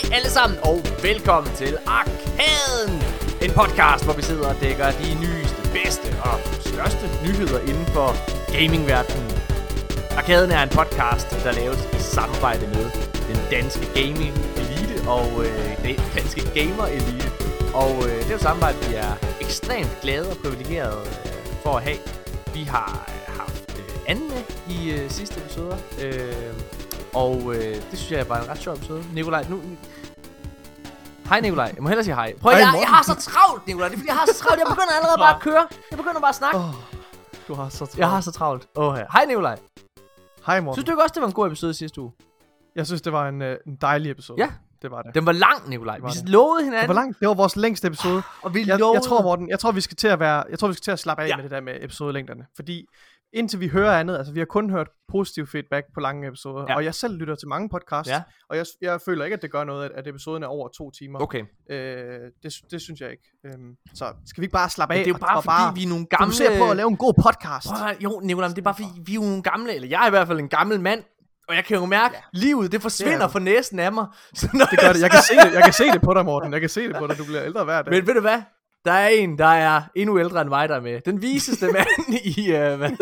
alle sammen, og velkommen til Arkaden. En podcast, hvor vi sidder og dækker de nyeste, bedste og største nyheder inden for gamingverdenen. Arkaden er en podcast, der laves i samarbejde med den danske gaming elite og den danske gamer elite. Og det er et samarbejde, vi er ekstremt glade og privilegerede for at have. Vi har haft Anne med i sidste episoder, og det synes jeg var en ret sjov episode. Nikolaj, nu... Hej Nikolaj, jeg må hellere sige hej. Prøv, jeg har så travlt, Nikolaj. Det er fordi, jeg har så travlt. Jeg begynder allerede bare at køre. Jeg begynder bare at snakke. Du har så travlt. Jeg har så travlt. Hej Nikolaj. Hej Morten. Synes du ikke også, det var en god episode sidste uge? Jeg synes, det var en dejlig episode. Ja. Det var det. Den var lang, Nikolaj. Vi lovede hinanden. Det var lang. Det var vores længste episode. Og vi lovede... Jeg tror, Morten, vi skal til at slappe af med det der med episodelængderne. Fordi indtil vi hører andet, altså vi har kun hørt positiv feedback på lange episoder, og jeg selv lytter til mange podcasts, og jeg føler ikke, at det gør noget, at episoden er over 2 timer. Okay. Det synes jeg ikke. Så skal vi ikke bare slappe af? Det er jo bare fordi vi er nogle gamle... fokusere på at lave en god podcast. Jo, Nikolaj, det er bare fordi vi er nogle gamle, eller jeg er i hvert fald en gammel mand, og jeg kan jo mærke, livet det forsvinder fra næsen af mig. Så det gør det. Jeg kan se det på dig, Morten. Jeg kan se det på dig. Du bliver ældre hver dag. Men ved du hvad? Der er en, der er endnu ældre end mig, der er med. Den viseste mand i...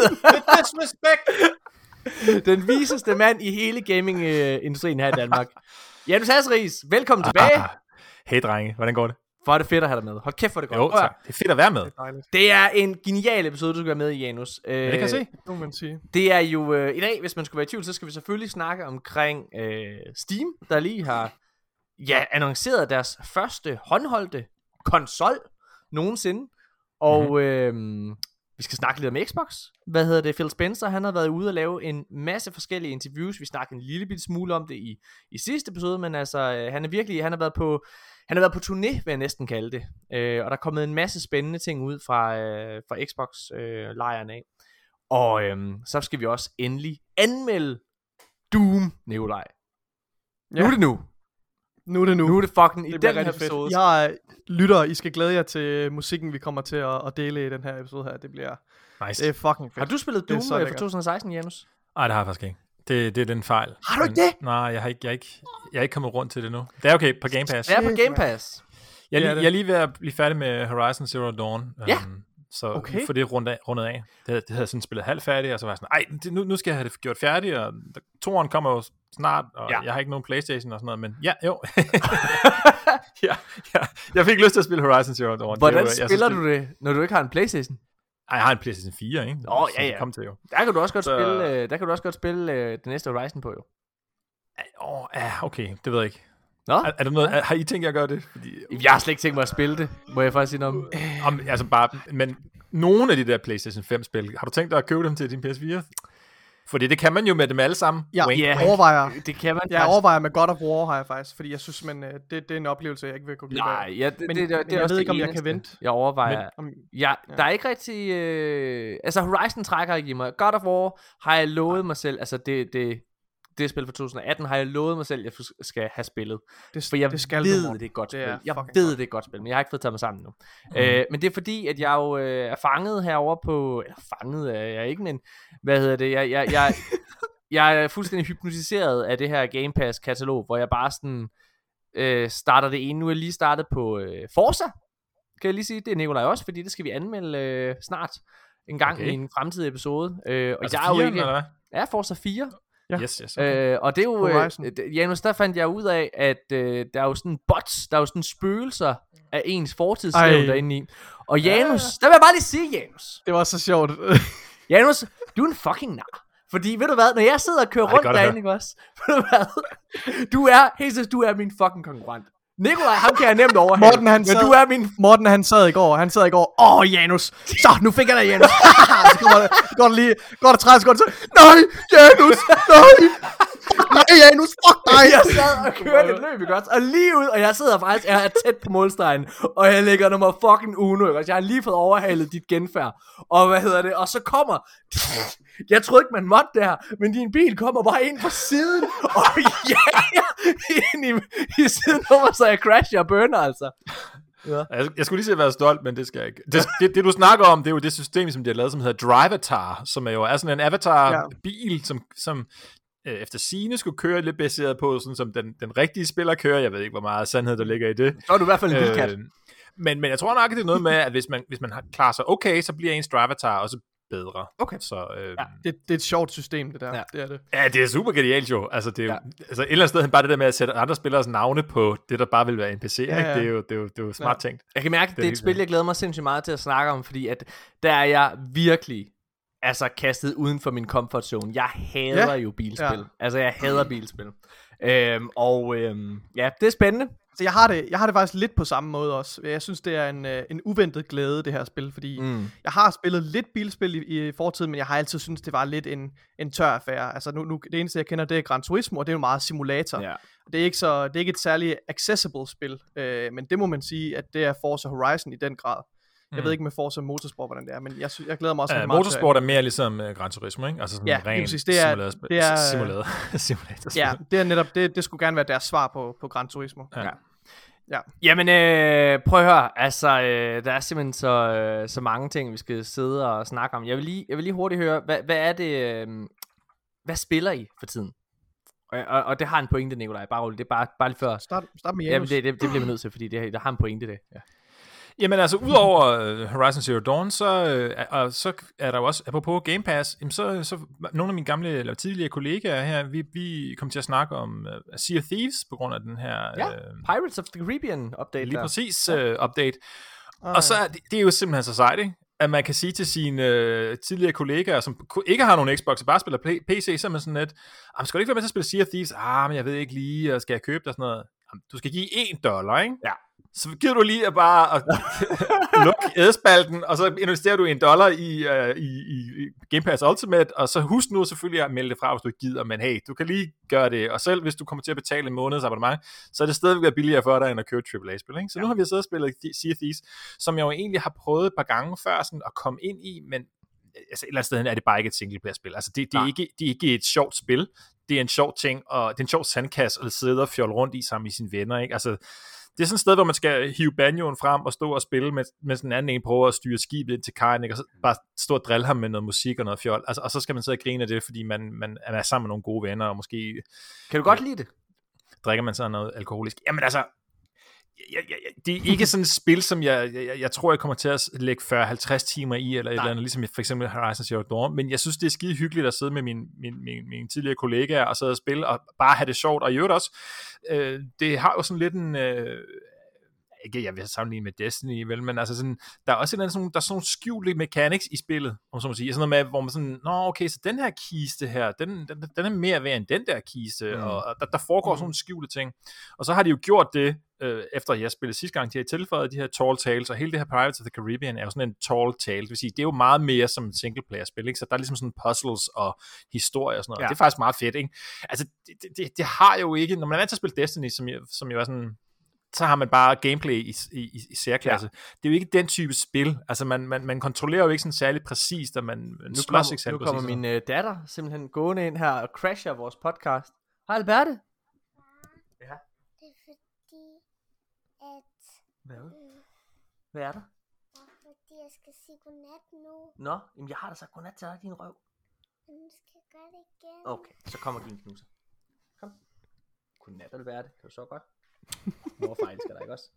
Disrespect! Den viseste mand i hele gamingindustrien her i Danmark. Janus Hasseris, velkommen tilbage. Hey drenge, hvordan går det? Hvor er det fedt at have dig med. Hold kæft, hvor det godt. Jo, tak. Det er fedt at være med. Det er en genial episode, du skal være med i, Janus. Ja, det kan jeg se. Det må man sige. Det er jo i dag, hvis man skulle være i tvivl, så skal vi selvfølgelig snakke omkring Steam, der lige har annonceret deres første håndholdte konsol nogensinde. Og vi skal snakke lidt om Xbox. Phil Spencer, han har været ude og lave en masse forskellige interviews. Vi snakkede en lille bitte smule om det i sidste episode, men altså han har været på turné, vil jeg næsten kalde det. Og der er kommet en masse spændende ting ud fra Xbox lejren af. Og så skal vi også endelig anmelde Doom, Nikolaj. Ja. Nu er det nu. Nu er det fucking i den her episode. Jeg lytter, I skal glæde jer til musikken, vi kommer til at dele i den her episode her. Det bliver nice. Det er fucking fedt. Har du spillet Doom fra 2016, Janus? Nej, det har jeg faktisk ikke. Det er den fejl. Har du ikke det? Nej, jeg er ikke kommet rundt til det nu. Det er okay på Game Pass. Det er på Game Pass. Jeg er lige ved at blive færdig med Horizon Zero Dawn. Ja. Så for det rundet af. Det havde jeg sådan spillet halvfærdigt, og så var jeg sådan, nu skal jeg have det gjort færdigt, og toren kommer jo snart, og jeg har ikke nogen PlayStation og sådan noget, men jeg fik lyst til at spille Horizon Zero Dawn. Hvordan spiller du det, når du ikke har en PlayStation? Jeg har en PlayStation 4, ikke? Kom til jo. Der kan du også godt spille det næste Horizon på jo. Okay, det ved jeg ikke. Nå? Er der noget, har I tænkt jer at gøre det? Fordi... Jeg har slet ikke tænkt mig at spille det, må jeg faktisk sige noget om. Altså bare, men nogle af de der PlayStation 5 spil, har du tænkt dig at købe dem til din PS4? Fordi det kan man jo med dem alle sammen. Overvejer. Det kan man. Jeg overvejer med God of War har jeg faktisk, fordi jeg synes, det er en oplevelse, jeg ikke vil gå glip af. Nej, men jeg ved ikke, om jeg kan vente. Jeg overvejer. Der er ikke rigtig... altså Horizon trækker ikke i mig. God of War har jeg lovet mig selv, altså det spil fra 2018 har jeg lovet mig selv, at jeg skal have spillet. For jeg ved, det er et godt spil. Jeg ved, det er et godt spil, men jeg har ikke fået taget mig sammen nu. Men det er fordi, at jeg jo er fanget herovre på... Eller fanget er jeg ikke, men... Jeg er fuldstændig hypnotiseret af det her Game Pass katalog, hvor jeg bare sådan starter det ene. Nu er jeg lige startet på Forza. Kan jeg lige sige, det er Nikolaj også, fordi det skal vi anmelde snart en gang i en fremtidig episode. Og altså jeg er jo 4, ikke... eller hvad? Ja, Forza 4. Ja. Yes, okay. Og det er jo Janus, der fandt jeg ud af, at der er jo sådan bots, der er jo sådan spøgelser af ens fortidsliv derinde i. Og Janus, der vil jeg bare lige sige, Janus. Det var så sjovt. Janus, du er en fucking nar. Fordi ved du hvad, når jeg sidder og kører rundt derinde, ikke også? Ved du hvad? Du er min fucking konkurrent. Nikolaj, ham kan jeg nemt overhale. Morten, han sad i går. Janus. Så, nu fik jeg dig, Janus. Så går der 30 sekunder. Nej, Janus. Nej, Janus. Fuck dig. Jeg sad og kørte et løb, ikke også? Og lige ud, og jeg sidder faktisk, jeg er tæt på målstregen. Og jeg lægger nummer fucking uno, ikke også? Jeg har lige fået overhalet dit genfærd. Og og så kommer... Jeg troede ikke, man måtte det her, men din bil kommer bare ind fra siden, og ind i siden over, så jeg crasher og burner, altså. Ja. Jeg skulle lige sige at være stolt, men det skal jeg ikke. Det du snakker om, det er jo det system, som de har lavet, som hedder Drivatar, som er jo sådan en avatar-bil, som efter sigende skulle køre lidt baseret på, sådan som den rigtige spiller kører. Jeg ved ikke, hvor meget sandhed der ligger i det. Så er du i hvert fald en vildkat. Men jeg tror nok, at det er noget med, at hvis man klarer sig okay, så bliver ens drive-avatar også bedre. Okay. Så, det er et sjovt system, det der. Ja. Det er det. Ja, det er super genialt jo. Altså, det er jo, altså et eller andet sted bare det der med at sætte andre spillers navne på det, der bare vil være NPC, ikke? Det er jo smart tænkt. Jeg kan mærke, at det er et spil, jeg glæder mig sindssygt meget til at snakke om, fordi at der er jeg virkelig kastet uden for min comfort zone. Jeg hader jo bilspil. Ja. Altså, jeg hader bilspil. Det er spændende. Så jeg har det faktisk lidt på samme måde også. Jeg synes, det er en uventet glæde, det her spil, fordi jeg har spillet lidt bilspil i fortiden, men jeg har altid syntes, det var lidt en tør affære. Altså nu det eneste, jeg kender, det er Gran Turismo, og det er jo meget simulator. Ja. Det er ikke et særligt accessible spil, men det må man sige, at det er Forza Horizon i den grad. Jeg ved ikke med Forza Motorsport, hvordan det er, men jeg glæder mig også meget Motorsport er mere ligesom Gran Turismo, ikke? Altså sådan ren simulator. Ja, det er netop, det skulle gerne være deres svar på Gran Turismo. Ja. Jamen, prøv at høre, altså, der er simpelthen så mange ting, vi skal sidde og snakke om. Jeg vil lige hurtigt høre, hvad er det, hvad spiller I for tiden? Og det har en pointe, Nikolaj, bare det er bare lige før. Start med Janus. Jamen, det bliver man nødt til, fordi der har en pointe, det. Ja. Jamen altså, udover Horizon Zero Dawn, så er der jo også, apropos Game Pass, så nogle af mine gamle eller tidligere kollegaer her, vi kom til at snakke om Sea of Thieves, på grund af den her... Pirates of the Caribbean update. Lige præcis update. Og så det er jo simpelthen så sejt, ikke? At man kan sige til sine tidligere kollegaer, som ikke har nogen Xbox og bare spiller PC, så er man sådan lidt, skal du ikke være med til at spille Sea of Thieves? Men jeg ved ikke lige, skal jeg købe dig sådan noget? Du skal give $1, ikke? Ja. Så giver du lige at bare lukke ædespalten, og så investerer du $1 i Game Pass Ultimate, og så husk nu selvfølgelig at melde det fra, hvis du ikke gider, men hey, du kan lige gøre det, og selv hvis du kommer til at betale en måneds abonnement, så er det stadigvæk billigere for dig, end at købe AAA-spil, ikke? Så nu har vi siddet og spillet Sea of Thieves, som jeg jo egentlig har prøvet et par gange før sådan at komme ind i, men altså et eller andet sted er det bare ikke et singleplayer-spil. Altså det er ikke et sjovt spil, det er en sjov ting, og det er en sjov sandkasse at sidde og fjolle rundt i sammen med sine venner, ikke? Altså det er sådan et sted, hvor man skal hive banjoen frem og stå og spille, mens den anden en prøver at styre skibet ind til kajen, ikke? Og så bare stå og drille ham med noget musik og noget fjol. Altså, og så skal man sidde og grine af det, fordi man er sammen med nogle gode venner, og måske... Kan du godt lide det? Drikker man så noget alkoholisk? Jamen altså... det er ikke sådan et spil, som jeg tror, jeg kommer til at lægge 40-50 timer i, eller et eller andet, ligesom for eksempel Horizon Zero Dawn, men jeg synes, det er skide hyggeligt at sidde med mine tidligere kollegaer og sidde og spille, og bare have det sjovt, og i øvrigt også, det har jo sådan lidt en... ikke jeg vil sammenligne med Destiny, vel, men altså sådan, der er også der er sådan nogle skjulte mechanics i spillet, om så må sige, sådan noget med, hvor man sådan, okay, så den her kiste her, den er mere værd end den der kiste, og der foregår sådan nogle skjulte ting, og så har de jo gjort det, efter jeg spillede sidste gang, de har tilføjet de her tall tales, og hele det her Pirates of the Caribbean er jo sådan en tall tale, det vil sige, det er jo meget mere som en single-player-spil, ikke? Så der er ligesom sådan puzzles og historie og sådan noget, og det er faktisk meget fedt, ikke? Altså, det har jo ikke, når man er vant til at spille Destiny, som jo er sådan, så har man bare gameplay i særklasse. Det er jo ikke den type spil. Altså, man kontrollerer jo ikke sådan særlig præcist, og man slås ikke særlig præcist. Nu kommer min datter simpelthen gående ind her og crasher vores podcast. Hej, Alberte. Ja. Det er fordi, at... Hvad er der? Det er fordi, jeg skal sige godnat nu. Nå, jamen jeg har da sagt godnat til dig, din røv. Men nu skal jeg gøre det igen. Okay, så kommer din knuse. Kom. Godnat, Alberte. Kan du så godt? Morfar elsker dig, ikke også?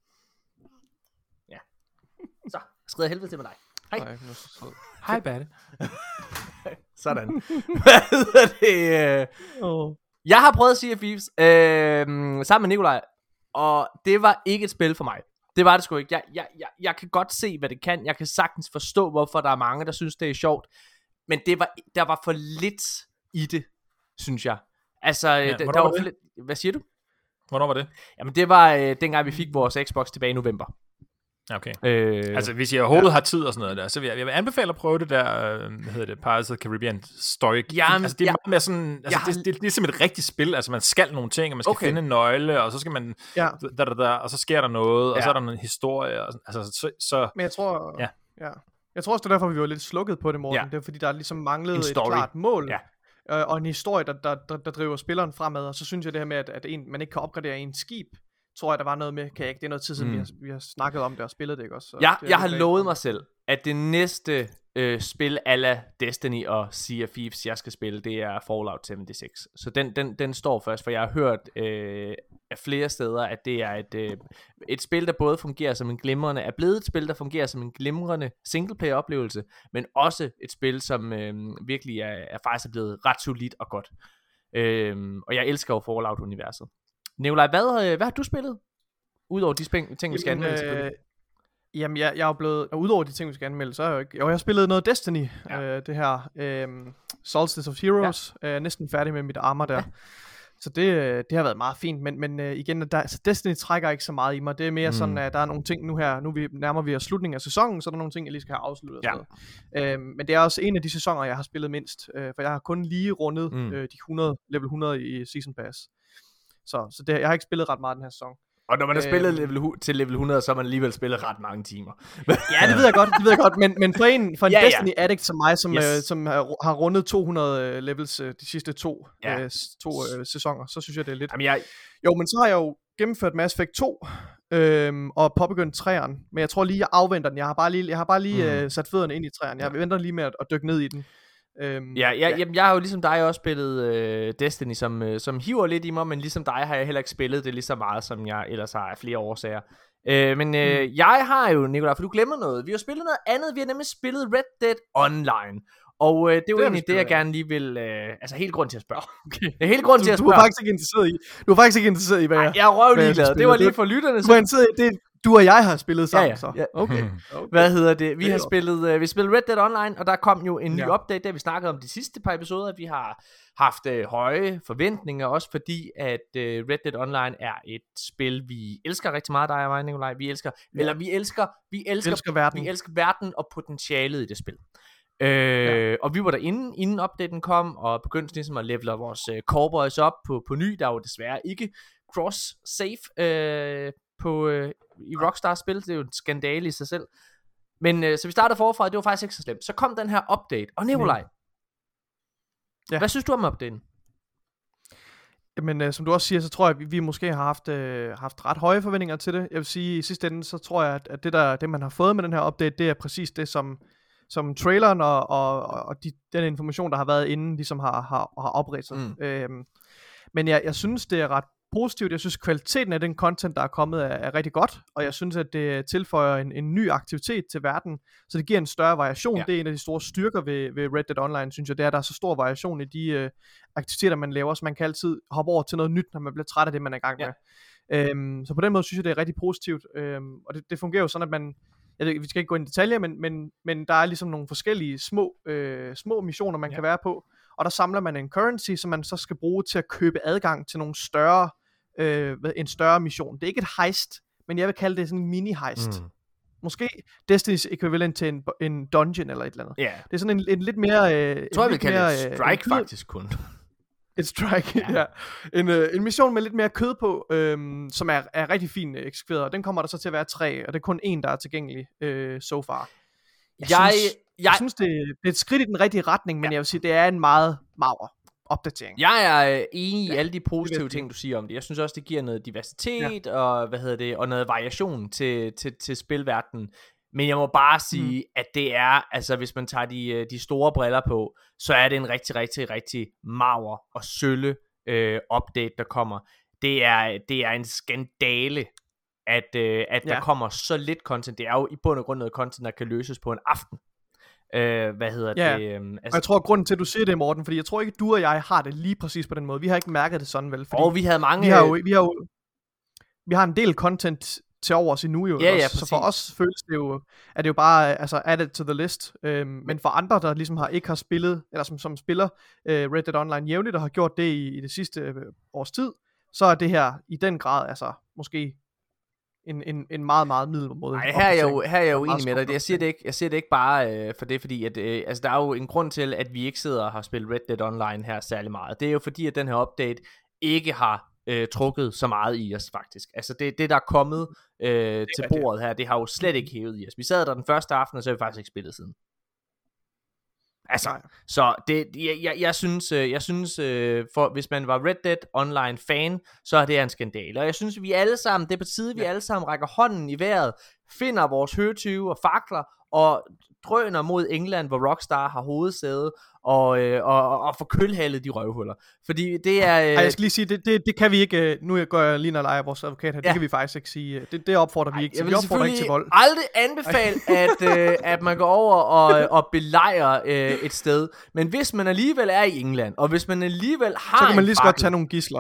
Ja. Så, skrider helvede til med dig. Hej. Hej, Batte. Sådan. Hvad hedder det? Jeg har prøvet at sige Thieves sammen med Nikolaj, og det var ikke et spil for mig. Det var det sgu ikke. Jeg kan godt se, hvad det kan. Jeg kan sagtens forstå, hvorfor der er mange, der synes, det er sjovt. Men der var for lidt i det, synes jeg. Altså, der var for lidt... Hvad siger du? Hvornår var det? Jamen det var dengang vi fik vores Xbox tilbage i november. Okay. Altså hvis jeg overhovedet har tid og sådan noget der, så jeg vil anbefale at prøve det der, hvad hedder det, Pirates of the Caribbean Story. Altså det er meget mere sådan, altså det er ligesom et rigtigt spil, altså man skal nogle ting, og man skal finde en nøgle, og så skal man, og så sker der noget, og så er der en historie, og, altså så. Men jeg tror, jeg tror også, det er derfor, vi var lidt slukket på det, Morten. Det er fordi, der ligesom manglede et klart mål. Ja. Og en historie, der driver spilleren fremad, og så synes jeg det her med, at man ikke kan opgradere en skib, tror jeg, der var noget med, kan jeg ikke, det er noget tid siden, vi har snakket om det og spillet det, ikke også? Jeg har lovet mig selv, at det næste spil a la Destiny og Sea of Thieves, jeg skal spille, det er Fallout 76. Så den står først, for jeg har hørt af flere steder, at det er et spil, der både fungerer som er blevet et spil, der fungerer som en glimrende singleplayer-oplevelse, men også et spil, som virkelig er faktisk blevet ret solidt og godt. Og jeg elsker jo Fallout-universet. Nikolaj, hvad har du spillet? Udover de ting, vi skal anmelde selvfølgelig. Jamen, jeg er jo blevet, og udover de ting, vi skal anmelde, så er jeg jo ikke... Jo, jeg har spillet noget Destiny, det her Solstice of Heroes. Næsten færdig med mit armor der. Ja. Så det har været meget fint, men igen, altså Destiny trækker ikke så meget i mig. Det er mere sådan, at der er nogle ting nu her, nærmer vi os slutningen af sæsonen, så er der nogle ting, jeg lige skal have afsluttet. Men det er også en af de sæsoner, jeg har spillet mindst, for jeg har kun lige rundet de level 100 i Season Pass. Så jeg har ikke spillet ret meget den her sæson. Og når man har spillet til level 100, så har man alligevel spillet ret mange timer. Ja, det ved jeg godt, men for en Destiny addict som mig, som har rundet 200 levels de sidste to sæsoner, så synes jeg, det er lidt... Jamen, Jo, men så har jeg jo gennemført Mass Effect 2, og påbegyndt 3'eren, men jeg tror lige, jeg afventer den. Jeg har bare lige sat fødderne ind i 3'eren. Jeg venter lige med at dykke ned i den. Jamen, jeg har jo ligesom dig også spillet Destiny, som hiver lidt i mig, men ligesom dig har jeg heller ikke spillet det lige så meget, som jeg ellers har af flere årsager. Men jeg har jo, Nikolaj, for du glemmer noget. Vi har spillet noget andet. Vi har nemlig spillet Red Dead Online. Og det er jo egentlig det, jeg gerne lige vil... altså, helt grund til at spørge. Okay. Det er helt grund til at spørge. Du er faktisk ikke interesseret i, hvad jeg... Jeg er røvligeglad. Det var lige for lytterne. Du er interesseret i det... Du og jeg har spillet sammen, så. Ja. Okay. Hvad hedder det? Vi har spillet Red Dead Online, og der kom jo en ny update, der vi snakkede om de sidste par episoder. Vi har haft høje forventninger, også fordi at Red Dead Online er et spil, vi elsker rigtig meget, dig og mig, Nikolaj. Vi elsker verden. Vi elsker verden og potentialet i det spil. Og vi var derinde, inden updaten kom, og begyndte ligesom at levele vores cowboys op på ny. Der er jo desværre ikke cross-save i Rockstar spil. Det er jo en skandale i sig selv. Men så vi startede forfra, det var faktisk ikke så slemt. Så kom den her update. Og Nikolaj, hvad synes du om updaten? Jamen, som du også siger, så tror jeg, at vi måske har haft ret høje forventninger til det. Jeg vil sige, i sidste ende, så tror jeg, at det man har fået med den her update, det er præcis det, som traileren og den information, der har været inden, ligesom har opredt sig. Men jeg synes, det er ret positivt. Jeg synes, kvaliteten af den content, der er kommet, er rigtig godt, og jeg synes, at det tilføjer en ny aktivitet til verden, så det giver en større variation. Det er en af de store styrker ved Red Dead Online, synes jeg, det er, at der er så stor variation i de aktiviteter, man laver, så man kan altid hoppe over til noget nyt, når man bliver træt af det, man er i gang med. Så på den måde synes jeg, det er rigtig positivt, og det fungerer jo sådan, at man... vi skal ikke gå ind i detaljer, men der er ligesom nogle forskellige små missioner, man kan være på, og der samler man en currency, som man så skal bruge til at købe adgang til nogle en større mission. Det er ikke et heist, men jeg vil kalde det sådan en mini-heist. Måske Destiny's ekvivalent til en dungeon eller et eller andet. Det er sådan en lidt mere... jeg tror, jeg vil kalde det et strike faktisk kun. Et strike, en mission med lidt mere kød på, som er rigtig fint eksekveret, og den kommer der så til at være 3, og det er kun 1, der er tilgængelig so far. Jeg synes det er et skridt i den rigtige retning, men jeg vil sige, det er en meget mager opdatering. Jeg er enig i alle de positive ting, du siger om det. Jeg synes også, det giver noget diversitet og og noget variation til spilverdenen. Men jeg må bare sige, at det er, altså hvis man tager de store briller på, så er det en rigtig, rigtig, rigtig mager og sølle update, der kommer. Det er en skandale, at der kommer så lidt content. Det er jo i bund og grund noget content, der kan løses på en aften. Og jeg tror, grunden til, at du siger det, Morten, fordi jeg tror ikke, du og jeg har det lige præcis på den måde. Vi har ikke mærket det sådan, vel? Fordi vi havde mange... Vi har en del content til over os endnu, jo. Så for os føles det jo, at det jo bare added to the list. Men for andre, der ligesom ikke har spillet, eller som spiller Red Dead Online jævnligt, og har gjort det i det sidste års tid, så er det her i den grad, måske en meget, meget middelmåde. Nej, her er jeg jo enig med dig. Jeg siger det ikke bare for det, fordi at, der er jo en grund til, at vi ikke sidder og har spillet Red Dead Online her særlig meget. Det er jo fordi, at den her update ikke har trukket så meget i os faktisk. Altså det der er kommet til bordet her, det har jo slet ikke hævet i os. Vi sad der den første aften, og så har vi faktisk ikke spillet siden. Altså, så det, jeg synes for hvis man var Red Dead Online fan, så er det en skandal. Og jeg synes, vi alle sammen, det er på tide, vi alle sammen rækker hånden i vejret, finder vores høtyve og fakler, og drøner mod England, hvor Rockstar har hovedsæde, og får kølhallet de røvhuller. Fordi det er... jeg skal lige sige, det kan vi ikke... Nu går jeg lige når leger vores advokat her. Det kan vi faktisk ikke sige. Det opfordrer vi ikke til. Vi opfordrer ikke til vold. Jeg vil aldrig anbefale, at man går over og belejrer et sted. Men hvis man alligevel er i England, og hvis man alligevel har så kan man lige så godt tage nogle gidsler.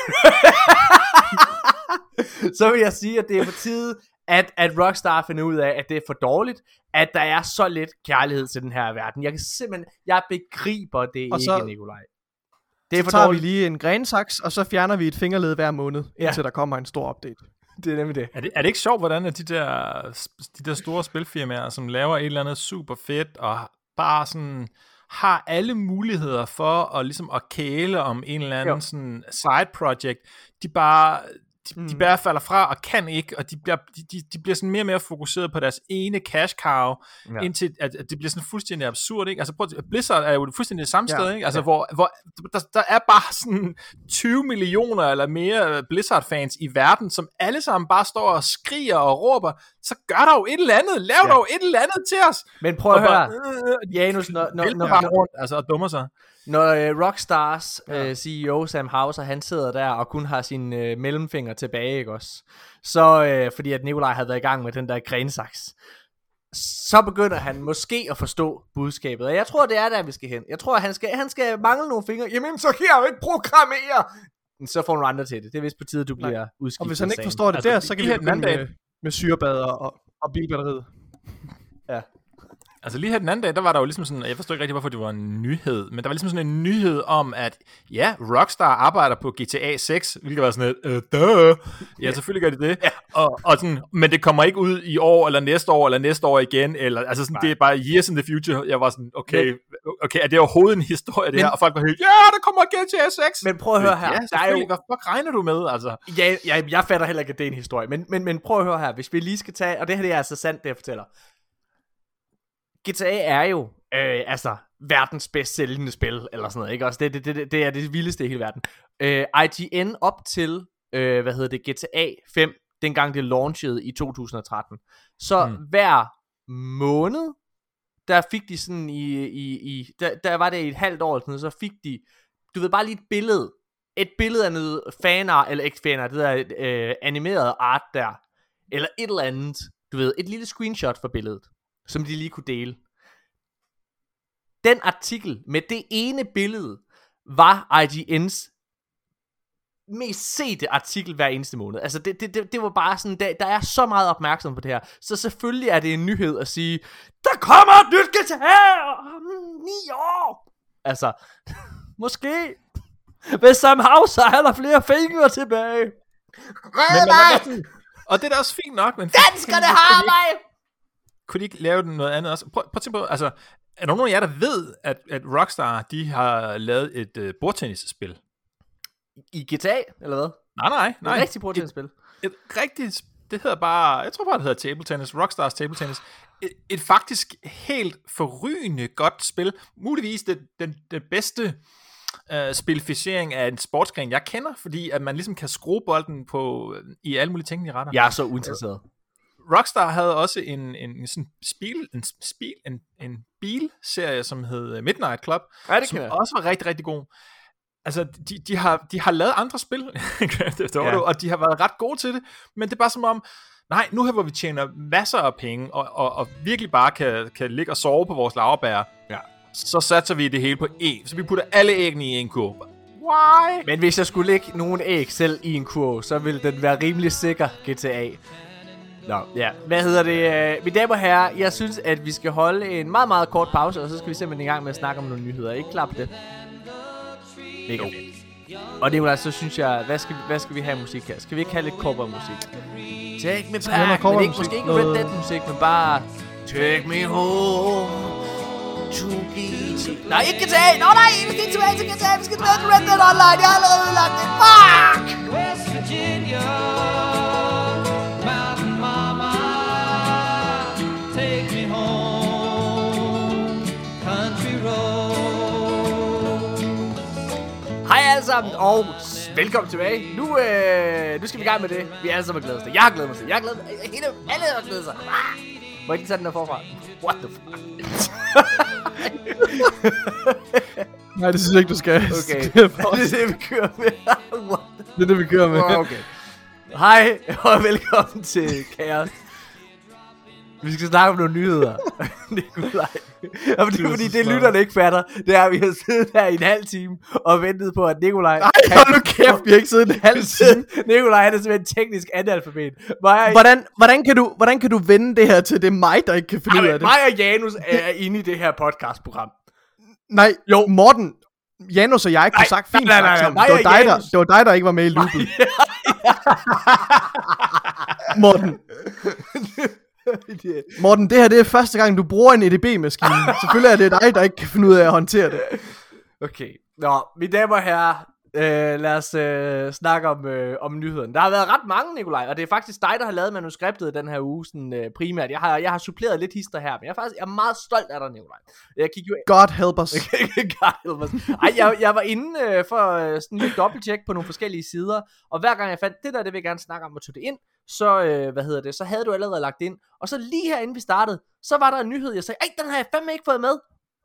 Så vil jeg sige, at det er på tide, at Rockstar finder ud af, at det er for dårligt, at der er så lidt kærlighed til den her verden. Jeg begriber det og ikke, så, Nikolaj. Det er for tager dårligt. Vi lige en grensaks, og så fjerner vi et fingerled hver måned, indtil der kommer en stor update. Det er nemlig det. Er det ikke sjovt, hvordan de der store spilfirmaer, som laver et eller andet super fedt, og bare sådan har alle muligheder for at ligesom at kæle om en eller anden sådan side project, de bare falder fra og kan ikke, og de bliver sådan mere og mere fokuseret på deres ene cash cow, indtil at det bliver sådan fuldstændig absurd, ikke? Altså Blizzard er jo fuldstændig det samme sted, ikke? Altså hvor der er bare sådan 20 millioner eller mere Blizzard-fans i verden, som alle sammen bare står og skriger og råber, så gør der jo et eller andet, lav dog et eller andet til os. Men prøv at høre, Janus, når rundt, altså og dummer sig. Når Rockstars CEO Sam Houser, han sidder der og kun har sin mellemfinger tilbage, ikke også? Så fordi at Nikolaj havde været i gang med den der grensaks, så begynder han måske at forstå budskabet. Og jeg tror, det er der, vi skal hen. Jeg tror, at han skal mangle nogle fingre. Jamen, så kan jeg jo ikke programmere. Så får han andre til det. Det er vist på tide, du bliver udskiftet. Og hvis han ikke forstår det altså, der, så kan vi begynde med syrebader og bilbatteriet. Ja. Altså lige her den anden dag, der var der jo ligesom sådan, jeg forstår ikke rigtig, hvorfor det var en nyhed, men der var ligesom sådan en nyhed om, at ja, Rockstar arbejder på GTA 6, hvilket var sådan et, ja, selvfølgelig gør de det, og sådan, men det kommer ikke ud i år, eller næste år igen, eller, altså sådan, det er bare years in the future. Jeg var sådan, okay, er det overhovedet en historie, det her? Og folk var helt, der kommer GTA 6! Men prøv at høre her, der er jo, hvad regner du med, altså? Ja, jeg fatter heller ikke, at det er en historie, men prøv at høre her, hvis vi lige skal tage, og det her det er altså sandt, det jeg fortæller. GTA er jo altså verdens bedst sælgende spil eller sådan noget, ikke også? Det er det vildeste i hele verden. IGN op til GTA 5, dengang det launchede i 2013. Så hver måned der fik de sådan der var det i et halvt år sådan, så fik de, du ved, bare lige et billede af noget fanart, eller ikke fanart, det der animeret art der, eller et eller andet, du ved, et lille screenshot for billedet, som de lige kunne dele. Den artikel med det ene billede var IGN's mest sete artikel hver eneste måned. Altså det var bare sådan, der er så meget opmærksomhed på det her. Så selvfølgelig er det en nyhed at sige, der kommer et nyt GTA om 9 år. Altså, måske. Hvis Sam Houser har der flere fingre tilbage. Og det er da også fint nok, men danskerne har mig. Kunne de ikke lave noget andet også? Prøv at tænke på, altså, er der nogen af jer, der ved, at Rockstar, de har lavet et bordtennisspil? I GTA, eller hvad? Nej. Et rigtigt bordtennisspil. Et rigtigt, det hedder bare, jeg tror bare, det hedder table tennis, Rockstars table tennis. Et faktisk helt forrygende godt spil. Muligvis det bedste spilificering af en sportsgren, jeg kender, fordi at man ligesom kan skrue bolden på i alle mulige ting i retter. Jeg er så uinteresseret. Rockstar havde også en bilserie, som hed Midnight Club, som også var rigtig, rigtig god. Altså, de har lavet andre spil, og de har været ret gode til det, men det er bare som om, nej, nu her hvor vi tjener masser af penge, og virkelig bare kan ligge og sove på vores laurbær, så satser vi det hele på æg. Så vi putter alle æggene i en kurv. Why? Men hvis jeg skulle lægge nogle æg selv i en kurv, så ville den være rimelig sikker, GTA. Hvad hedder det? Mine damer og herrer, jeg synes, at vi skal holde en meget, meget kort pause, og så skal vi simpelthen i gang med at snakke om nogle nyheder. Ikke klar på det? Mega fedt. Og Nicolaj, så synes jeg, hvad skal vi have musik her? Skal vi ikke have lidt cowboy-musik? Take me back, men ikke, måske ikke Red Dead musik, men bare take me home to GTA. Nej, ikke GTA! Nej, vi skal ikke tilbage til GTA, vi skal tilbage til Red Dead Online. Jeg har allerede udlagt det. Fuck! West Virginia, Mountain Mama, take me home, country road. sammen, og velkommen tilbage. Nu skal vi i gang med det, vi alle sammen har glædet os til. Jeg har glædet mig til. Alle har glædet sig. Må jeg ikke tage den der forfra? What the fuck? Nej, det synes jeg ikke, du skal. Okay, det er det, vi kører med. Det er det, vi kører med. Okay. Hej, og velkommen til Kaos. Vi skal snakke om nogle nyheder. Nikolaj. Fordi det lytterne ikke fatter, det er, at vi har siddet her i en halv time og ventet på, at Nikolaj... Nej, hold nu kæft, vi har ikke siddet en halv time. Nikolaj, han er simpelthen teknisk analfabet. Hvordan kan du vende det her til, det er mig, der ikke kan finde ud af det? Mig og Janus er inde i det her podcastprogram. Nej, jo, Morten, Janus og jeg kunne sagt fint sagt sammen. Det var dig, der ikke var med i loopet. Morten, det her det er første gang, du bruger en EDB-maskine. Selvfølgelig er det dig, der ikke kan finde ud af at håndtere det. Okay, nå, mine damer og herrer, lad os snakke om nyhederne. Der har været ret mange, Nikolaj, og det er faktisk dig, der har lavet manuskriptet den her uge sådan, primært. Jeg har suppleret lidt hister her, men jeg er meget stolt af dig, Nikolaj. Jeg kigger jo... God help us. God help us. Ej, jeg var inde for sådan lige dobbelttjek på nogle forskellige sider, og hver gang jeg fandt det der, det vil jeg gerne snakke om og tog det ind, så, så havde du allerede lagt ind. Og så lige her inden vi startede, så var der en nyhed, jeg sagde, ej, den har jeg fandme ikke fået med.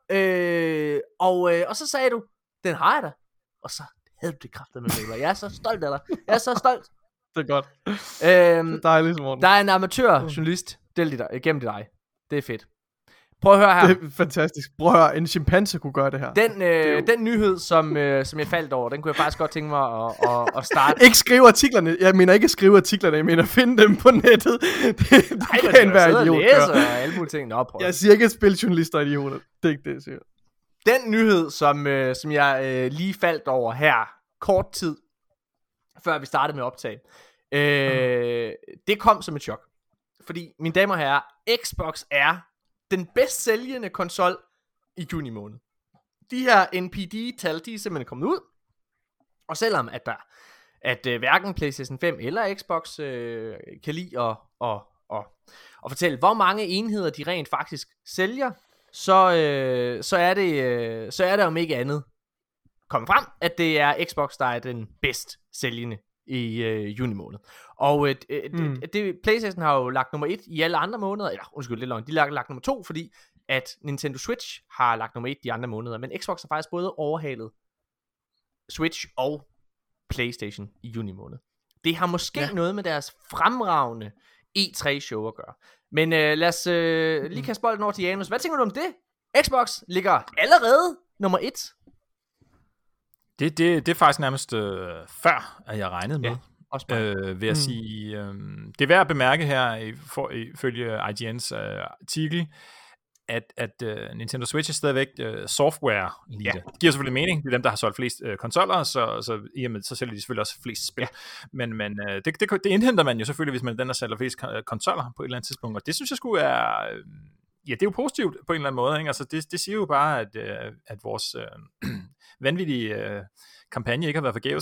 Og så sagde du, den har jeg da. Og så havde du det kræfter med mig. Jeg er så stolt af dig. Jeg er så stolt. Det er godt. Det er dejligt, Morten. Der er en amatørjournalist gennem dig. Det er fedt. Prøv at høre her. Det er fantastisk. Prøv at høre, en chimpanse kunne gøre det her. Den nyhed, som jeg faldt over, den kunne jeg faktisk godt tænke mig at starte. Ikke skrive artiklerne. Jeg mener ikke skrive artiklerne, jeg mener finde dem på nettet. Det kan være idiot. Læse og alle mulige ting. Nå, jeg siger ikke, at spiljournalister er idioter. Det er ikke det, jeg siger. Den nyhed, som jeg lige faldt over her, kort tid før vi startede med optag, det kom som et chok. Fordi, mine damer og herrer, Xbox er den bedst sælgende konsol i juni måned. De her NPD-tal, de er simpelthen kommet ud. Og selvom at hverken PlayStation 5 eller Xbox kan lide at fortælle, hvor mange enheder de rent faktisk sælger, så er det om ikke andet kommet frem, at det er Xbox, der er den bedst sælgende i juni måned. Og PlayStation har jo lagt nummer 1 i alle andre måneder, eller undskyld, lidt langt, de har lagt nummer 2, fordi at Nintendo Switch har lagt nummer 1 de andre måneder, men Xbox har faktisk både overhalet Switch og PlayStation i juni måned. Det har måske noget med deres fremragende E3-show at gøre. Men lad os lige kaste bolden over til Janus. Hvad tænker du om det? Xbox ligger allerede nummer 1. Det er faktisk nærmest før, at jeg regnede med. Vil jeg sige. Det er værd at bemærke her, ifølge IGN's artikel, at Nintendo Switch er stadigvæk software leader. Ja. Det giver selvfølgelig mening. Det er dem, der har solgt flest konsoller, så i og med så sælger de selvfølgelig også flest spil. Ja. Men det indhenter man jo selvfølgelig, hvis man den der sælger flest konsoller på et eller andet tidspunkt. Og det synes jeg sgu er... Ja, det er jo positivt på en eller anden måde. Ikke? Altså, det siger jo bare, at vores vanvittige kampagne ikke har været forgæves.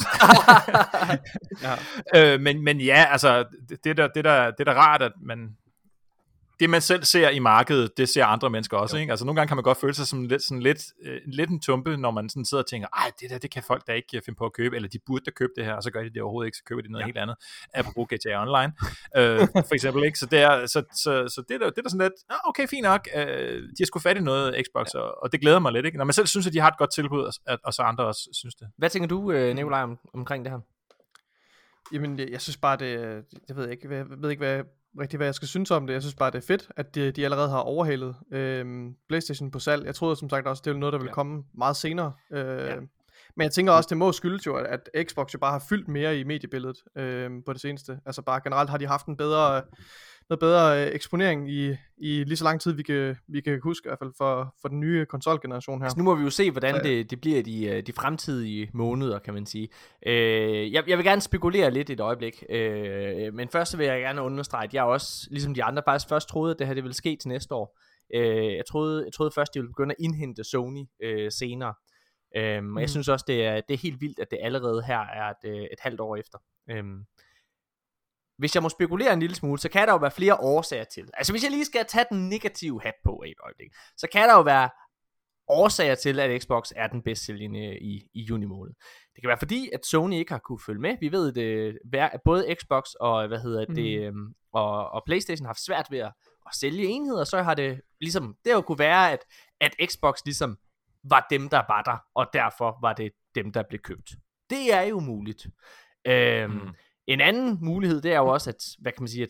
Men ja, altså, det er da rart, at det man selv ser i markedet, det ser andre mennesker også, ikke? Altså nogle gange kan man godt føle sig som lidt en tumpe, når man sådan sidder og tænker, det kan folk da ikke finde på at købe, eller de burde da købe det her, og så gør de det overhovedet ikke, så køber de noget helt andet, apropos GTA Online, for eksempel, ikke? Så det er sådan lidt, okay, fint nok, de har sgu fat i noget Xbox, og det glæder mig lidt, ikke? Når man selv synes, at de har et godt tilbud, og så andre også synes det. Hvad tænker du, Nikolaj, omkring det her? Jamen, jeg synes bare, jeg ved ikke, hvad jeg skal synes om det. Jeg synes bare, det er fedt, at de allerede har overhalet PlayStation på salg. Jeg troede som sagt også, det er noget, der vil komme meget senere. Men jeg tænker også, det må skyldes jo, at Xbox jo bare har fyldt mere i mediebilledet på det seneste. Altså bare generelt har de haft noget bedre eksponering i lige så lang tid, vi kan huske i hvert fald for den nye konsolgeneration her. Altså nu må vi jo se, hvordan det bliver de fremtidige måneder, kan man sige. Jeg vil gerne spekulere lidt et øjeblik, men først vil jeg gerne understrege, at jeg også, ligesom de andre, faktisk først troede, at det her det ville ske til næste år. Jeg troede først, de ville begynde at indhente Sony senere. Og jeg synes også, det er helt vildt, at det allerede her er et halvt år efter. Hvis jeg må spekulere en lille smule, så kan der jo være flere årsager til. Altså hvis jeg lige skal tage den negative hat på et øjeblik, så kan der jo være årsager til, at Xbox er den bedst sælgende i juni måned. Det kan være fordi, at Sony ikke har kunne følge med. Vi ved, at både Xbox og, og PlayStation har haft svært ved at sælge enheder, så har det ligesom, det jo kunne være, at Xbox ligesom var dem, der var der, og derfor var det dem, der blev købt. Det er jo muligt. En anden mulighed, det er jo også, at, hvad kan man sige,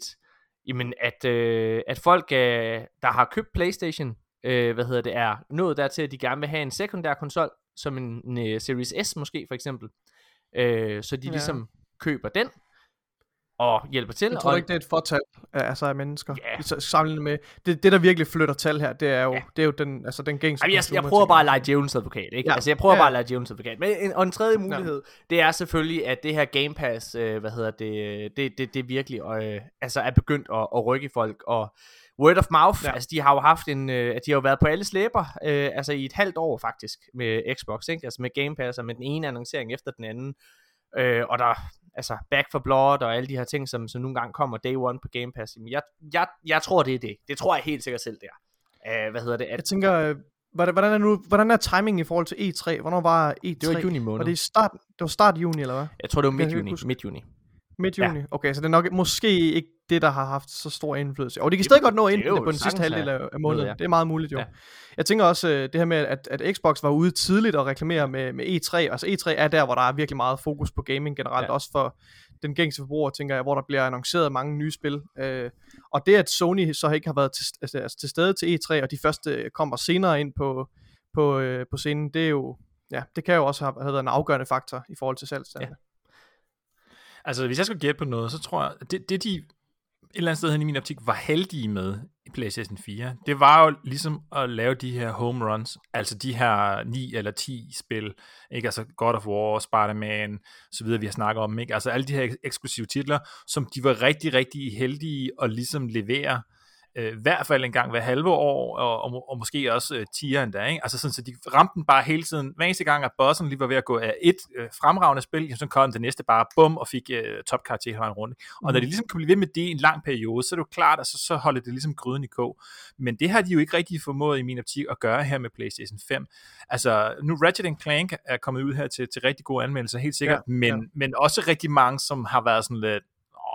at folk, der har købt PlayStation, er nået dertil, at de gerne vil have en sekundær konsol, som en Series S måske for eksempel, så de ligesom køber den, og hjælper til. Jeg tror ikke, det er et fortal af mennesker. Sammenlignet med, det der virkelig flytter tal her, det er jo den gængse. Jeg prøver bare at lege djævelens advokat, ikke? Altså jeg prøver bare at lege djævelens advokat. Men en tredje mulighed, det er selvfølgelig, at det her Game Pass, det virkelig er begyndt at rykke folk, og word of mouth, altså de har jo haft de har jo været på alle slæber, i et halvt år faktisk, med Xbox, ikke? Altså med Game Pass, og med den ene annoncering efter den anden, og der Back 4 Blood og alle de her ting, som nogle gange kommer day one på Game Pass. Jeg tror, det er det. Det tror jeg helt sikkert selv, det er. Jeg tænker, hvordan er timingen i forhold til E3? Hvornår var E3? Det var juni måned. Var det start juni, eller hvad? Jeg tror, det var midt-juni. Midt-juni? Ja. Okay, så det er nok måske ikke det, der har haft så stor indflydelse. Og det kan stadig godt nå ind på den sidste halvdel af måneden. Det er meget muligt jo. Ja. Jeg tænker også det her med, at Xbox var ude tidligt og reklamere med E3. Altså E3 er der, hvor der er virkelig meget fokus på gaming generelt. Også for den gængse forbruger, tænker jeg, hvor der bliver annonceret mange nye spil. Og det, at Sony så ikke har været til stede til E3, og de første kommer senere ind på scenen, det er jo, det kan jo også have været en afgørende faktor i forhold til salgstallet. Ja. Altså, hvis jeg skulle gætte på noget, så tror jeg, det de et eller andet sted hen i min optik var heldige med i PlayStation 4, det var jo ligesom at lave de her home runs, altså de her 9 eller 10 spil, ikke? Altså God of War, Spider-Man, så videre, vi har snakket om, ikke? Altså alle de her eksklusive titler, som de var rigtig, rigtig heldige at ligesom levere, i hvert fald en gang hver halve år, og måske også 10'er endda, ikke? Altså sådan, så de ramte den bare hele tiden. Hver eneste gang, at bossen lige var ved at gå af et fremragende spil, så kom det næste bare bum, og fik topkarakter hele vejen rundt. Og når de ligesom kunne blive ved med det i en lang periode, så er det jo klart, at så holder det ligesom gryden i kog. Men det har de jo ikke rigtig formået i min optik at gøre her med PlayStation 5. Altså, nu Ratchet & Clank er kommet ud her til rigtig gode anmeldelser, helt sikkert, men også rigtig mange, som har været sådan lidt,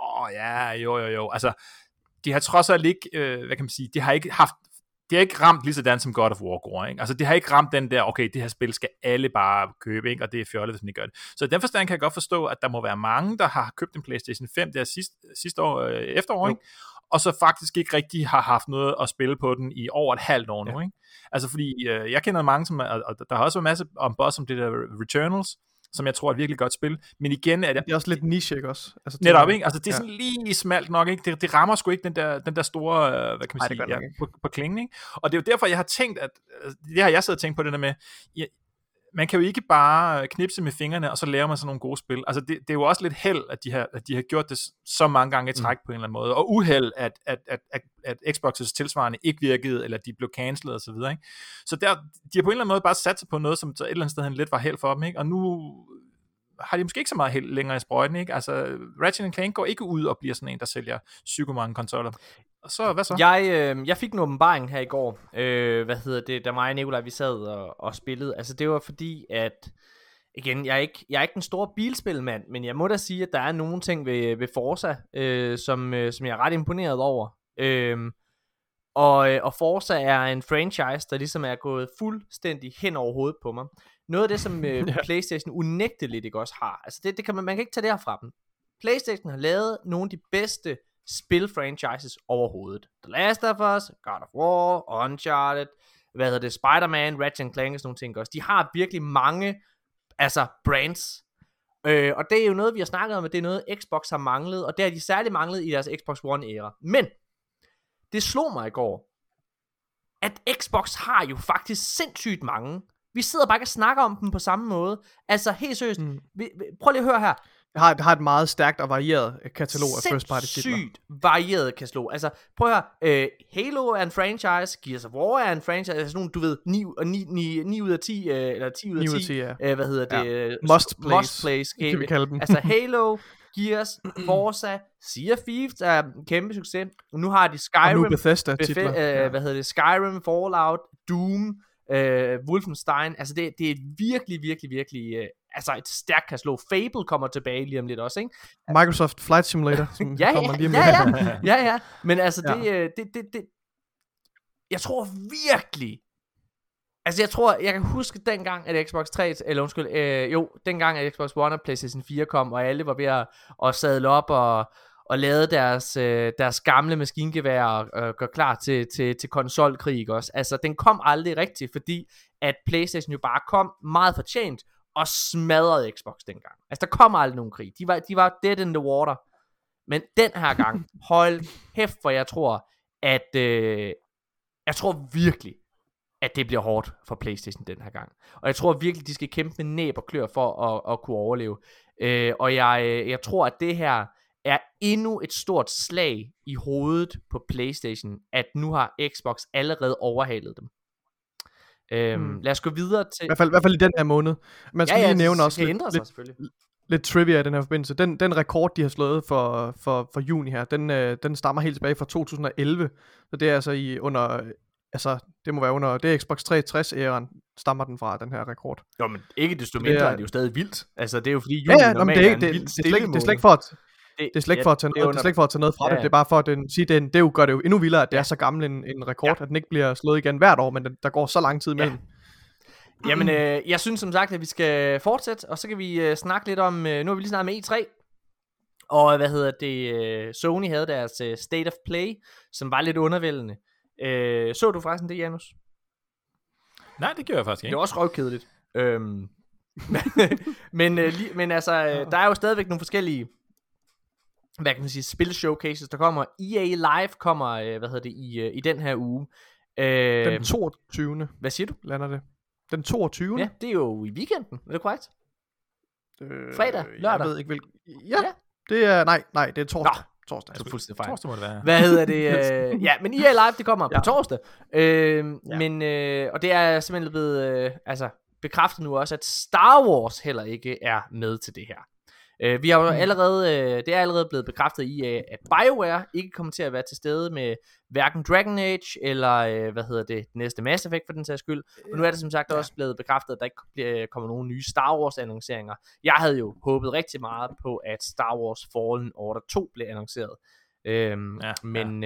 jo, altså, de har trods alt ikke, hvad kan man sige, det har ikke ramt lige sådan som God of War går, ikke? Altså det har ikke ramt den der, okay, det her spil skal alle bare købe, ikke? Og det er fjollet, hvis man ikke gør det. Så i den forstand kan jeg godt forstå, at der må være mange, der har købt en PlayStation 5 der sidste år, efterår, ikke? Og så faktisk ikke rigtig har haft noget at spille på den i over et halvt år nu, ikke? Altså fordi, jeg kender mange, og der har også været masser om boss om det der Returnals, som jeg tror er et virkelig godt spil, men igen er det... Det er også lidt niche, ikke også? Altså, netop, ikke? Altså det er sådan lige smalt nok, ikke? Det rammer sgu ikke den der store, hvad kan man sige, på klingen, ikke? Og det er jo derfor, jeg har tænkt, at... Det har jeg siddet og tænkt på det der med... Man kan jo ikke bare knipse med fingrene, og så laver man sådan nogle gode spil. Altså det er jo også lidt held, at de har gjort det så mange gange i træk på en eller anden måde, og uheld, at Xbox's tilsvarende ikke virkede, eller de blev cancelet og så videre, ikke? Så de har på en eller anden måde bare sat sig på noget, som så et eller andet sted lidt var held for dem, ikke? Og nu har de måske ikke så meget held længere i sprøjten, ikke? Altså Ratchet & Clank går ikke ud og bliver sådan en, der sælger psyko mange konsoller. Og så, hvad så? Jeg fik en åbenbaring her i går, da mig og Nikolaj, vi sad og spillede. Altså det var fordi, at igen, jeg er ikke den store bilspilmand, men jeg må da sige, at der er nogle ting ved Forza, som jeg er ret imponeret over. Og Forza er en franchise, der ligesom er gået fuldstændig hen over hovedet på mig. Noget af det, som PlayStation unægteligt ikke også har, altså det kan man kan ikke tage det her fra dem. PlayStation har lavet nogle af de bedste spil-franchises overhovedet. The Last of Us, God of War, Uncharted, Spider-Man, Ratchet & Clank og sådan nogle ting også. De har virkelig mange brands. Og det er jo noget, vi har snakket om, at det er noget, Xbox har manglet, og det har de særligt manglet i deres Xbox One-æra. Men det slog mig i går, at Xbox har jo faktisk sindssygt mange. Vi sidder bare ikke og snakker om dem på samme måde. Altså helt seriøst, prøv lige at høre her. Det har et meget stærkt og varieret katalog af first party titler. Sindssygt varieret katalog. Altså prøv at høre, Halo er en franchise, Gears of War er en franchise, altså nogle, du ved, 9 ud af 10, eller 10 ud af 10, 10 ja. Must plays game. Kan vi kalde dem. Altså Halo, Gears, Forza, Sea of Thieves er en kæmpe succes. Nu har de Skyrim, og nu Bethesda titler. Skyrim, Fallout, Doom, Wolfenstein, altså det er virkelig, altså et stærkt katalog. Fable kommer tilbage lige om lidt også, ikke? Microsoft Flight Simulator, som kommer lige om lidt. Ja, men altså det jeg tror virkelig, altså jeg kan huske dengang, at Xbox 3, dengang at Xbox One og PlayStation 4 kom, og alle var ved at sadle op og lavede deres gamle maskingevær og gør klar til konsolkrig også. Altså, den kom aldrig rigtigt, fordi at PlayStation jo bare kom meget fortjent og smadrede Xbox dengang. Altså, der kom aldrig nogen krig. De var dead in the water. Men den her gang, hold hæft, for jeg tror, at jeg tror virkelig, at det bliver hårdt for PlayStation den her gang. Og jeg tror virkelig, de skal kæmpe med næb og klør for at kunne overleve. Og jeg tror, at det her er endnu et stort slag i hovedet på PlayStation, at nu har Xbox allerede overhalet dem. Lad os gå videre til... I hvert fald i den her måned. Man skal lige nævne også lidt trivia i den her forbindelse. Den rekord, de har slået for juni her, den stammer helt tilbage fra 2011. Så det er altså det må være under, det er Xbox 360-æren, stammer den fra, den her rekord. Jo, men ikke desto mindre er det jo stadig vildt. Altså det er jo fordi juni normalt er en vild stille måned. Det er slet ikke for at... Det er slet ikke for at tage noget fra det. Det er bare for at sige, det gør det jo endnu vildere, at det er så gammel en rekord, at den ikke bliver slået igen hvert år, men der går så lang tid imellem. Jamen, jeg synes som sagt, at vi skal fortsætte, og så kan vi snakke lidt om, nu har vi lige snakket med E3, og Sony havde deres State of Play, som var lidt undervældende. Så du forresten det, Janus? Nej, det gjorde jeg faktisk ikke. Det var også røvkedeligt. men altså, der er jo stadigvæk nogle forskellige, hvad kan man sige, spil-showcases, der kommer. EA Live kommer, i den her uge. Den 22. Hvad siger du? Lander det? Den 22. Ja, det er jo i weekenden, er det korrekt? Fredag, lørdag. Jeg ved ikke, hvilken... Ja, det er... Nej, det er torsdag. Torsdag. Det er fuldstændig fejl. Torsdag må det være. Hvad hedder det? Ja, men EA Live, det kommer på torsdag. Men, og det er simpelthen blevet bekræftet nu også, at Star Wars heller ikke er med til det her. Vi har jo det er allerede blevet bekræftet i, at BioWare ikke kommer til at være til stede med hverken Dragon Age eller det næste Mass Effect for den sags skyld. Og nu er det som sagt også blevet bekræftet, at der ikke kommer nogen nye Star Wars annonceringer. Jeg havde jo håbet rigtig meget på, at Star Wars Fallen Order 2 blev annonceret. Men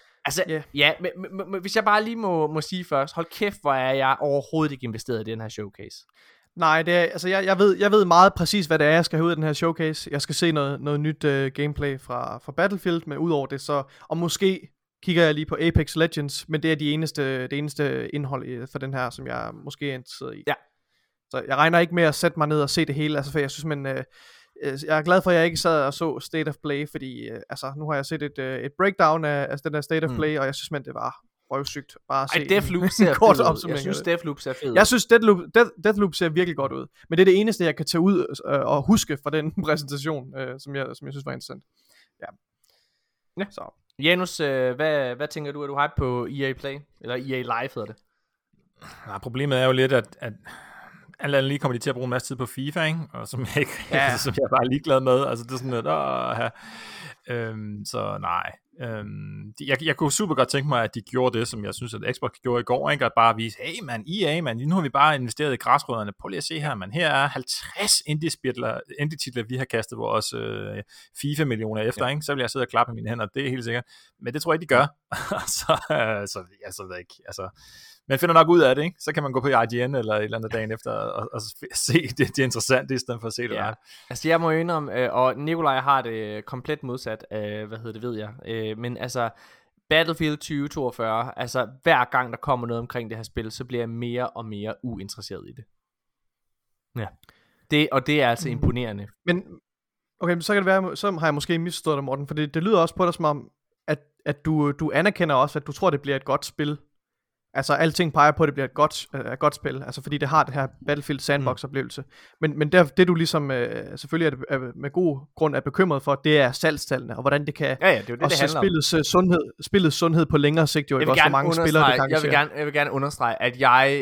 hvis jeg bare lige må sige først, hold kæft, hvor er jeg overhovedet ikke investeret i den her showcase. Nej, det er, altså jeg ved meget præcis, hvad det er, jeg skal have ud af den her showcase. Jeg skal se noget nyt gameplay fra Battlefield, men udover det så, og måske kigger jeg lige på Apex Legends, men det er det eneste indhold for den her, som jeg måske er interesseret i. Ja. Så jeg regner ikke med at sætte mig ned og se det hele, altså for jeg synes, jeg er glad for, at jeg ikke sad og så State of Play, fordi nu har jeg set et breakdown af den der State of Play, og jeg synes, det var røvsygt bare at se Deathloop ser kort ud. Jeg synes Deathloop ser fed ud. Jeg synes Deathloop ser virkelig godt ud. Men det er det eneste jeg kan tage ud og huske fra den præsentation, som jeg synes var interessant. Ja. Så Janus, hvad tænker du? Er du hype på EA Play eller EA Live hedder det? Nej, problemet er jo lidt at alt andet lige kommer de til at bruge en masse tid på FIFA, ikke? Og som jeg ikke som jeg bare er ligeglad med. Altså det er sådan lidt så nej. Jeg kunne super godt tænke mig, at de gjorde det, som jeg synes, at Xbox gjorde i går, ikke? At bare vise, hey man, EA, man, nu har vi bare investeret i græsrødderne. Prøv lige at se her, man. Her er 50 indie-titler, vi har kastet vores FIFA-millioner efter, ikke? Så vil jeg sidde og klappe i mine hænder, det er helt sikkert. Men det tror jeg ikke, de gør. så ved jeg ikke, altså... Man finder nok ud af det, ikke? Så kan man gå på IGN eller et eller andet dagen efter og se det er interessant, i stedet for at se det live. Altså jeg må jo indrømme, og Nikolaj har det komplet modsat, ved jeg. Men altså, Battlefield 2042, altså hver gang der kommer noget omkring det her spil, så bliver jeg mere og mere uinteresseret i det. Ja. Det er altså imponerende. Men, okay, så kan det være, så har jeg måske misforstået dig, Morten, for det lyder også på dig som om, at du anerkender også, at du tror, det bliver et godt spil. Altså, alting peger på, at det bliver et godt spil. Altså, fordi det har det her Battlefield Sandbox-oplevelse. Men det du ligesom, selvfølgelig med god grund er bekymret for, det er salgstallene, og hvordan det kan det er jo det, også det handler om. Spillets sundhed på længere sigt, jo ikke også, hvor mange spillere det kan engagere. Jeg vil gerne understrege, at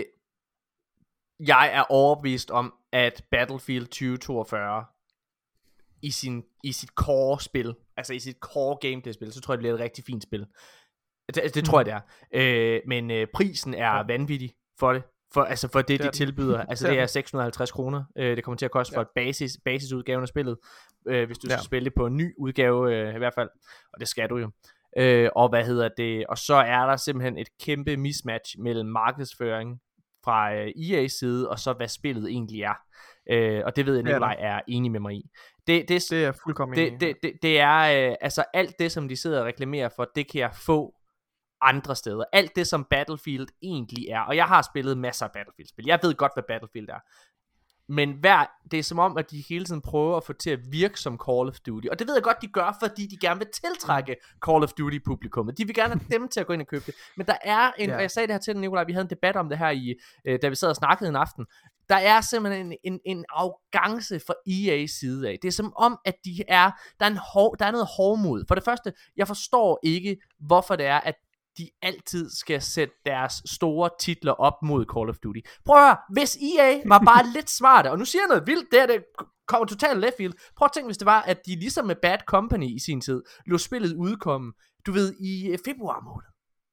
jeg er overbevist om, at Battlefield 2042 i sit core-spil, altså i sit core-gameplay-spil, så tror jeg, det bliver et rigtig fint spil. Det tror jeg, det er. Men prisen er vanvittig for det. for det de tilbyder. Altså det er 650 kroner. Det kommer til at koste for et basisudgaven af spillet, hvis du skal spille det på en ny udgave i hvert fald, og det skal du jo. Og hvad hedder det? Og så er der simpelthen et kæmpe mismatch mellem markedsføring fra EA's side, og så hvad spillet egentlig er. Og det ved jeg, Nikolaj er enig med mig i. Det er fuldkommen enig. Det er altså alt det, som de sidder og reklamerer for, det kan jeg få andre steder. Alt det, som Battlefield egentlig er. Og jeg har spillet masser af Battlefield-spil. Jeg ved godt, hvad Battlefield er. Men det er som om, at de hele tiden prøver at få til at virke som Call of Duty. Og det ved jeg godt, de gør, fordi de gerne vil tiltrække Call of Duty-publikummet. De vil gerne have dem til at gå ind og købe det. Men der er og jeg sagde det her til Nikolaj, vi havde en debat om det her, da vi sad og snakkede en aften. Der er simpelthen en arrogance fra EA's side af. Det er som om, at der er noget hovmod. For det første, jeg forstår ikke, hvorfor det er, at de altid skal sætte deres store titler op mod Call of Duty. Prøv at høre, hvis EA var bare lidt smarte, og nu siger jeg noget vildt, det kommer totalt left field. Prøv at tænke, hvis det var, at de ligesom med Bad Company i sin tid, lå spillet udkomme, du ved, i februar måned.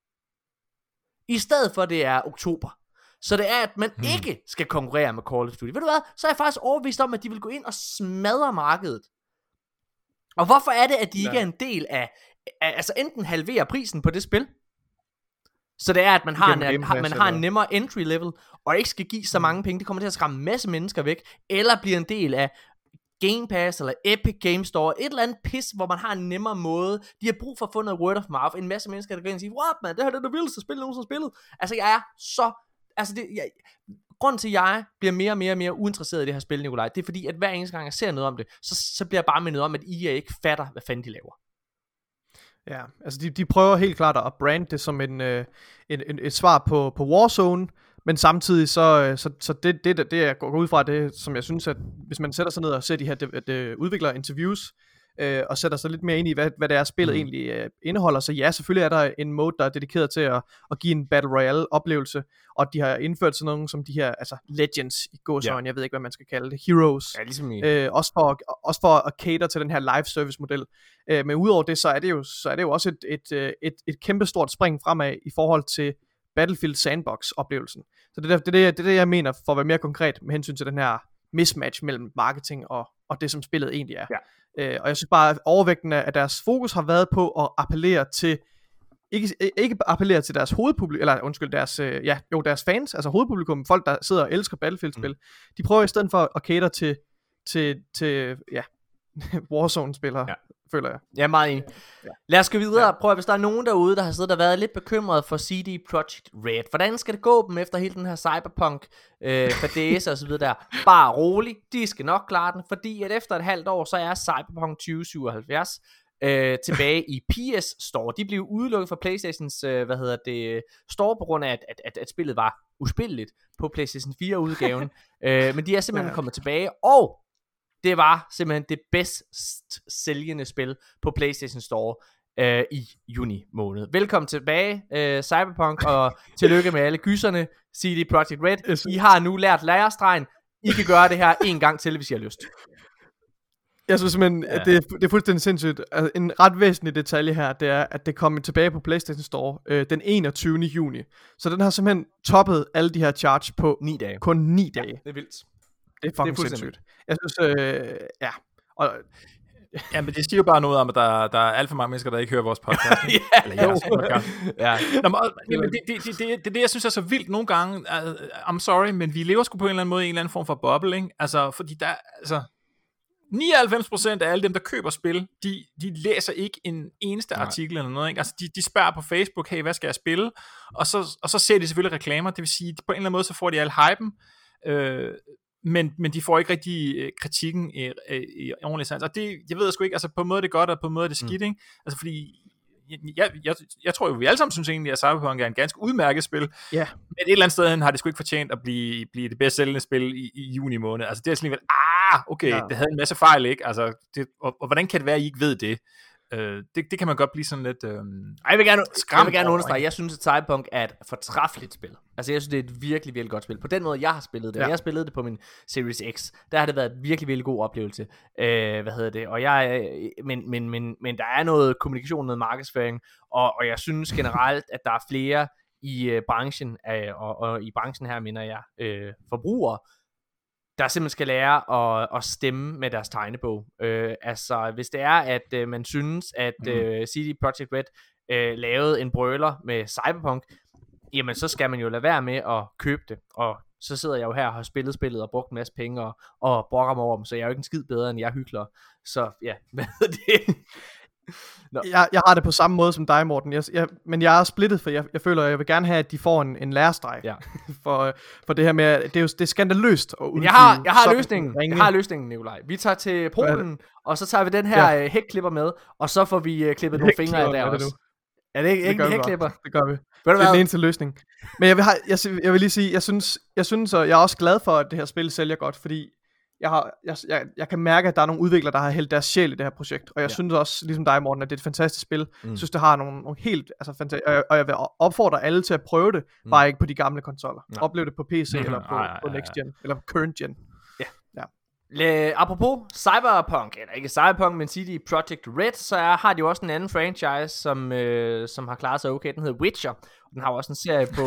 I stedet for, det er oktober. Så det er, at man ikke skal konkurrere med Call of Duty. Ved du hvad, så er jeg faktisk overbevist om, at de vil gå ind og smadre markedet. Og hvorfor er det, at de ikke er en del af altså enten halvere prisen på det spil, så det er, at man har en nemmere entry level, og ikke skal give så mange penge. Det kommer til at skræmme en masse mennesker væk, eller bliver en del af Game Pass, eller Epic Game Store, et eller andet pis, hvor man har en nemmere måde. De har brug for at få noget word of mouth. En masse mennesker, der går ind og siger, what man, det her er det vildeste spil, nogen som spillet. Altså, jeg er så... grunden til, at jeg bliver mere og mere uinteresseret i det her spil, Nikolaj, det er fordi, at hver eneste gang, jeg ser noget om det, så bliver jeg bare mindet om, at EA ikke fatter, hvad fanden de laver. Ja, altså de prøver helt klart at brande det som et svar på Warzone, men samtidig så det jeg går ud fra, det som jeg synes, at hvis man sætter sig ned og ser de her udviklerinterviews, og sætter sig lidt mere ind i, hvad det er, spillet egentlig indeholder. Så ja, selvfølgelig er der en mode, der er dedikeret til at give en Battle Royale-oplevelse, og de har indført sådan nogle som de her, altså Legends i gåseøjne, jeg ved ikke, hvad man skal kalde det, Heroes, ligesom også for at cater til den her live service-model. Men udover det, så er det jo også et kæmpestort spring fremad i forhold til Battlefield Sandbox-oplevelsen. Så det er det, jeg mener, for at være mere konkret med hensyn til den her mismatch mellem marketing og det, som spillet egentlig er. Ja. Og jeg synes bare, at overvægtende af deres fokus har været på at appellere til, ikke appellere til deres hovedpublikum, eller undskyld, deres fans, altså hovedpublikum, folk, der sidder og elsker Battlefield-spil. De prøver i stedet for at cater til Warzone-spillere, føler jeg. Jeg er meget enig. Ja. Lad os gå videre. Prøv at, hvis der er nogen derude, der har siddet og været lidt bekymret for CD Projekt Red. Hvordan skal det gå dem efter hele den her cyberpunk fadæse og så videre der? Bare rolig. De skal nok klare den, fordi at efter et halvt år, så er Cyberpunk 2077 tilbage i PS Store. De blev udelukket fra PlayStations Store på grund af, at spillet var uspilleligt på PlayStation 4 udgaven. Men de er simpelthen kommet tilbage, og det var simpelthen det bedst sælgende spil på PlayStation Store i juni måned. Velkommen tilbage, Cyberpunk, og tillykke med alle gysserne, CD Projekt Red. I har nu lært lærestregen. I kan gøre det her en gang til, hvis I har lyst. Jeg synes simpelthen, at det er fuldstændig sindssygt. Altså, en ret væsentlig detalje her, det er, at det kommer tilbage på PlayStation Store den 21. juni. Så den har simpelthen toppet alle de her charts på 9 dage. Kun 9 dage. Ja, det er vildt. Det er fucking sindssygt. Jeg synes, Ja, men det siger jo bare noget om, at der er alt for mange mennesker, der ikke hører vores podcast. Eller jeres podcast. Det er det, jeg synes er så vildt nogle gange. I'm sorry, men vi lever sgu på en eller anden måde i en eller anden form for bubble, ikke? Altså, fordi der, altså... 99% af alle dem, der køber spil, de læser ikke en eneste artikel eller noget, ikke? Altså, de spørger på Facebook, hey, hvad skal jeg spille? Og så ser de selvfølgelig reklamer, det vil sige, på en eller anden måde, så får de al hypen, men de får ikke rigtig kritikken i ordentlig sans. Og det, jeg ved sgu ikke, altså på en måde er det godt, og på en måde er det skidt, ikke? Altså fordi, jeg tror jo, vi alle sammen synes egentlig, at Cyberpunk er en ganske udmærket spil, men et eller andet sted har det sgu ikke fortjent at blive det bedst sælgende spil i juni måned. Altså det er sådan okay, det havde en masse fejl, ikke? Altså, og hvordan kan det være, at I ikke ved det? Det kan man godt blive sådan lidt jeg vil gerne understrege, jeg synes, at Cyberpunk er et fortræffeligt spil. Altså, jeg synes, det er et virkelig, virkelig godt spil. På den måde, jeg har spillet det. Jeg har spillet det på min Series X. Der har det været en virkelig, virkelig god oplevelse. Og men der er noget kommunikation, noget markedsføring, og jeg synes generelt, at der er flere i branchen, og i branchen her mener jeg forbrugere, der simpelthen skal lære at stemme med deres tegnebog. Altså, hvis det er, at man synes, at CD Projekt Red lavede en brøler med Cyberpunk, jamen så skal man jo lade være med at købe det. Og så sidder jeg jo her og har spillet spillet og brugt en masse penge og brokker mig over dem, så jeg er jo ikke en skid bedre, end jeg hykler. Så ja, hvad er det? No. Jeg har det på samme måde som dig, Morten. Men jeg er splittet, for jeg føler, at jeg vil gerne have, at de får en lærestreg for det her med, det er skandaløst at udgive. Jeg har løsningen. Jeg har løsningen, Nikolaj. Vi tager til Polen, og så tager vi den her hækklipper med, og så får vi klippet nogle fingre af der også. Er det ikke en hækklipper? Det gør vi. Det er den eneste løsning. Men jeg vil lige sige, jeg synes, og jeg er også glad for, at det her spil sælger godt, fordi jeg kan mærke, at der er nogle udviklere, der har hældt deres sjæl i det her projekt. Og jeg synes også, ligesom dig, Morten, at det er et fantastisk spil. Jeg synes, det har nogle helt fantastiske. Og jeg vil opfordre alle til at prøve det, bare ikke på de gamle konsoller. Oplev det på PC eller på Next Gen, eller på Current Gen. Apropos Cyberpunk, eller ikke Cyberpunk, men CD Projekt Red, så har de jo også en anden franchise, som har klaret sig okay. Den hedder Witcher. Og den har jo også en serie på,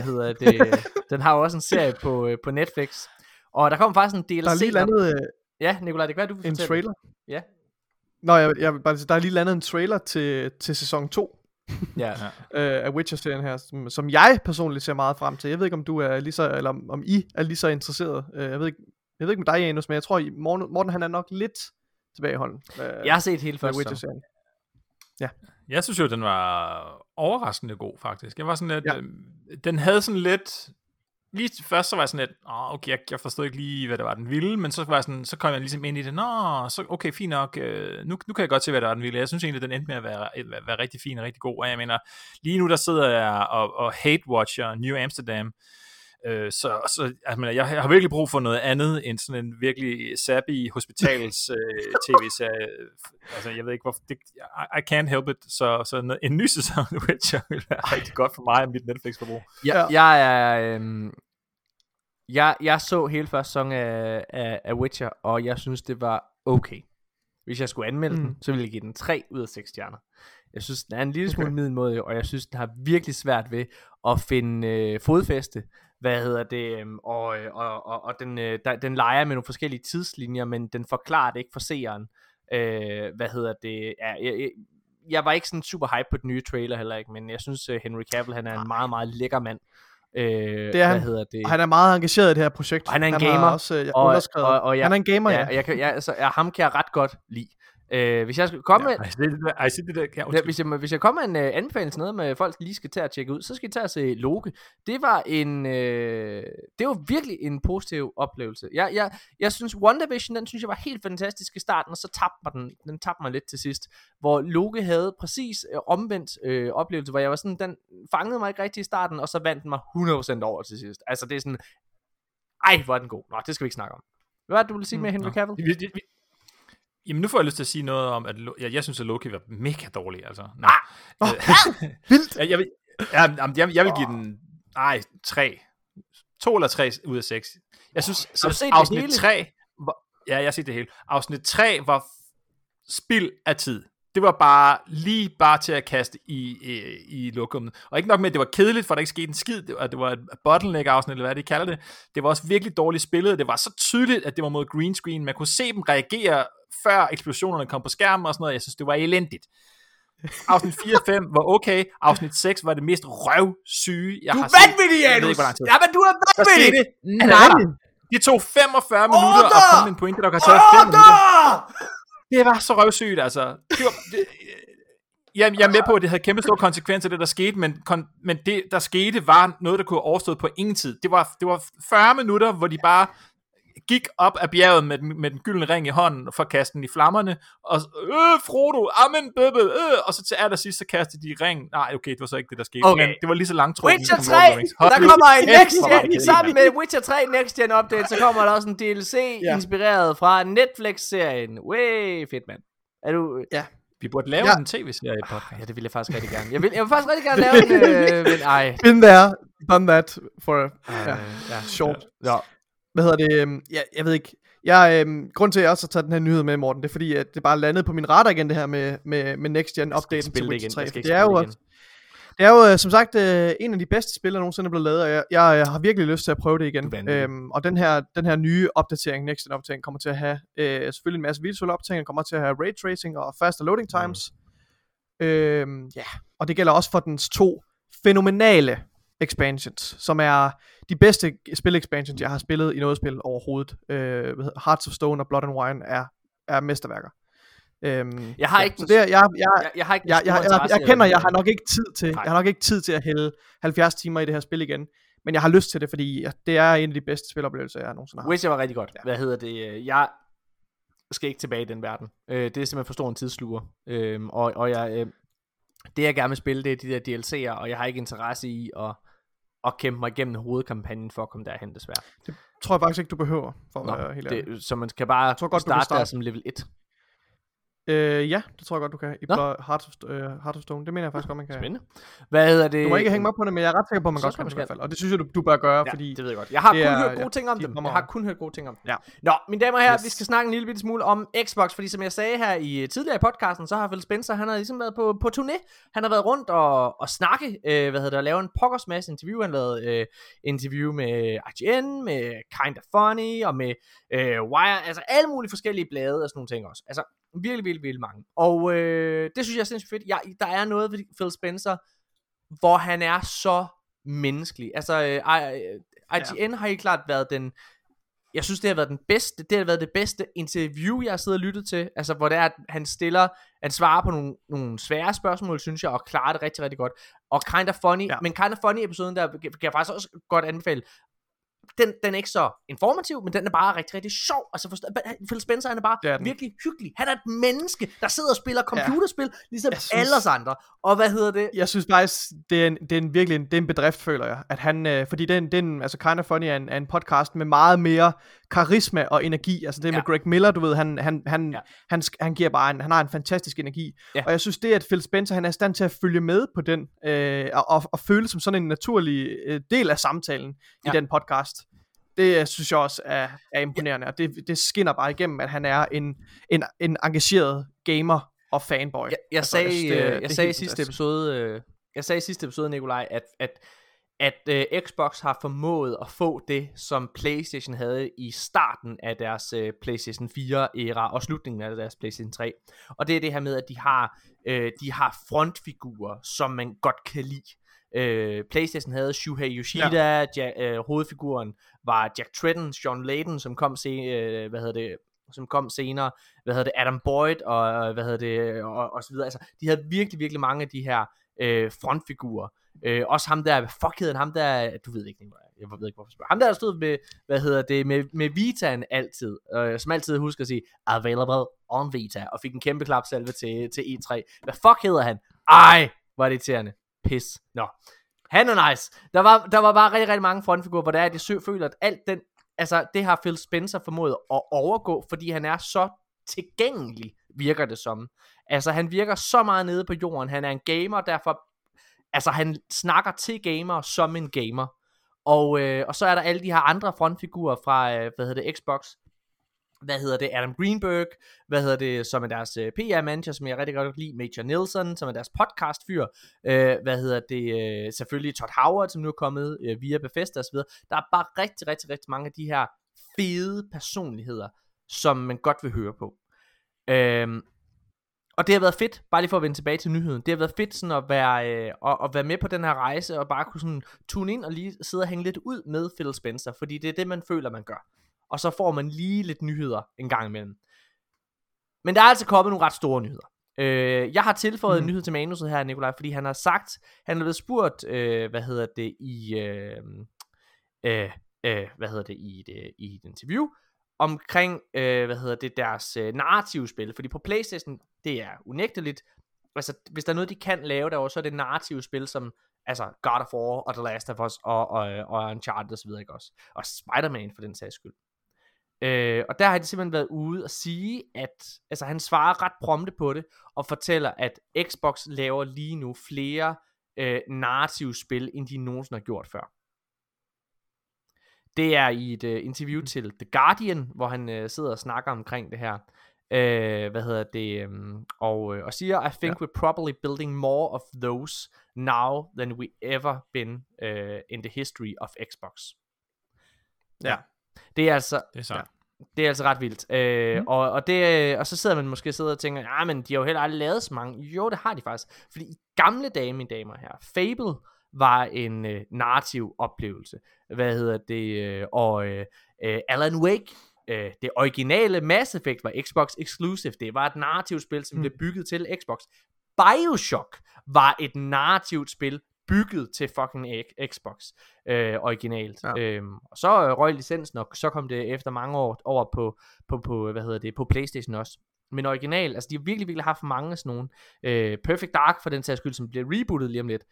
den har jo også en serie på Netflix. Og der kommer faktisk en DLC. Der er lige landet... Ja, Nikolaj, det kan være, du vil fortælle. En trailer? Ja. Nå, jeg vil bare sige, der er lige landet en trailer til sæson 2 af Witcher-serien her, som jeg personligt ser meget frem til. Jeg ved ikke, om du er lige så, eller om I er lige så interesseret. Jeg ved ikke med dig, Janus, men jeg tror, Morten han er nok lidt tilbageholden. Jeg har set hele første Witcher-serien. Ja. Jeg synes jo, den var overraskende god, faktisk. Jeg var sådan lidt, den havde sådan lidt... Lige først så var jeg sådan lidt, okay, jeg forstod ikke lige, hvad det var, den ville, men så var jeg sådan, så kom jeg ligesom ind i det, så okay, fint nok, nu kan jeg godt se, hvad det var, den ville. Jeg synes egentlig, den endte med at være rigtig fin og rigtig god, og jeg mener, lige nu der sidder jeg og hate-watcher New Amsterdam, så jeg har virkelig brug for noget andet end sådan en virkelig sappy hospitals tv-serie. Altså jeg ved ikke hvorfor I can't help it. Så en ny sæson af Witcher vil være rigtig godt for mig og mit Netflix-forbrug. Jeg så hele første sæson af Witcher, og jeg synes det var okay. Hvis jeg skulle anmelde den, så ville jeg give den 3 ud af 6 stjerner. Jeg synes den er en lille smule middelmådig, og jeg synes den har virkelig svært ved at finde fodfæste. Og den leger med nogle forskellige tidslinjer, men den forklarer det ikke for seeren. Jeg var ikke sådan super hype på den nye trailer heller ikke, men jeg synes Henry Cavill, han er en meget, meget lækker mand. Det er han. Han er meget engageret i det her projekt. Og han er en gamer. Også, han er en gamer, ham kan jeg ret godt lide. Hvis jeg skulle komme hvis jeg kommer med en anbefaling til noget med folk lige skal tage at tjekke ud, så skal I tage at se Loke. Det var virkelig en positiv oplevelse. Jeg synes WandaVision, den synes jeg var helt fantastisk i starten, og så tabte mig lidt til sidst, hvor Loke havde præcis omvendt oplevelse, hvor jeg var sådan, den fangede mig ikke rigtig i starten, og så vandt den mig 100% over til sidst. Altså det er sådan, hvor er den god. Nå, det skal vi ikke snakke om. Hvad er det, du vil sige med Henry Cavill? Jamen nu får jeg lyst til at sige noget om, at jeg synes, at Loki var mega dårlig, altså. Vildt! Jeg vil give den 2 eller 3 ud af 6. Jeg synes, afsnit 3 jeg har set det hele. Afsnit 3 var spild af tid. Det var bare til at kaste i lokummet. Og ikke nok med, at det var kedeligt, for der ikke skete en skid. Det var et bottleneck-afsnit, eller hvad de kalder det. Det var også virkelig dårligt spillet. Det var så tydeligt, at det var mod green screen. Man kunne se dem reagere, før eksplosionerne kom på skærmen og sådan noget. Jeg synes, det var elendigt. Afsnit 4 og 5 var okay. Afsnit 6 var det mest røvsyge, jeg har set. Du er vanvittig, Janus! Jamen, du er vanvittig! Nej. Det tog 45 minutter at komme en pointe, der kan tage 5 minutter. Det var så røvsygt, altså. Jeg er med på, at det havde kæmpe store konsekvenser, det der skete, men det, der skete, var noget, der kunne have overstået på ingen tid. Det var 40 minutter, hvor de bare gik op ad bjerget med den gyldne ring i hånden, for at kaste den i flammerne, og Frodo, amen, og så til allersidst, så kastede de ring. Nej, okay, det var så ikke det, der skete, men det var lige så langt. Witcher 3, der kommer en Next Gen, sammen med Witcher 3 Next Gen update, så kommer der også en DLC, inspireret fra Netflix-serien. Way, fedt, mand. Er du... Ja. Vi burde lave en tv-serie på. Ja, det vil jeg faktisk rigtig gerne. Jeg vil faktisk rigtig gerne lave en... Been there, done that for short. Ja. Hvad hedder det? Jeg ved ikke. Grund til at jeg også har taget den her nyhed med, Morten, det er fordi, at det bare landede på min radar igen, det her med Next Gen update til Witcher 3. Det er jo også... Det er jo som sagt en af de bedste spil, der nogensinde er blevet lavet, og jeg har virkelig lyst til at prøve det igen. Og den her nye opdatering, Next Gen opdatering, kommer til at have selvfølgelig en masse visual opdatering, kommer til at have ray tracing og faster loading times. Og det gælder også for dens 2 fænomenale expansions, som er de bedste spil-expansions, jeg har spillet i noget spil overhovedet. Hearts of Stone og Blood and Wine er mesterværker. Jeg har ikke jeg har nok ikke tid til jeg har nok ikke tid til at hælde 70 timer i det her spil igen, men jeg har lyst til det, fordi det er en af de bedste spiloplevelser jeg nogensinde har. Witcher var rigtig godt. Hvad hedder det? Jeg skal ikke tilbage i den verden. Det er simpelthen for stor en tidssluger. Og jeg det jeg gerne vil spille, det er de der DLC'er, og jeg har ikke interesse i at kæmpe mig igennem hovedkampagnen for at komme derhen, desværre. Det tror jeg faktisk ikke du behøver, for at være helt ærlig. Så man kan bare starte der som level 1. Ja, det tror jeg godt, du kan. I Heart of Stone. Det mener jeg faktisk godt, man kan. Spændende. Hvad hedder det? Du må ikke hænge mig på det, men jeg er ret sikker på, at man godt kan i hvert fald. Og det synes jeg, du bør gøre, fordi... det ved jeg godt. Jeg har kun hørt gode ting om dem. Ja. Nå, mine damer og herrer, vi skal snakke en lille bitte smule om Xbox, fordi som jeg sagde her tidligere i podcasten, så har Phil Spencer, han har ligesom været på turné. Han har været rundt og snakke, og lave en pokkers masse interview. Han lavede interview med IGN, med Kinda Funny, og med Wire, altså alle mulige forskellige blade og sådan nogle ting også. Altså, virkelig mange. Og det synes jeg er sindssygt fedt. Der er noget ved Phil Spencer, hvor han er så menneskelig. Altså IGN har helt klart været jeg synes det har været det bedste interview jeg har siddet og lyttet til. Altså hvor det er at han svarer på nogle svære spørgsmål, synes jeg, og klarer det rigtig, rigtig godt. Og Kinda Funny, men Kinda Funny episoden der kan jeg faktisk også godt anbefale. Den er ikke så informativ, men den er bare rigtig, rigtig sjov. Altså Phil Spencer, han er bare virkelig hyggelig. Han er et menneske, der sidder og spiller computerspil, ligesom alle os andre. Og hvad hedder det? Jeg synes faktisk, det er en bedrift, føler jeg. At han, fordi altså Kinda Funny er en podcast med meget mere karisma og energi. Altså det med Greg Miller, du ved, han giver bare han har en fantastisk energi. Og jeg synes det, at Phil Spencer, han er i stand til at følge med på den, og føle som sådan en naturlig del af samtalen i den podcast. Det synes jeg også er imponerende, og det skinner bare igennem, at han er en engageret gamer og fanboy. Jeg sagde i sidste episode, Nikolaj, at Xbox har formået at få det, som PlayStation havde i starten af deres PlayStation 4-æra, og slutningen af deres PlayStation 3. Og det er det her med, at de har frontfigurer, som man godt kan lide. PlayStation havde Shuhei Yoshida, hovedfiguren var Jack Tretton, John Layden, som kom senere, Adam Boyd og og så videre. Altså, de havde virkelig, virkelig mange af de her frontfigurer. Også ham der, hvad fuck hedder ham der, du ved ikke, jeg ved ikke hvorfor spørger. Ham der stod med, med Vitaen altid, som altid husker at sige, available on Vita, og fik en kæmpe klapsalve til E3. Hvad fuck hedder han? Ej, var det irriterende. Pis. Nå. Han er nice. Der var bare rigtig, rigtig mange frontfigurer, hvor det er, at jeg føler, at alt det har Phil Spencer formået at overgå, fordi han er så tilgængelig, virker det som. Altså, han virker så meget nede på jorden. Han er en gamer, derfor altså, han snakker til gamere som en gamer. Og så er der alle de her andre frontfigurer fra, Xbox. Adam Greenberg, som er deres PR-manager, som jeg rigtig godt lide, Major Nelson, som er deres podcast-fyr, selvfølgelig Todd Howard, som nu er kommet via Bethesda osv. Der er bare rigtig, rigtig, rigtig mange af de her fede personligheder, som man godt vil høre på. Og det har været fedt, bare lige for at vende tilbage til nyheden, det har været fedt sådan at være med på den her rejse, og bare kunne sådan tune ind og lige sidde og hænge lidt ud med Phil Spencer, fordi det er det, man føler, man gør. Og så får man lige lidt nyheder en gang imellem. Men der er altså kommet nogle ret store nyheder. Jeg har tilføjet en nyhed til manuset her, Nikolaj, fordi han har sagt, han er blevet spurgt, i et interview, omkring, deres narrativspil. Fordi på PlayStation, det er unægteligt, altså hvis der er noget, de kan lave derovre, så er det narrativspil, som altså God of War og The Last of Us og Uncharted og så videre, ikke også? Og Spider-Man for den sags skyld. Og der har de simpelthen været ude og sige, at altså han svarer ret prompte på det, og fortæller, at Xbox laver lige nu flere narrativspil, end de nogensinde har gjort før. Det er i et interview til The Guardian, hvor han sidder og snakker omkring det her. Og siger, I think we're probably building more of those now than we ever been in the history of Xbox. Ja. Det er altså... Det er sådan. Det er altså ret vildt. Og så sidder man måske og tænker, men de har jo heller aldrig lavet så mange. Jo, det har de faktisk. Fordi i gamle dage, mine damer her, Fable var en narrativ oplevelse. Alan Wake, det originale Mass Effect, var Xbox exclusive. Det var et narrativt spil, som blev bygget til Xbox. BioShock var et narrativt spil, bygget til fucking Xbox originalt. Ja. Og så røg licensen, og så kom det efter mange år over på PlayStation også. Men original, altså de har virkelig, virkelig haft mange sådan nogle. Perfect Dark for den sags skyld, som bliver rebootet lige om lidt.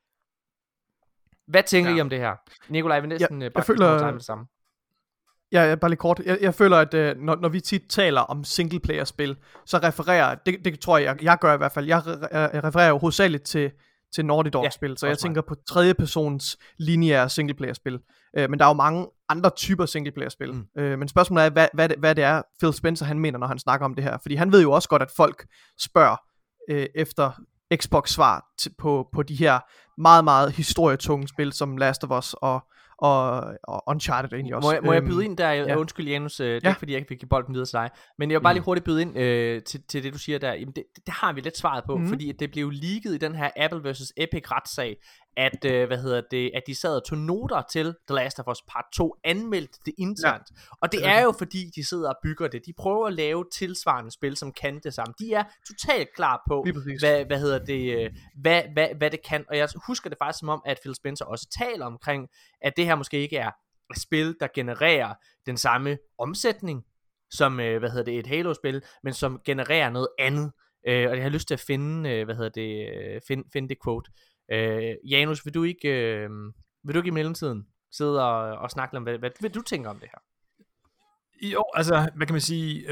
Hvad tænker I om det her? Nikolaj, vi næsten jeg føler det samme. Ja, bare lige kort. Jeg føler, at når vi tit taler om singleplayer-spil, så refererer, det tror jeg gør i hvert fald, jeg refererer jo hovedsageligt til Naughty Dog-spil, så jeg tænker på tredjepersons lineære singleplayer-spil. Men der er jo mange andre typer singleplayer-spil. Men spørgsmålet er, hvad det er, Phil Spencer han mener, når han snakker om det her. Fordi han ved jo også godt, at folk spørger efter Xbox-svar på de her meget, meget historietunge spil, som Last of Us og Uncharted egentlig også. Må jeg byde ind der? Undskyld Janus, det er ikke fordi jeg kan give bolden videre til dig, men jeg vil bare lige hurtigt byde ind til det du siger der. Jamen, det har vi lidt svaret på, fordi det blev leaget i den her Apple vs Epic retssag, at at de sad og tog noter til The Last of Us Part 2, anmeldt det internt. Og det er jo fordi de sidder og bygger det. De prøver at lave tilsvarende spil, som kan det samme. De er totalt klar på hvad det kan. Og jeg husker det faktisk som om, at Phil Spencer også taler omkring, at det her måske ikke er et spil, der genererer den samme omsætning som et Halo-spil, men som genererer noget andet. Og jeg har lyst til at finde finde det quote. Janus, vil du ikke i mellemtiden sidde og snakke om, hvad du tænker om det her? Jo, altså, hvad kan man sige?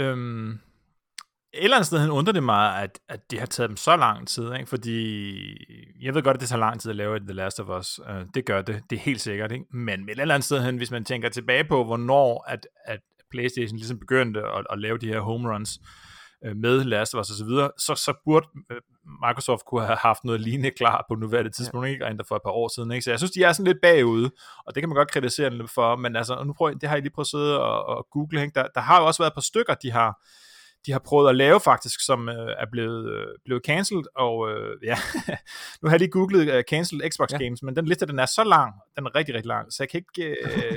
Et eller andet sted undrer det mig, at det har taget dem så lang tid, ikke? Fordi jeg ved godt, at det tager lang tid at lave The Last of Us. Det gør det er helt sikkert, ikke? Men et eller andet sted, hvis man tænker tilbage på, hvornår at PlayStation ligesom begyndte at lave de her home runs med Last of Us og så videre, så burde Microsoft kunne have haft noget lignende klar på nuværende tidspunkt, ikke rent for et par år siden, ikke? Så jeg synes, de er sådan lidt bagude, og det kan man godt kritisere lidt for, men altså, det har jeg lige prøvet at sidde og google, ikke? Der har jo også været et par stykker, de har prøvet at lave faktisk, som er blevet cancelled, og nu har jeg lige googlet cancelled Xbox games, men den liste, den er så lang, den er rigtig, rigtig lang, så jeg kan ikke,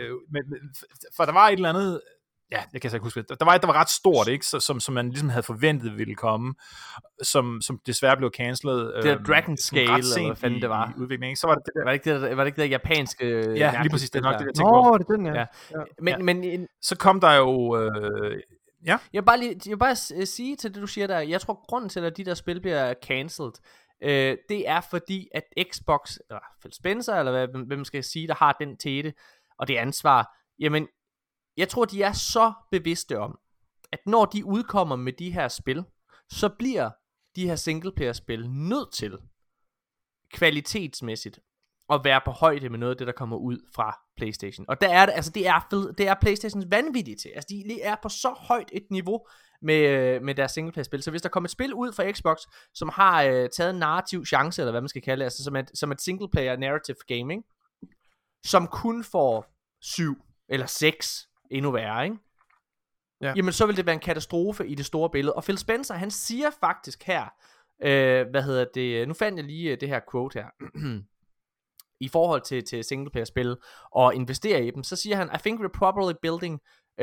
for der var et eller andet, det kan jeg ikke huske. Der var et, der var ret stort, ikke? Som man ligesom havde forventet ville komme, som desværre blev cancelled. Det er Dragon Scale, eller hvad fanden det var. I udviklingen. Så var det der. Var det ikke det japanske? Ja, lige præcis. Det er nok det, jeg tænker på. Det er den, Men så kom der jo... Jeg vil bare sige til det, du siger der, jeg tror, grunden til, at de der spil bliver cancelled, det er fordi, at Xbox, eller Phil Spencer, eller hvem man skal sige, der har den tete, og det ansvar, jamen, jeg tror, de er så bevidste om, at når de udkommer med de her spil, så bliver de her singleplayer-spil nødt til kvalitetsmæssigt at være på højde med noget af det, der kommer ud fra PlayStation. Og der er det, altså det er PlayStations vanvittigt til. Altså de er på så højt et niveau med deres singleplayer-spil. Så hvis der kommer et spil ud fra Xbox, som har taget en narrativ chance, eller hvad man skal kalde det, altså som et singleplayer narrative gaming, som kun får 7 eller 6, endnu værre, ikke? Ja. Jamen så vil det være en katastrofe i det store billede. Og Phil Spencer, han siger faktisk her, nu fandt jeg lige det her quote her, i forhold til singleplayer-spil og investere i dem, så siger han, I think we're probably building,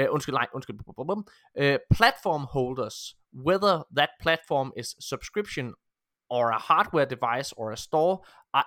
platform holders, whether that platform is subscription or a hardware device or a store, are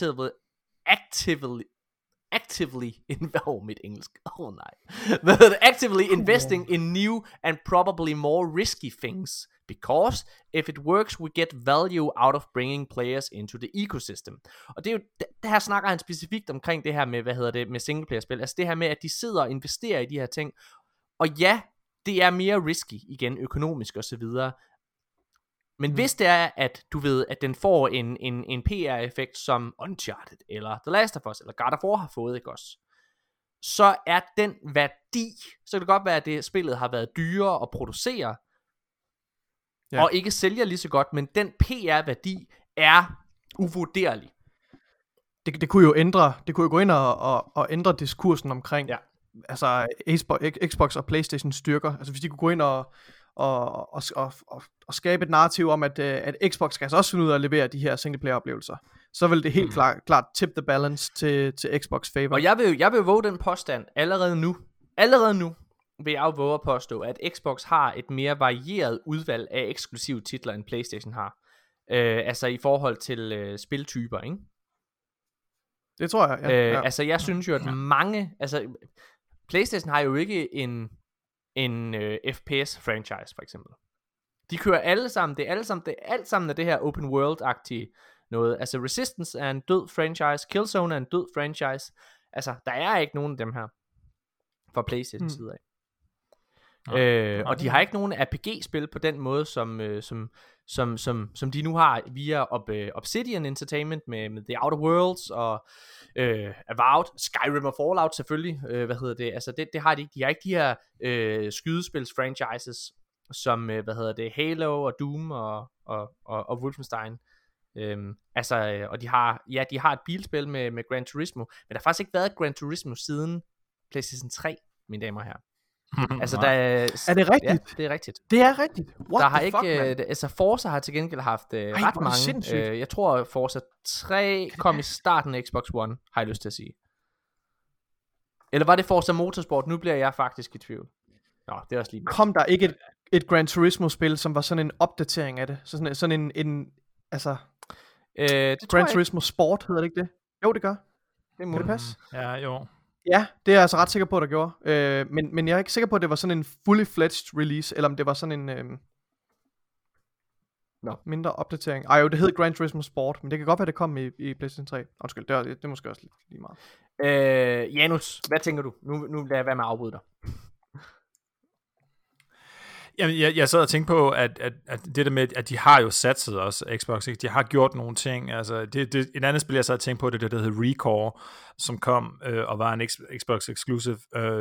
actively investing in new and probably more risky things, because if it works, we get value out of bringing players into the ecosystem. Og det er jo, det her snakker han specifikt omkring det her med, med singleplayer-spil, altså det her med, at de sidder og investerer i de her ting, og ja, det er mere risky, igen, økonomisk og så videre, men hvis det er, at du ved, at den får en PR-effekt, som Uncharted, eller The Last of Us, eller God of War har fået, ikke også? Så er den værdi, så kan det godt være, at det spillet har været dyrere at producere, og ikke sælger lige så godt, men den PR-værdi er uvurderlig. Det kunne jo gå ind og ændre diskursen omkring altså Xbox og PlayStation styrker. Altså hvis de kunne gå ind og skabe et narrativ om, at Xbox skal altså også finde ud af at levere de her singleplayer-oplevelser, så vil det helt klart tip the balance til Xbox favor. Og jeg vil våge den påstand allerede nu vil jeg våge at påstå, at Xbox har et mere varieret udvalg af eksklusive titler, end PlayStation har. Altså i forhold til spiltyper, ikke? Det tror jeg, ja. Altså jeg synes jo, at mange... Altså PlayStation har jo ikke en FPS-franchise, for eksempel. De kører alle sammen, det er alt sammen af det her open world-agtige noget. Altså Resistance er en død franchise, Killzone er en død franchise. Altså, der er ikke nogen af dem her fra PlayStation side af. Og de har ikke nogen RPG-spil på den måde, som de nu har via Obsidian Entertainment med The Outer Worlds og Avowed, Skyrim og Fallout selvfølgelig. Altså det har de ikke. De har ikke de her skydespils-franchises som Halo og Doom og Wolfenstein. Og de har et bilspil med Gran Turismo, men der har faktisk ikke været Gran Turismo siden PlayStation 3, mine damer og herrer. Altså er det rigtigt? Ja, det er rigtigt. Det er rigtigt. What der har ikke altså Forza har til gengæld haft ret mange. Jeg tror Forza 3 kom i starten af Xbox One, har jeg lyst til at sige. Eller var det Forza Motorsport? Nu bliver jeg faktisk i tvivl. Nå, det er også lige. Kom der ikke et Gran Turismo spil, som var sådan en opdatering af det? Sådan en altså Gran Turismo Sport hedder det ikke det? Jo, det gør. Kan det passe? Ja, jo. Ja, det er jeg altså ret sikker på, at der gjorde. Men jeg er ikke sikker på, at det var sådan en fully fledged release, eller om det var sådan en mindre opdatering. Jo, det hed Gran Turismo Sport, men det kan godt være, det kom i PlayStation 3. Undskyld, det er måske også lige meget. Janus, hvad tænker du? Nu lader jeg være med at afbryde dig. Jamen, jeg sad og tænkte på, at det der med, at de har jo satset også, Xbox, ikke? De har gjort nogle ting, altså, et andet spil, jeg sad og tænkte på, det der hedder Recore, som kom og var en Xbox exclusive,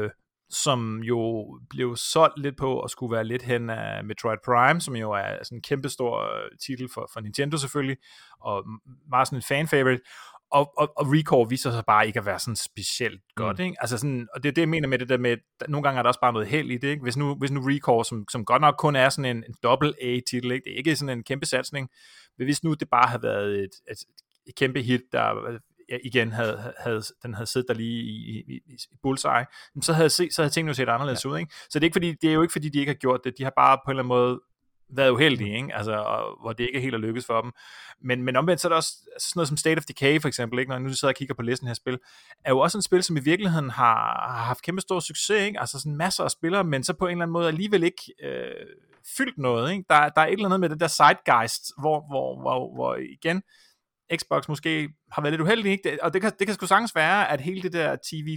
som jo blev solgt lidt på at skulle være lidt hen af Metroid Prime, som jo er sådan en kæmpestor titel for Nintendo selvfølgelig, og meget sådan en fan-favorite, og Recore viser sig bare ikke at være sådan specielt godt, ikke? Altså sådan, og det er det, jeg mener med det der med, nogle gange er der også bare noget held i det, ikke? Hvis nu Recore, som godt nok kun er sådan en double A-titel, ikke? Det er ikke sådan en kæmpe satsning, men hvis nu det bare havde været et kæmpe hit, der igen den havde siddet der lige i bullseye, så havde tingene jo set anderledes ud, ikke? Så det er jo ikke fordi, de ikke har gjort det, de har bare på en eller anden måde været uheldige, ikke? Altså, hvor det ikke helt er lykkes for dem. Men omvendt så er der også sådan noget som State of Decay for eksempel, ikke? Når jeg nu sidder og kigger på listen her spil, er jo også en spil, som i virkeligheden har haft kæmpe stor succes, ikke? Altså sådan masser af spillere, men så på en eller anden måde alligevel ikke fyldt noget, ikke? Der er et eller andet med den der zeitgeist, hvor igen Xbox måske har været lidt uheldig, ikke? Og det kan sgu sagtens være, at hele det der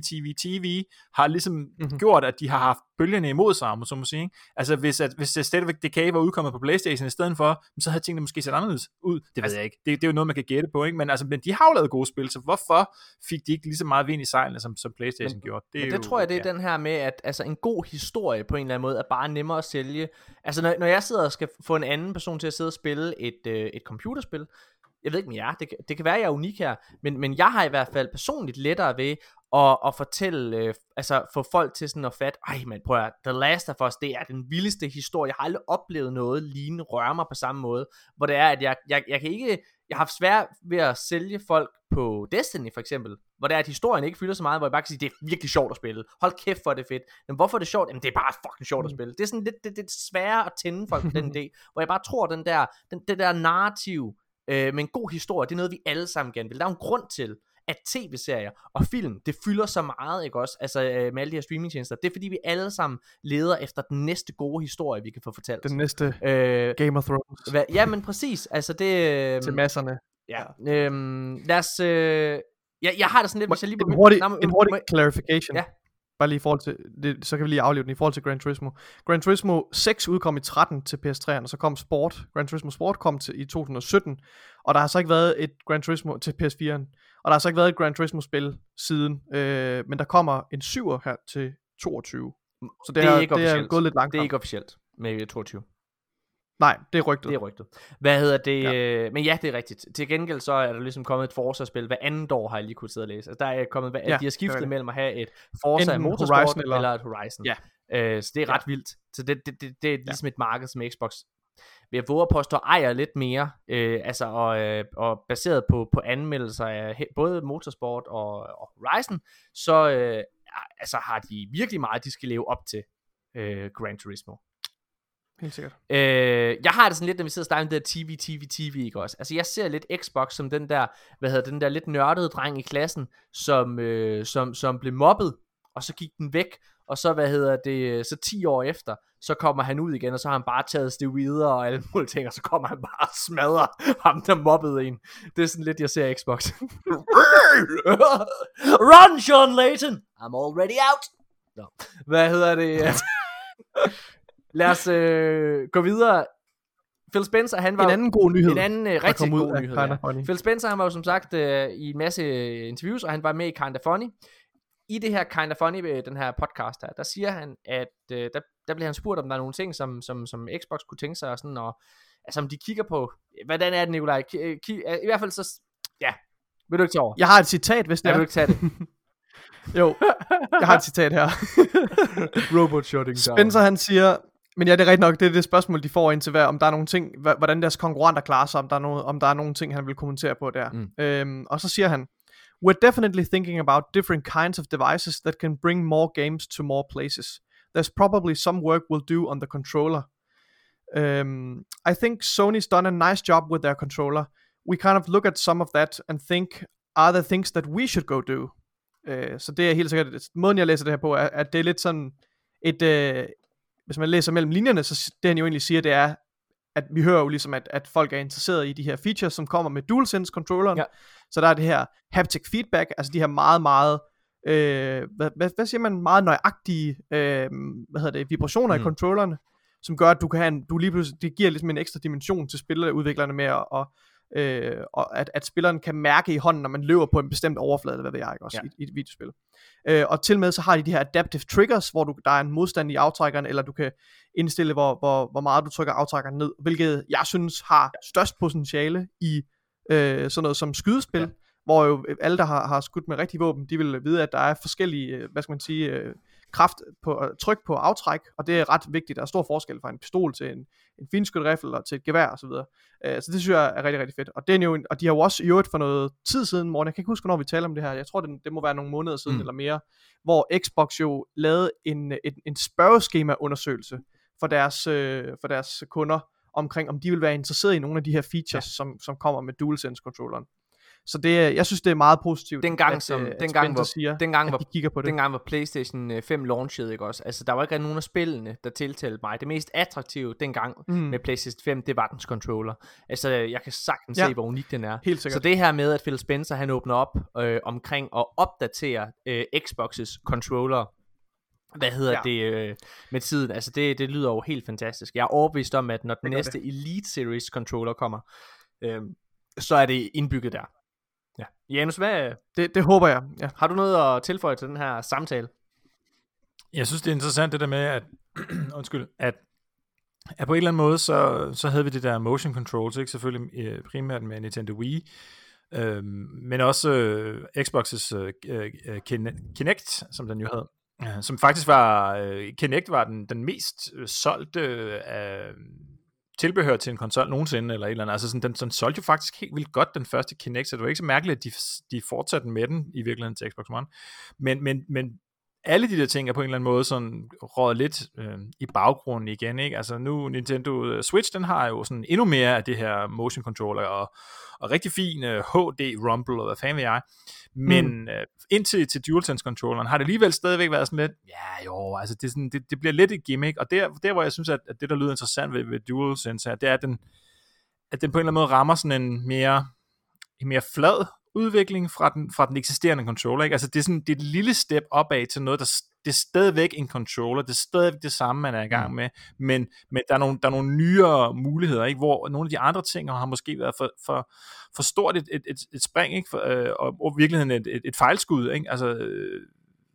TV har ligesom gjort, at de har haft bølgerne imod sig, så må sige. Altså hvis State of Decay var udkommet på PlayStation i stedet for, så havde tingene måske set anderledes ud. Det ved jeg ikke. Det er jo noget, man kan gætte på, ikke? Men de har jo lavet gode spil, så hvorfor fik de ikke lige så meget vind i sejlene, som PlayStation gjorde? Det tror jeg, det er den her med, at altså, en god historie på en eller anden måde er bare nemmere at sælge. Altså når jeg sidder og skal få en anden person til at sidde og spille et computerspil, jeg ved ikke med jer, det kan være, jeg er unik her, men jeg har i hvert fald personligt lettere ved at fortælle, altså få folk til sådan at fatte, man prøv at The Last of Us, det er den vildeste historie, jeg har aldrig oplevet noget lignende røre mig på samme måde, hvor det er, at jeg kan ikke, jeg har haft svært ved at sælge folk på Destiny for eksempel, hvor det er, at historien ikke fylder så meget, hvor jeg bare kan sige, det er virkelig sjovt at spille, hold kæft for det fedt, men hvorfor er det sjovt? Jamen det er bare fucking sjovt at spille, det er sådan lidt det sværere at tænde folk på den idé, hvor jeg bare tror, den der narrativ, med en god historie, det er noget vi alle sammen gerne vil. Der er en grund til at tv-serier og film, det fylder så meget, ikke også? Altså med alle de her streamingtjenester. Det er fordi vi alle sammen leder efter den næste gode historie vi kan få fortalt. Den næste Game of Thrones. Ja, men præcis. Altså det til masserne. Ja. Lad os jeg har det sådan lidt, hvis jeg lige en hurtig clarification. Ja. Bare lige i forhold til det, så kan vi lige aflive den i forhold til Gran Turismo. Gran Turismo 6 udkom i 13 til PS3'eren, og så kom Gran Turismo Sport kom i 2017, og der har så ikke været et Gran Turismo til PS4'eren, og der har så ikke været et Gran Turismo spil siden, men der kommer en 7'er her til 22. Så det er gået lidt langt. Det er ikke officielt med 22. Nej, det er rygtet. Det er rygtet. Hvad hedder det? Ja. Men ja, det er rigtigt. Til gengæld så er der ligesom kommet et Forza-spil. Hver andet år har jeg lige kunnet sidde og læse. Altså der er kommet, de har skiftet mellem at have et Forza Motorsport Horizon eller et Horizon. Ja. Så det er ret vildt. Så det er ligesom et marked, som Xbox jeg våger påstå ejer lidt mere, og baseret på anmeldelser af både Motorsport og Horizon, så har de virkelig meget, de skal leve op til Gran Turismo. Helt sikkert. Jeg har det sådan lidt, når vi sidder og snakker om det der TV, ikke også? Altså jeg ser lidt Xbox som den der, den der lidt nørdede dreng i klassen, som blev mobbet, og så gik den væk, og så, så 10 år efter, så kommer han ud igen, og så har han bare taget steroider og alle mulige ting, og så kommer han bare og smadrer ham, der mobbede en. Det er sådan lidt, jeg ser Xbox. Run, Sean Layton! I'm already out! No. Lad os gå videre. Phil Spencer, han var en anden god nyhed. En anden rigtig god nyhed. Ja. Phil Spencer, han var jo som sagt i en masse interviews, og han var med i Kinda Funny. I det her Kinda Funny, den her podcast her, der siger han, at der bliver han spurgt, om der er nogle ting, som Xbox kunne tænke sig, og sådan, og altså om de kigger på, hvordan er det, Nikolaj? I hvert fald så, ja, vil du ikke tage over? Jeg har et citat, hvis det er. Vil du ikke tage det? Jo, jeg har et citat her. Robot shutting down. Spencer, han siger, men ja, det er rigtigt nok, det er det spørgsmål, de får ind til hver, om der er nogle ting, hvordan deres konkurrenter klarer sig, om der er nogle ting, han vil kommentere på der. Og så siger han, we're definitely thinking about different kinds of devices that can bring more games to more places. There's probably some work we'll do on the controller. I think Sony's done a nice job with their controller. We kind of look at some of that and think, are there things that we should go do? Så det er helt sikkert, måden jeg læser det her på, er, at det er lidt sådan hvis man læser mellem linjerne, så det han jo egentlig siger, det er, at vi hører jo ligesom, at folk er interesseret i de her features, som kommer med DualSense controlleren. Ja. Så der er det her haptic feedback, altså de her meget, meget, hvad siger man, meget nøjagtige, vibrationer i controllerne, som gør, at du kan du lige pludselig, det giver ligesom en ekstra dimension til spillerudviklerne med og at spilleren kan mærke i hånden, når man løber på en bestemt overflade, eller hvad ved jeg ikke, også i et videospil. Og til med så har de her adaptive triggers, hvor der er en modstand i aftrækkeren, eller du kan indstille, hvor meget du trykker aftrækkeren ned, hvilket jeg synes har størst potentiale i sådan noget som skydespil, hvor jo alle, der har skudt med rigtige våben, de vil vide, at der er forskellige, kraft på tryk på aftræk, og det er ret vigtigt. Der er stor forskel fra en pistol til en finskytteriffel og til et gevær og så videre. Så det synes jeg er rigtig, rigtig fedt. Og, og de har jo også i øvrigt for noget tid siden, morgen, jeg kan ikke huske, hvornår vi taler om det her, jeg tror, det må være nogle måneder siden eller mere, hvor Xbox jo lavede en spørgeskema-undersøgelse for deres kunder, omkring om de vil være interesseret i nogle af de her features, som kommer med DualSense-controlleren. Så jeg synes, det er meget positivt, dengang var PlayStation 5 launchet, ikke også? Altså, der var ikke nogen af spillene, der tiltalte mig. Det mest attraktive dengang med PlayStation 5, det var dens controller. Altså, jeg kan sagtens se, hvor unik den er. Helt sikkert. Så det her med, at Phil Spencer, han åbner op omkring at opdatere Xbox's controller, med tiden, altså det lyder jo helt fantastisk. Jeg er overbevist om, at når den næste Elite Series controller kommer, så er det indbygget der. Ja. Janus, hvad? Det håber jeg. Ja. Har du noget at tilføje til den her samtale? Jeg synes, det er interessant det der med, at at på en eller anden måde, så havde vi det der motion controls, ikke? Selvfølgelig primært med Nintendo Wii, men også Xbox's Kinect, som den jo havde, som faktisk var, Kinect var den mest solgte tilbehør til en konsol nogensinde, eller et eller andet. Altså sådan, den solgte jo faktisk helt vildt godt, den første Kinect, så det var ikke så mærkeligt, at de fortsatte med den i virkeligheden til Xbox One. Men alle de der ting er på en eller anden måde sådan røget lidt i baggrunden igen, ikke? Altså nu Nintendo Switch, den har jo sådan endnu mere af det her motion controller og rigtig fin HD rumble og hvad fanden ved jeg. Men indtil til DualSense controlleren har det alligevel stadigvæk været sådan lidt, altså det, er sådan, det bliver lidt et gimmick, og der hvor jeg synes, at det der lyder interessant ved DualSense her, det er, at den på en eller anden måde rammer sådan en mere flad udvikling fra den eksisterende controller, ikke? Altså det er et lille step opad til noget, det er stadigvæk en controller, det er stadigvæk det samme, man er i gang med, men der er nogle nyere muligheder, ikke? Hvor nogle af de andre ting har måske været for stort et spring, ikke? Og virkeligheden et fejlskud, ikke? Altså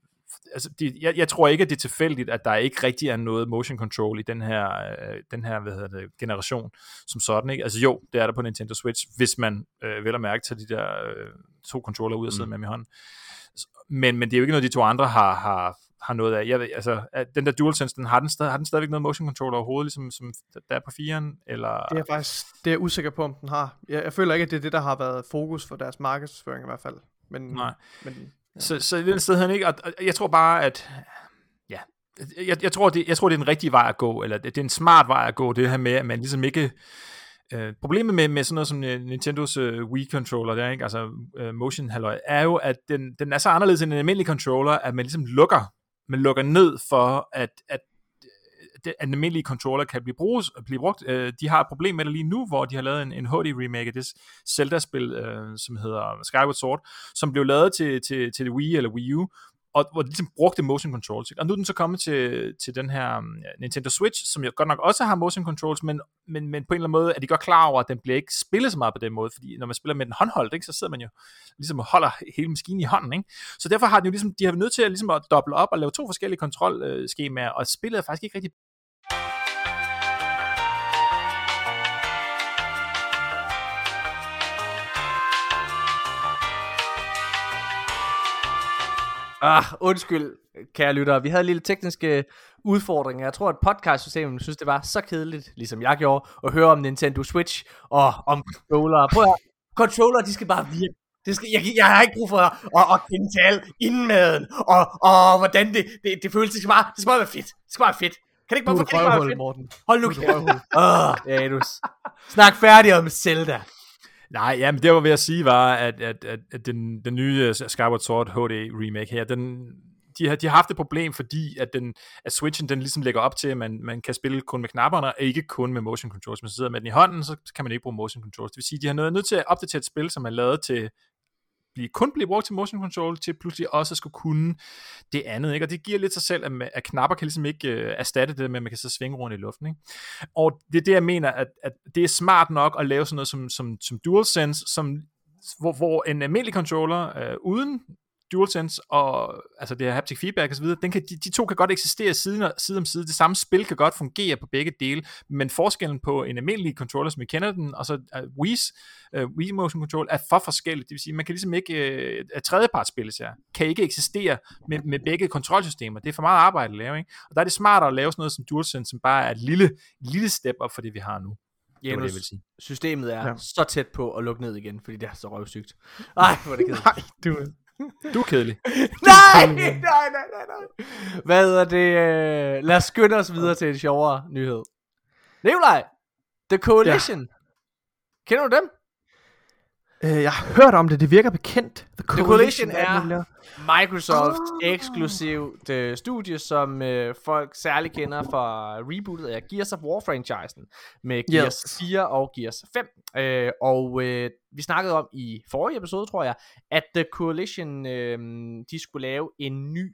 altså, jeg tror ikke, at det er tilfældigt, at der ikke rigtig er noget motion control i den her generation som sådan, ikke? Altså jo, det er der på Nintendo Switch, hvis man vel at mærke til de der 2 controller ud og sidde med dem i hånden. Men det er jo ikke noget, de 2 andre har noget af. Jeg ved, altså, den der DualSense, har den stadigvæk noget motion control overhovedet, ligesom som der er på 4'eren? Eller? Det er jeg usikker på, om den har. Jeg føler ikke, at det er det, der har været fokus for deres markedsføring i hvert fald. Nej. Ja. Så i den sted havde ikke, og jeg tror bare, at ja, jeg tror, det er den rigtige vej at gå, eller det er en smart vej at gå, det her med, at man ligesom ikke problemet med sådan noget som Nintendos Wii-controller, der, ikke? Altså motion halløj, er jo, at den er så anderledes end en almindelig controller, at man ligesom lukker ned for, at den almindelige controller kan blive brugt. De har et problem med det lige nu, hvor de har lavet en HD-remake af det Zelda-spil, som hedder Skyward Sword, som blev lavet til det Wii eller Wii U, og hvor de ligesom brugte motion controls. Og nu er den så kommet til den her Nintendo Switch, som jo godt nok også har motion controls, men på en eller anden måde er de godt klar over, at den bliver ikke spillet så meget på den måde, fordi når man spiller med den håndholdt, ikke, så sidder man jo ligesom og holder hele maskinen i hånden, ikke? Så derfor har de har nødt til ligesom at doble op og lave 2 forskellige kontrolskemaer, og spillet er faktisk ikke rigtig. Undskyld, kære lyttere. Vi havde en lille tekniske udfordring. Jeg tror, at podcastsystemet synes, det var så kedeligt, ligesom jeg gjorde, at høre om Nintendo Switch og om controller. Prøv at controller, de skal bare virke. Jeg har ikke brug for at kende til alt indmaden, og hvordan det føles. Det skal bare være fedt. Det skal bare være fedt. Kan det ikke bare være fedt? Morten. Hold nu kæft. Janus. Snak færdig om Zelda. Nej, ja, men det var ved at sige var, at den nye Skyward Sword HD remake her, de har haft et problem, fordi at Switchen den ligesom lægger op til, at man kan spille kun med knapperne, og ikke kun med motion controls. Hvis man sidder med den i hånden, så kan man ikke bruge motion controls. Det vil sige, at de har nødt til at opdatere et spil, som er lavet til kun blive brugt til motion control, til pludselig også skulle kunne det andet, ikke? Og det giver lidt sig selv, at knapper kan ligesom ikke erstatte det, men man kan så svinge rundt i luften, ikke? Og det er det, jeg mener, at det er smart nok at lave sådan noget som DualSense, hvor en almindelig controller uden DualSense og altså det her haptic feedback og så videre, de 2 kan godt eksistere side om side. Det samme spil kan godt fungere på begge dele, men forskellen på en almindelig controller, som vi kender den, og så Wii Motion Control er for forskelligt. Det vil sige, man kan ligesom ikke tredjepartsspil kan ikke eksistere med begge kontrolsystemer. Det er for meget arbejde at lave, ikke? Og der er det smartere at lave sådan noget som DualSense, som bare er et lille step op for det, vi har nu. Janus, det vil sige. Systemet er så tæt på at lukke ned igen, fordi det er så røvsygt. Ej, hvor er det kedeligt. Du er kedelig. Nej. Hvad er det? Lad os skynde os videre til en sjovere nyhed. Nikolaj, The Coalition. Kender du dem? Jeg har hørt om det. Det virker bekendt. The Coalition er Microsoft eksklusivt studie, som folk særligt kender fra rebootet af Gears of War-franchisen med Gears 4 og Gears 5. Vi snakkede om i forrige episode, tror jeg, at The Coalition de skulle lave en ny,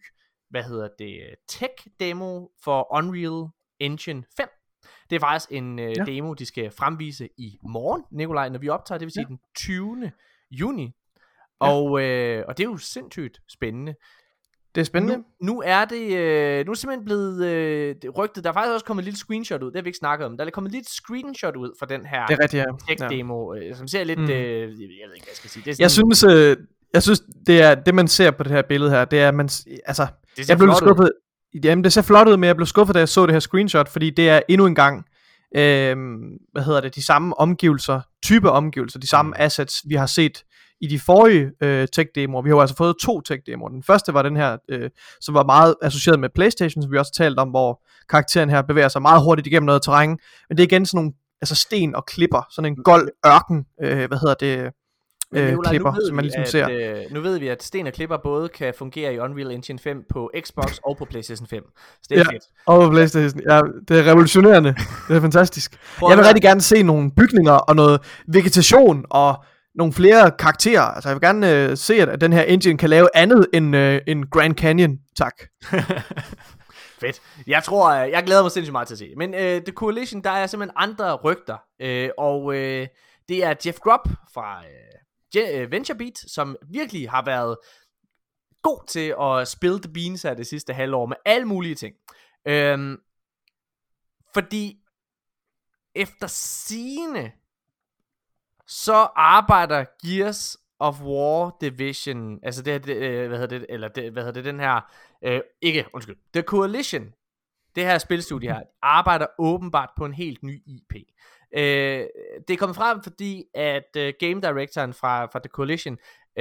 tech-demo for Unreal Engine 5. Det er faktisk en demo, de skal fremvise i morgen, Nikolaj, når vi optager, det vil sige den 20. juni. Og det er jo sindssygt spændende. Det er spændende. Nu er det simpelthen blevet rygtet. Der er faktisk også kommet et lille screenshot ud. Det har vi ikke snakket om. Der er kommet et lille screenshot ud fra den her tech-demo, som ser lidt... jeg ved ikke, hvad jeg skal sige. Det er sådan, jeg synes, det er det, man ser på det her billede her. Det er, man, altså... Jeg blev skuffet. Jamen, det ser flot ud, men jeg blev skuffet, da jeg så det her screenshot, fordi det er endnu en gang, de samme omgivelser, de samme assets, vi har set i de forrige tech-demoer. Vi har jo altså fået 2 tech-demoer. Den første var den her, som var meget associeret med PlayStation, som vi også talt om, hvor karakteren her bevæger sig meget hurtigt igennem noget terræn. Men det er igen sådan nogle sten og klipper, sådan en gold ørken, klipper, som man ligesom ser. Nu ved vi, at sten og klipper både kan fungere i Unreal Engine 5 på Xbox og på PlayStation 5. Så det er fedt. Og på PlayStation. Ja, det er revolutionerende. Det er fantastisk. Jeg vil rigtig gerne se nogle bygninger og noget vegetation og nogle flere karakterer. Altså jeg vil gerne se, at den her engine kan lave andet end Grand Canyon. Tak. Fedt. Jeg glæder mig sindssygt meget til at se. Men The Coalition, der er simpelthen andre rygter. Det er Jeff Grubb fra VentureBeat, som virkelig har været god til at spill the beans her det sidste halvår med alle mulige ting. Fordi efter sigende, så arbejder Gears of War Division, altså den her, The Coalition, det her spilstudie her, arbejder åbenbart på en helt ny IP. Det er kommet frem, fordi at game directoren fra The Coalition,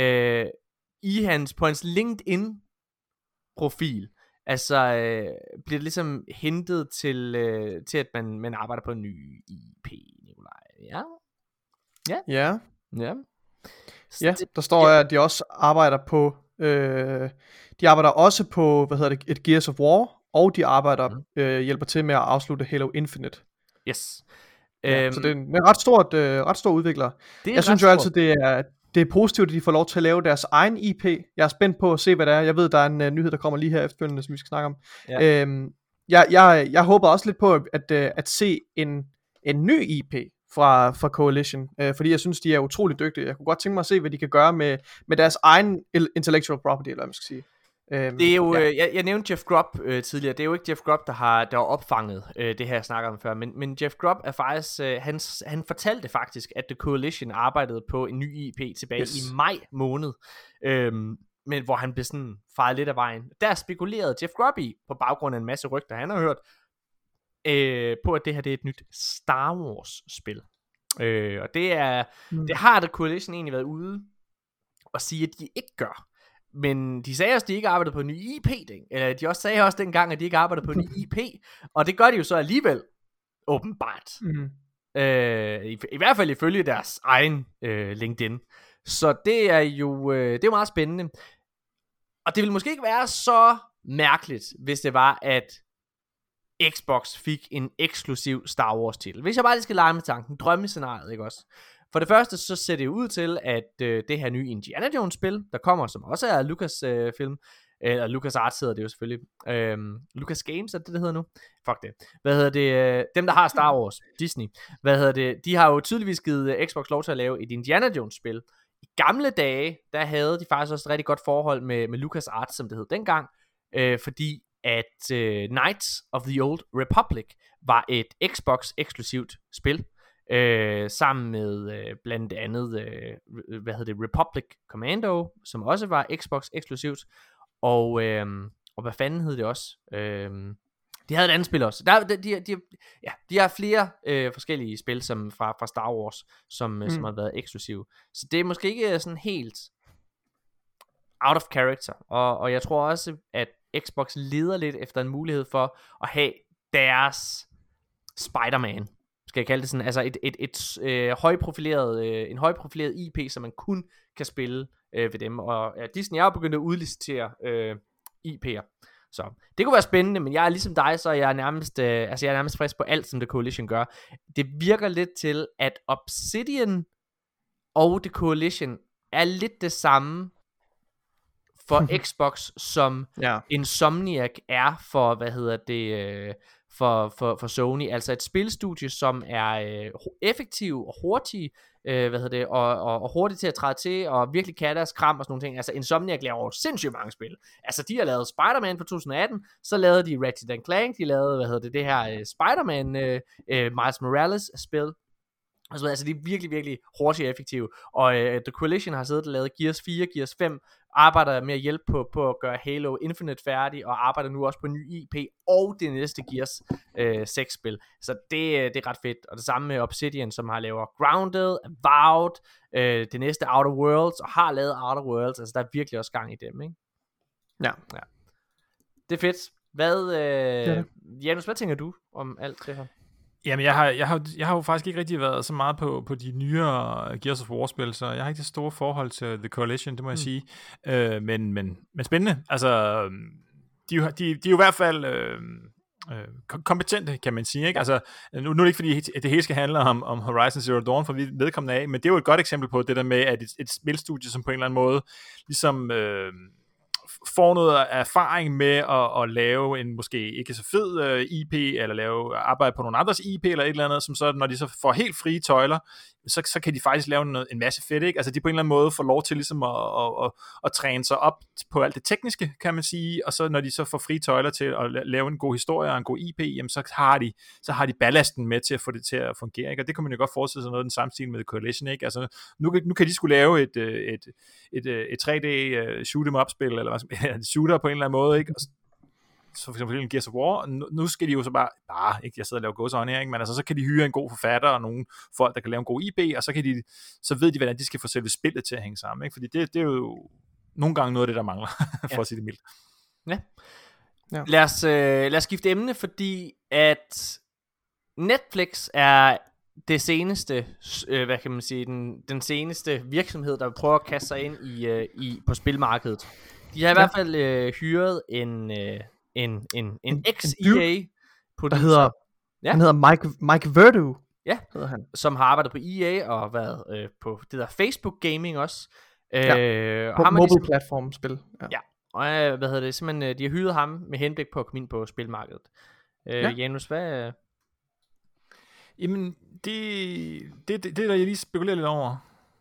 på hans LinkedIn profil, altså bliver det ligesom hentet til at man arbejder på en ny IP, Nikolaj. Ja. Ja, der står at de også arbejder på de arbejder også på et Gears of War, og de arbejder hjælper til med at afslutte Halo Infinite. Yes. Så det er en ret stor udvikler. Jeg synes jo altid det er positivt, at de får lov til at lave deres egen IP. Jeg er spændt på at se hvad det er. Jeg ved der er en nyhed der kommer lige her efterfølgende, som vi skal snakke om. Jeg håber også lidt på at se en ny IP fra Coalition, fordi jeg synes de er utrolig dygtige. Jeg kunne godt tænke mig at se hvad de kan gøre med deres egen intellectual property, eller hvad man skal sige. Det er jo, jeg nævnte Jeff Grubb tidligere. Det er jo ikke Jeff Grubb der har opfanget det her jeg snakker om før, men Jeff Grubb er faktisk han fortalte faktisk at The Coalition arbejdede på en ny IP tilbage i maj måned, men hvor han blev sådan fejet lidt af vejen. Der spekulerede Jeff Grubb på baggrund af en masse rygter han har hørt på at det her det er et nyt Star Wars spil, og det har The Coalition egentlig været ude og sige at de ikke gør. Men de sagde også, at de ikke arbejdede på en ny IP, eller de også sagde også dengang, at de ikke arbejdede på en ny IP, og det gør de jo så alligevel, åbenbart. I hvert fald ifølge deres egen LinkedIn. Så det er jo meget spændende. Og det ville måske ikke være så mærkeligt, hvis det var, at Xbox fik en eksklusiv Star Wars titel. Hvis jeg bare lige skal lege med tanken, drømmescenariet, ikke også? For det første, så ser det ud til, at det her nye Indiana Jones spil, der kommer, som også er Lucas film, eller Lucas Arts hedder det jo selvfølgelig, Lucas Games er det hedder nu? Fuck det. Dem der har Star Wars, Disney, de har jo tydeligvis givet Xbox lov til at lave et Indiana Jones spil. I gamle dage, der havde de faktisk også et rigtig godt forhold med Lucas Arts, som det hed dengang, fordi at Knights of the Old Republic var et Xbox eksklusivt spil, sammen med blandt andet Republic Commando, som også var Xbox eksklusivt, og hvad fanden hed det også? De havde et andet spil også. De har flere forskellige spil som fra Star Wars, som har været eksklusive. Så det er måske ikke sådan helt out of character. Og jeg tror også, at Xbox leder lidt efter en mulighed for at have deres Spider-Man, skal jeg kalde det sådan, altså en højprofileret IP, som man kun kan spille ved dem, og Disney er jo begyndt at udlicitere IP'er, så det kunne være spændende, men jeg er ligesom dig, så jeg er nærmest frisk på alt, som The Coalition gør. Det virker lidt til, at Obsidian og The Coalition er lidt det samme for Xbox, som Insomniac er for, for Sony, altså et spilstudie, som er effektiv og hurtig, og hurtigt til at træde til, og virkelig kan deres kram og sådan nogle ting. Altså Insomniac laver sindssygt mange spil. Altså de har lavet Spider-Man for 2018, så lavede de Ratchet & Clank, de lavede, det her Spider-Man, Miles Morales spil. Altså de er virkelig, virkelig hurtigt og effektive. Og The Coalition har siddet og lavet Gears 4, Gears 5, arbejder med at hjælpe på at gøre Halo Infinite færdig, og arbejder nu også på en ny IP, og det næste Gears 6 spil. Så det er ret fedt. Og det samme med Obsidian, som har lavet Grounded, Avowed, det næste Outer Worlds, og har lavet Outer Worlds. Altså der er virkelig også gang i dem, ikke? Ja. Det er fedt. Janus, hvad tænker du om alt det her? Jamen, jeg har jo faktisk ikke rigtig været så meget på de nyere Gears of War-spil, så jeg har ikke det store forhold til The Coalition, det må jeg sige. Men spændende. Altså, de er jo i hvert fald kompetente, kan man sige. Ikke? Altså, nu er det ikke fordi, at det hele skal handle om Horizon Zero Dawn, for vi vedkommende af, men det er jo et godt eksempel på det der med, at et spilstudie, som på en eller anden måde ligesom får noget erfaring med at lave en måske ikke så fed IP, eller arbejde på nogle andres IP, eller et eller andet, som så, når de så får helt frie tøjler, så kan de faktisk lave en masse fedt, ikke? Altså de på en eller anden måde får lov til ligesom at træne sig op på alt det tekniske, kan man sige, og så når de så får frie tøjler til at lave en god historie og en god IP, jamen så har de ballasten med til at få det til at fungere, ikke? Og det kan man jo godt forestille sig noget af den samme stil med Coalition, ikke? Altså nu kan de skulle lave et 3D shoot 'em up spil, eller hvad, shooter på en eller anden måde, ikke? Så for eksempel Gears of War, nu skal de jo så bare ikke, jeg sidder og laver gåseøjne her, ikke? Men altså, så kan de hyre en god forfatter og nogle folk, der kan lave en god IP, og så ved de, hvordan de skal få selve spillet til at hænge sammen, ikke? Fordi det er jo nogle gange noget af det, der mangler, for at sige det mildt. Ja. Lad os skifte emne, fordi at Netflix er det seneste, hvad kan man sige, den seneste virksomhed, der vil prøve at kaste sig ind på spilmarkedet. De har i hvert fald hyret en ex-EA der hedder, han hedder Mike Verdu. Ja, hedder han. Som har arbejdet på EA og været på det der Facebook Gaming også. På mobile platform spil. Ja. Og simpelthen, de har hyret ham med henblik på at komme ind på spilmarkedet. Janus, hvad? Jamen, det der jeg lige spekulerer lidt over,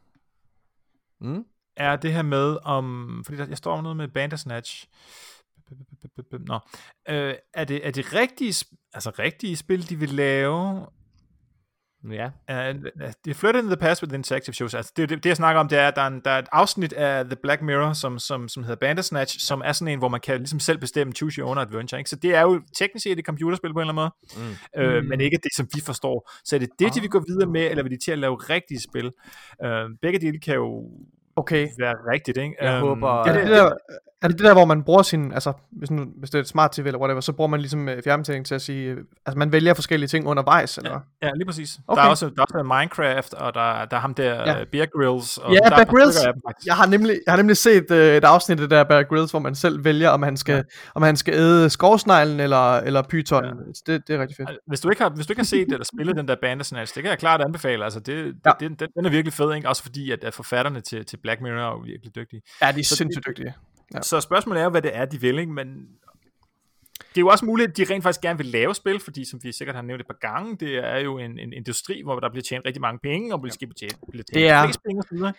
er det her med fordi jeg står noget med Bandersnatch. Nå. Er det rigtige spil, de vil lave? Ja. De er Flirted in the Past with Interactive Shows. Altså det jeg snakker om, det er, at der er et afsnit af The Black Mirror, som hedder Bandersnatch, som er sådan en, hvor man kan ligesom selv bestemme choose your own adventure, ikke? Så det er jo teknisk set et computerspil på en eller anden måde, men ikke det, som vi forstår. Så er det de vil gå videre med, eller vil de til at lave rigtige spil? Begge dele kan jo være rigtigt, ikke? Jeg håber... Er det der, hvor man bruger sin, altså hvis det er et smart TV eller whatever, så bruger man ligesom fjernbetjening til at sige, altså man vælger forskellige ting undervejs, eller? Ja, lige præcis. Okay. Der er også Minecraft, og der er ham der, Bear Grylls. Og ja, Bear Grylls. Jeg har nemlig set et afsnit af der Bear Grylls, hvor man selv vælger, om han skal æde skovsneglen eller pytonen. Ja. Det er rigtig fedt. Hvis du ikke har set eller spillet den der Bandersnatch, det kan jeg klart anbefale. Altså den er virkelig fed, ikke? Også fordi at forfatterne til Black Mirror er jo virkelig dygtige. Ja, de er sindssygt dygtige. Ja. Så spørgsmålet er jo, hvad det er, de vil, ikke? Men det er jo også muligt, at de rent faktisk gerne vil lave spil, fordi som vi sikkert har nævnt et par gange, det er jo en industri, hvor der bliver tjent rigtig mange penge, og bliver tjent flest penge og så videre.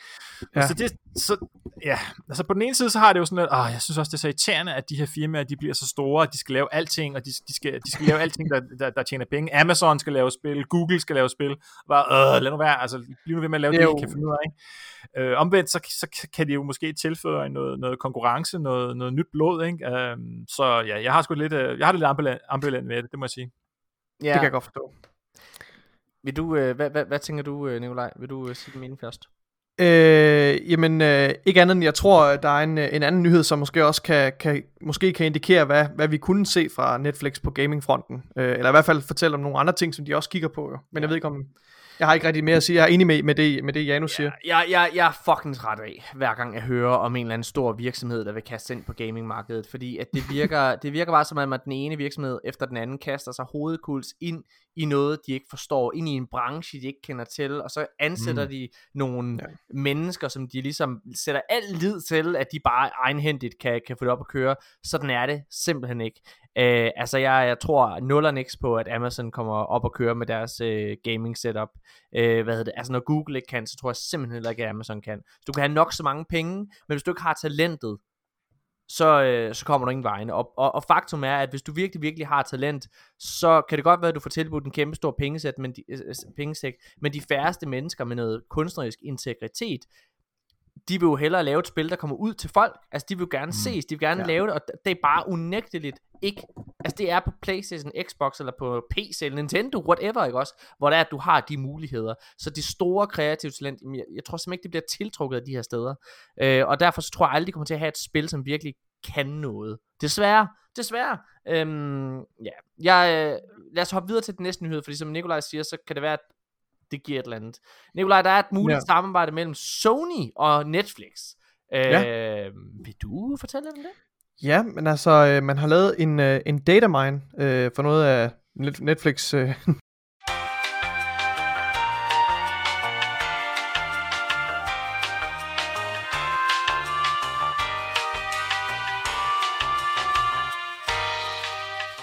Altså på den ene side, så har det jo sådan, at jeg synes også, det er så irriterende, at de her firmaer, de bliver så store, at de skal lave alting, og de skal lave alting, der tjener penge. Amazon skal lave spil, Google skal lave spil. Lad nu være, altså bliv nu ved med at lave det, I kan finde ud af, ikke? Omvendt, så kan de jo måske tilføre noget konkurrence, noget nyt blod, ikke? Så ja, jeg har det lidt ambivalent med det må jeg sige. Ja. Det kan jeg godt forstå. Vil du, hvad tænker du, Nikolaj? Vil du sige din mening først? Ikke andet end jeg tror, at der er en anden nyhed, som måske også kan indikere, hvad vi kunne se fra Netflix på gamingfronten. Eller i hvert fald fortælle om nogle andre ting, som de også kigger på. Jo. Men jeg ved ikke om... Jeg har ikke rigtig mere at sige. Jeg er enig med det Janus siger. Jeg er fucking træt af, hver gang jeg hører om en eller anden stor virksomhed, der vil kaste ind på gamingmarkedet. Fordi at det virker bare som om, at den ene virksomhed efter den anden kaster sig hovedkuls ind i noget, de ikke forstår, ind i en branche, de ikke kender til, og så ansætter de nogle mennesker, som de ligesom sætter al lid til, at de bare egenhændigt kan få det op at køre. Sådan er det simpelthen ikke. Jeg tror 0 og niks på, at Amazon kommer op og køre med deres gaming setup. Altså når Google ikke kan, så tror jeg simpelthen heller ikke, at Amazon kan. Så du kan have nok så mange penge, men hvis du ikke har talentet, så kommer du ingen vejen. Og faktum er, at hvis du virkelig, virkelig har talent, så kan det godt være, at du får tilbudt en kæmpe stor pengesæk, men de færreste mennesker med noget kunstnerisk integritet, de vil jo hellere lave et spil, der kommer ud til folk. Altså de vil jo gerne ses, de vil gerne lave det, og det er bare unægteligt ikke. Altså det er på PlayStation, Xbox eller på PC eller Nintendo, whatever, ikke også, hvor det er, at du har de muligheder. Så de store kreative talent, jeg tror simpelthen ikke, det bliver tiltrukket af de her steder. Og derfor så tror jeg aldrig, de kommer til at have et spil, som virkelig kan noget. Desværre. Lad os hoppe videre til den næste nyhed, fordi som Nikolaj siger, så kan det være, at det giver et eller andet. Nikolaj, der er et muligt samarbejde mellem Sony og Netflix. Vil du fortælle om det? Ja, men altså, man har lavet en datamine for noget af Netflix.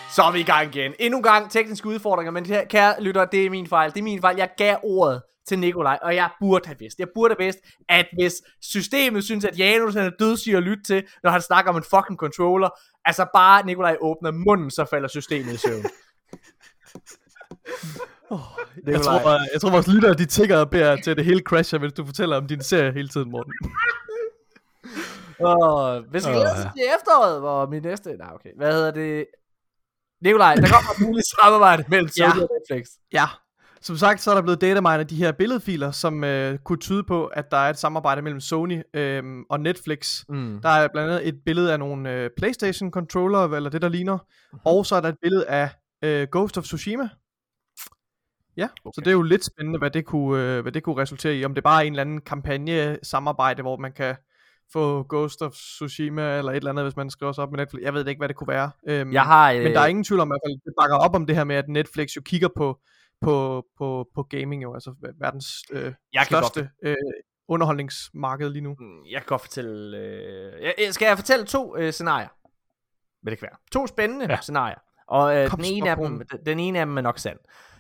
Så er vi i gang igen. Endnu en gang tekniske udfordringer, men kære lytter, det er min fejl. Det er min fejl. Jeg gav ordet til Nikolaj, og jeg burde have vidst. Jeg burde have vidst, at hvis systemet synes, at Janus er dødsig at lytte til, når han snakker om en fucking controller, altså bare Nikolaj åbner munden, så falder systemet i søvn. Jeg tror vores lyttere, de tigger og beder til det hele crasher, hvis du fortæller om din serie hele tiden, Morten. Hvis vi glæder til efteråret, hvor min næste... Nej, okay. Hvad hedder det? Nikolaj, der kommer et muligt samarbejde mellem Sony og Netflix. Ja, som sagt, så er der blevet dataminer de her billedfiler, som kunne tyde på, at der er et samarbejde mellem Sony og Netflix. Der er blandt andet et billede af nogle PlayStation controller, eller det der ligner. Og så er der et billede af Ghost of Tsushima. Ja, okay. Så det er jo lidt spændende, hvad det kunne resultere i. Om det bare er en eller anden kampagne-samarbejde, hvor man kan få Ghost of Tsushima eller et eller andet, hvis man skriver sig op med Netflix. Jeg ved ikke, hvad det kunne være. Men der er ingen tvivl om, i hvert fald, det bakker op om det her med, at Netflix jo kigger på gaming, jo, altså verdens største underholdningsmarked lige nu. Jeg kan godt fortælle... skal jeg fortælle 2 scenarier? Vil det ikke være? 2 spændende scenarier. Og den ene af dem er nok sand.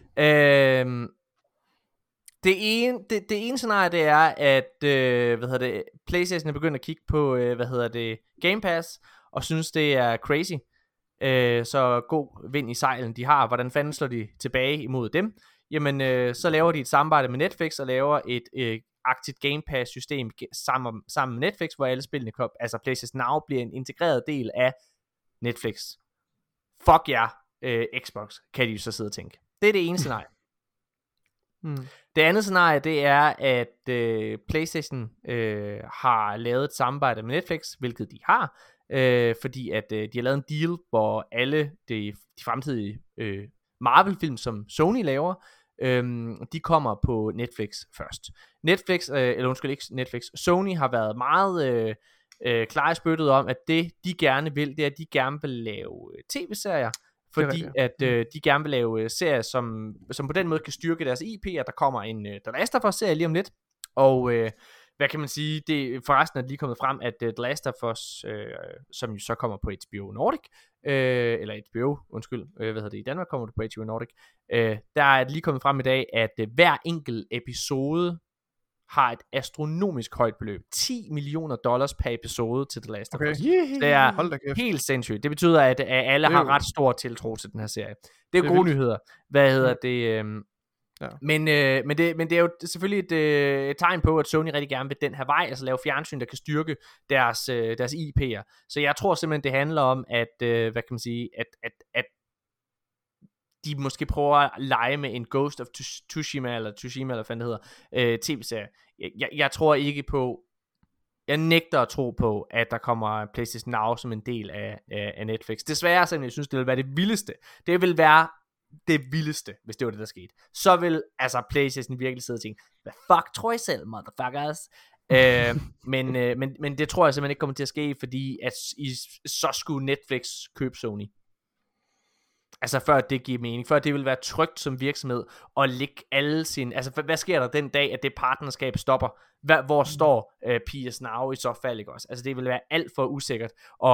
Det ene scenarie, det er, at PlayStation er begyndt at kigge på Game Pass og synes det er crazy. Så god vind i sejlen de har. Hvordan fanden slår de tilbage imod dem? Jamen så laver de et samarbejde med Netflix og laver et aktivt Game Pass system sammen med Netflix, hvor alle spillene, altså PlayStation Now, bliver en integreret del af Netflix. Fuck jer, Xbox, kan de jo så sidde og tænke. Det er det ene scenarie. Det andet scenarie, det er, at PlayStation har lavet et samarbejde med Netflix, hvilket de har, fordi at de har lavet en deal, hvor alle de fremtidige Marvel-film, som Sony laver, de kommer på Netflix først. Sony har været meget klar i spyttet om, at det de gerne vil, det er, at de gerne vil lave tv-serier, fordi at de gerne vil lave serier, som på den måde kan styrke deres IP'er. Der kommer en The Last of Us-serie lige om lidt, og hvad kan man sige, det forresten er lige kommet frem, at The Last of Us, som jo så kommer på HBO Nordic, eller HBO, i Danmark kommer det på HBO Nordic, der er det lige kommet frem i dag, at hver enkelt episode har et astronomisk højt beløb. $10 million per episode til The Last of Us. Det er helt sindssygt. Det betyder, at alle har ret stor tiltro til den her serie. Det er gode nyheder. Men det er jo selvfølgelig et tegn på, at Sony rigtig gerne vil den her vej, altså lave fjernsyn, der kan styrke deres IP'er. Så jeg tror simpelthen, det handler om, at at de måske prøver at lege med en Ghost of Tsushima, eller hvad fanden det hedder, tv-serie. Jeg tror ikke på, jeg nægter at tro på, at der kommer PlayStation Now som en del af Netflix. Desværre, selvom jeg synes, det vil være det vildeste. Det vil være det vildeste, hvis det var det, der skete. Så vil altså PlayStation virkelig sidde og tænke, hvad fuck tror I selv, motherfuckers? Men det tror jeg simpelthen ikke kommer til at ske, fordi at så skulle Netflix købe Sony. Altså før det giver mening, før det vil være trygt som virksomhed at lægge alle sine, altså hvad sker der den dag, at det partnerskab stopper? Hvor står PS Now i så fald, ikke også? Altså det vil være alt for usikkert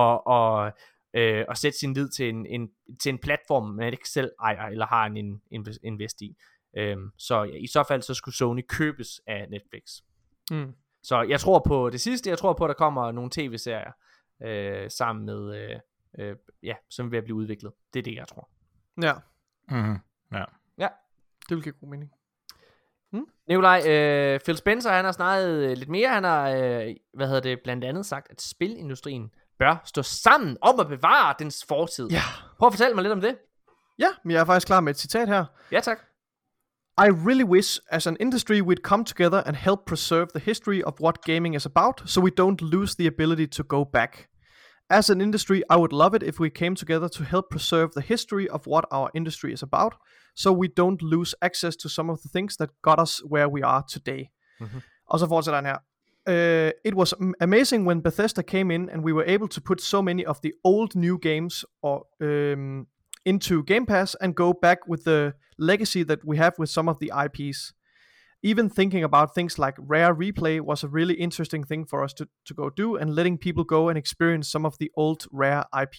at sætte sin lid til en platform, man ikke selv ejer eller har en invest i. Så i så fald så skulle Sony købes af Netflix. Så jeg tror på det sidste, jeg tror på, at der kommer nogle tv-serier sammen med som vil blive udviklet. Det er det, jeg tror. Ja. Ja. Det vil give god mening. Nikolaj, Phil Spencer, han har snakket lidt mere. Han har, blandt andet sagt, at spilindustrien bør stå sammen om at bevare dens fortid. Ja. Prøv at fortælle mig lidt om det. Ja, men jeg er faktisk klar med et citat her. Ja, tak. I really wish, as an industry, we'd come together and help preserve the history of what gaming is about, so we don't lose the ability to go back. As an industry, I would love it if we came together to help preserve the history of what our industry is about, so we don't lose access to some of the things that got us where we are today. Og så fortsætter han her. It was amazing when Bethesda came in and we were able to put so many of the old new games into Game Pass and go back with the legacy that we have with some of the IPs. Even thinking about things like Rare Replay was a really interesting thing for us to go do, and letting people go and experience some of the old Rare IP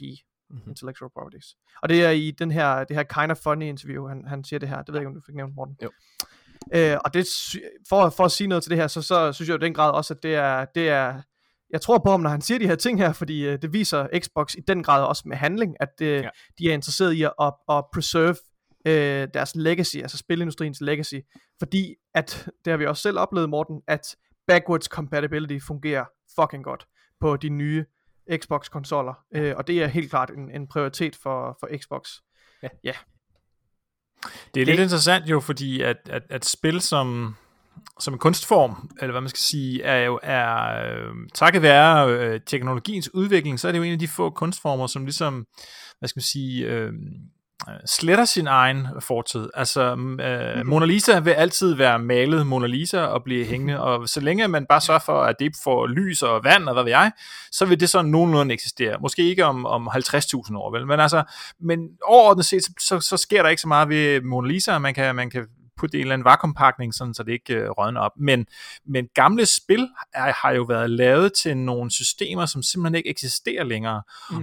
intellectual properties. Og det er i det her kind of funny interview, han siger det her. Det ved jeg ikke, om du fik nævnt, Morten. Jo. Og det, for at sige noget til det her, så synes jeg i den grad også, at det er jeg tror på ham, når han siger de her ting her, fordi det viser Xbox i den grad også med handling, at de er interesseret i at preserve deres legacy, altså spilindustriens legacy, fordi at, det har vi også selv oplevet, Morten, at backwards compatibility fungerer fucking godt på de nye Xbox-konsoller, og det er helt klart en prioritet for Xbox. Ja. Det er lidt interessant jo, fordi at spil som en kunstform, eller hvad man skal sige, er takket være teknologiens udvikling, så er det jo en af de få kunstformer, som ligesom, hvad skal man sige, sletter sin egen fortid. Altså Mona Lisa vil altid være malet Mona Lisa og blive hængende, og så længe man bare sørger for, at det får lys og vand og hvad ved jeg, så vil det sådan nogenlunde eksistere. Måske ikke om 50.000 år, vel? Men overordnet set, så sker der ikke så meget ved Mona Lisa, man kan putte det i en eller anden vakuumpakning, sådan, så det ikke rådner op. Men gamle spil har jo været lavet til nogle systemer, som simpelthen ikke eksisterer længere.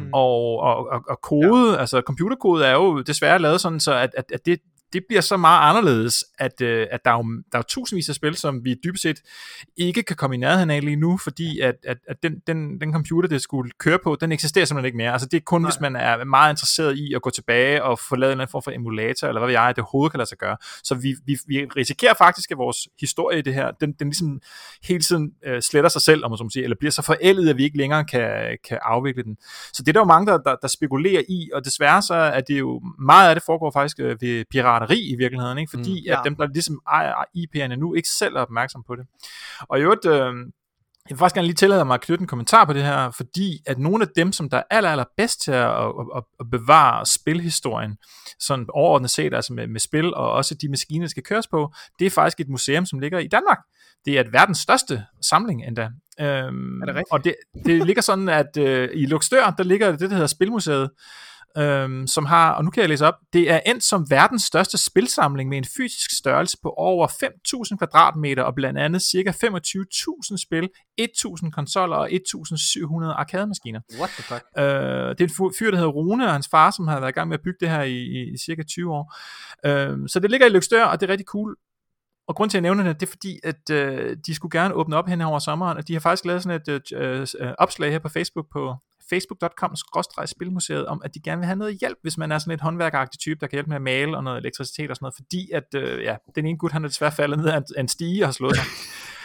Og kode, altså computerkode er jo desværre lavet sådan, så at det bliver så meget anderledes, at der er jo tusindvis af spil, som vi dybest set ikke kan komme i nærheden af lige nu, fordi at den computer, det skulle køre på, den eksisterer simpelthen ikke mere. Altså det er kun, hvis man er meget interesseret i at gå tilbage og få lavet en eller anden form for emulator, eller hvad ved jeg, at det overhovedet kan lade sig gøre. Så vi risikerer faktisk, at vores historie i det her, den ligesom hele tiden sletter sig selv, om man så må sige, eller bliver så forældet, at vi ikke længere kan afvikle den. Så det er der jo mange, der spekulerer i, og desværre så er det jo, meget af det foregår faktisk ved pirater i virkeligheden, ikke? Fordi at dem, der ligesom ejer IP'erne nu, ikke selv er opmærksom på det. Og i øvrigt, jeg vil faktisk gerne lige tillade mig at knytte en kommentar på det her, fordi at nogle af dem, som der er aller bedst til at bevare spilhistorien, sådan overordnet set, altså med spil, og også de maskiner, der skal køres på, det er faktisk et museum, som ligger i Danmark. Det er verdens største samling endda. Er det rigtigt? Og det ligger sådan, at i Løgstør, der ligger det, der hedder Spilmuseet, som har, og nu kan jeg læse op, det er endt som verdens største spilsamling med en fysisk størrelse på over 5.000 kvadratmeter og blandt andet ca. 25.000 spil, 1.000 konsoller og 1.700 arkademaskiner. What the fuck? Det er en fyr, der hedder Rune, og hans far, som har været i gang med at bygge det her i cirka 20 år. Så det ligger i Løgstør, og det er rigtig cool. Og grund til at nævne det er fordi, at de skulle gerne åbne op hen over sommeren, og de har faktisk lavet sådan et opslag her på Facebook på facebook.com/spilmuseet om, at de gerne vil have noget hjælp, hvis man er sådan et håndværkeragtig type, der kan hjælpe med at male og noget elektricitet og sådan noget, fordi at den ene gut, han er desværre faldet ned af en stige og har slået sig.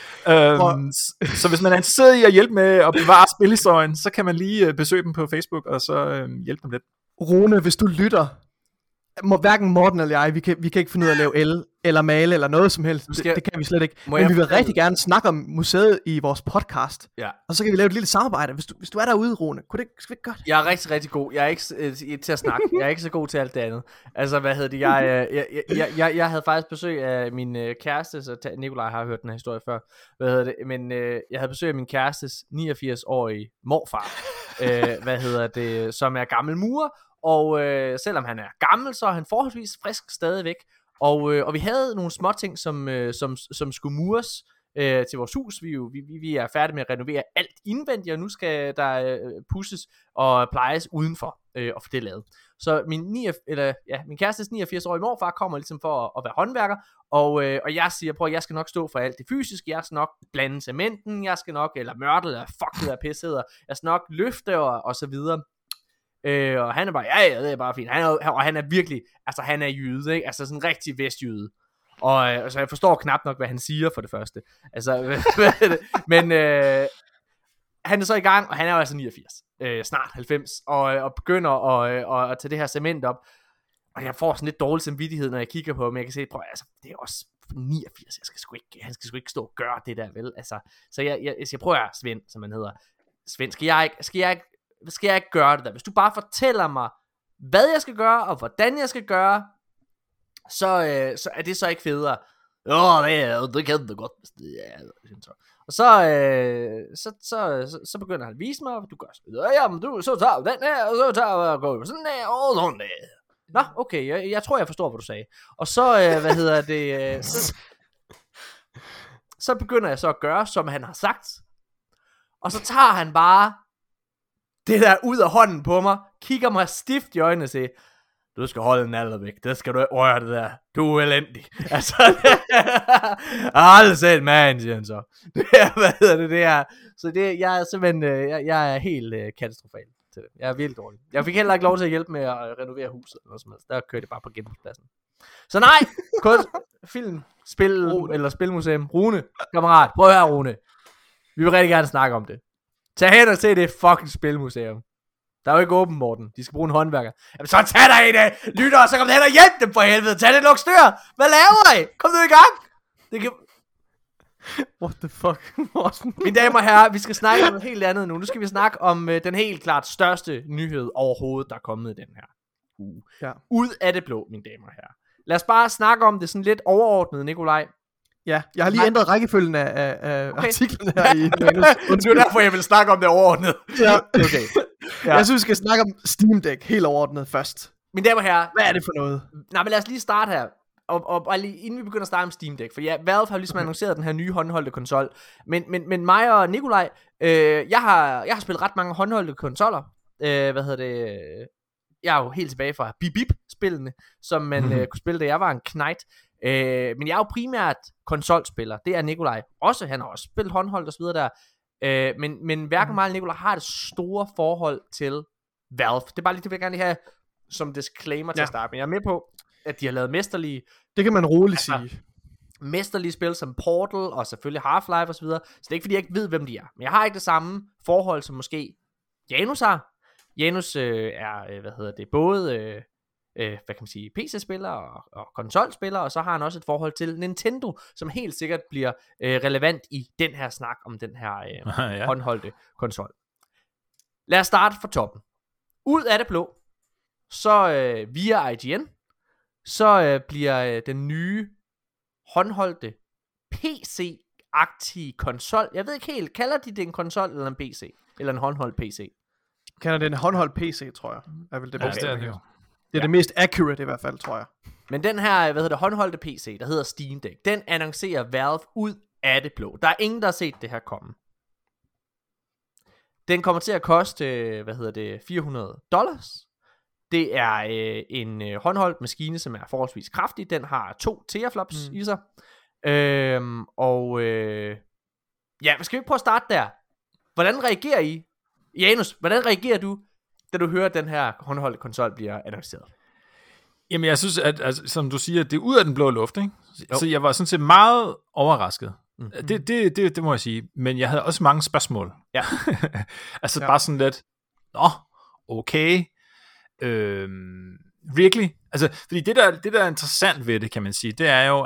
Så hvis man er interesseret i at hjælpe med at bevare spilhistorien, så kan man lige besøge dem på Facebook og så hjælpe dem lidt. Rune, hvis du lytter, hverken Morten eller jeg, vi kan ikke finde ud af at lave el eller male eller noget som helst. Det kan vi slet ikke. Men vi vil rigtig gerne snakke om museet i vores podcast. Ja. Og så kan vi lave et lille samarbejde. Hvis du er derude, Rune, skal vi ikke gøre det? Jeg er rigtig, rigtig god. Jeg er ikke til at snakke. Jeg er ikke så god til alt det andet. Altså, hvad hedder det? Jeg havde faktisk besøg af min kæreste, så Nikolaj har hørt den her historie før. Men jeg havde besøg af min kærestes 89-årige morfar. Som er gammel murer. Og selvom han er gammel, så er han forholdsvis frisk stadigvæk. Og vi havde nogle små ting, som skulle mures til vores hus. Vi er færdige med at renovere alt indvendigt, og nu skal der pusses og plejes udenfor og få det lavet. Så min kærestes 89-årige morfar kommer ligesom for at være håndværker, og jeg siger, prøv, jeg skal nok stå for alt det fysiske, jeg skal nok blande cementen, jeg skal nok, eller mørtel, eller fuck det der pis hedder, jeg skal nok løfte og så videre. Og han er bare, ja, det er bare fint. Han er virkelig, altså han er jyde, ikke? Altså sådan en rigtig vestjyde. Og så jeg forstår knap nok, hvad han siger for det første. Altså, men han er så i gang, og han er jo altså 89, snart 90, og begynder at tage det her cement op. Og jeg får sådan lidt dårlig samvittighed, når jeg kigger på ham. Jeg kan se, prøv, altså, det er også 89, han skal sgu ikke stå og gøre det der, vel? Altså, så jeg siger, prøv at Svend, som han hedder. Svend, skal jeg ikke gøre det der? Hvis du bare fortæller mig, hvad jeg skal gøre, og hvordan jeg skal gøre, så er det så ikke federe. Det kan du godt. Og så begynder han at vise mig, du gør sådan. Jamen, så tager du den her, og så tager jeg og går sådan her, og sådan der. Nå, okay, jeg tror, jeg forstår, hvad du sagde. Og så, så begynder jeg så at gøre, som han har sagt. Og så tager han bare det der ud af hånden på mig, kigger mig stift i øjnene og siger, du skal holde den alder væk. Det skal du ikke røre det der. Du er elendig. Altså, jeg har aldrig set man, siger han så. Det er, så det, jeg er simpelthen, jeg er helt katastrofal til det. Jeg er vildt dårlig. Jeg fik heller ikke lov til at hjælpe med at renovere huset eller noget som helst. Der kørte jeg bare på genbrugspladsen. Så nej, kun film, spil eller spilmuseum. Rune, kammerat, prøv at høre, Rune. Vi vil rigtig gerne snakke om det. Tag hen og se det fucking spilmuseum. Der er jo ikke åben, Morten. De skal bruge en håndværker. Jamen så tag dig en af lytter, og så kom hen og hjælp dem for helvede. Tag det nok styr. Hvad laver I? Kom nu i gang. Det kan... What the fuck, Morten? Mine damer og herrer, vi skal snakke om noget helt andet nu. Nu skal vi snakke om den helt klart største nyhed overhovedet, der er kommet i den her uge. Ja. Ud af det blå, mine damer og herrer. Lad os bare snakke om det sådan lidt overordnet, Nikolaj. Ja, jeg har lige ændret rækkefølgen af artiklen her i manus. Det er derfor, jeg vil snakke om det overordnet. Ja. Okay. Ja. Jeg synes, vi skal snakke om Steam Deck helt overordnet først. Mine damer og herrer. Hvad er det for noget? Nej, men lad os lige starte her. Og lige, inden vi begynder at starte om Steam Deck. For ja, Valve har ligesom annonceret den her nye håndholdte konsol. Men mig og Nikolaj, jeg har spillet ret mange håndholdte konsoller. Jeg er jo helt tilbage fra Bip-Bip-spillene, som man kunne spille, da jeg var en knægt. Men jeg er jo primært konsolspiller. Det er Nikolaj også. Han har også spillet håndholdt og så videre der. Men hverken mig eller Nikolaj har det store forhold til Valve. Det er bare lige det, vil jeg gerne lige have som disclaimer til at starte. Men jeg er med på, at de har lavet mesterlige... Det kan man roligt sige. Mesterlige spil som Portal og selvfølgelig Half-Life og så videre. Så det er ikke fordi, jeg ikke ved, hvem de er. Men jeg har ikke det samme forhold, som måske Janus har. Janus er, både... hvad kan man sige, PC-spiller og konsolspiller, og så har han også et forhold til Nintendo, som helt sikkert bliver relevant i den her snak om den her håndholdte konsol. Lad os starte fra toppen. Ud af det blå, så via IGN, så bliver den nye håndholdte PC-agtige konsol, jeg ved ikke helt, kalder de det en konsol eller en PC? Eller en håndholdt PC? Kalder det en håndholdt PC, tror jeg. Er vel det bedste. Det Det er det mest accurate i hvert fald, tror jeg. Men den her, håndholdte PC, der hedder Steam Deck, den annoncerer Valve ud af det blå. Der er ingen, der har set det her komme. Den kommer til at koste, $400. Det er en håndholdt maskine, som er forholdsvis kraftig. Den har 2 teraflops i sig. Skal vi prøve at starte der? Hvordan reagerer I? Janus, hvordan reagerer du, da du hører, at den her håndholdte konsol bliver annonceret? Jamen, jeg synes, at som du siger, det er ud af den blå luft, ikke? Så jeg var sådan set meget overrasket. Mm-hmm. Det må jeg sige. Men jeg havde også mange spørgsmål. Ja. Bare sådan lidt, okay. Really? Altså, fordi det der er interessant ved det, kan man sige, det er jo,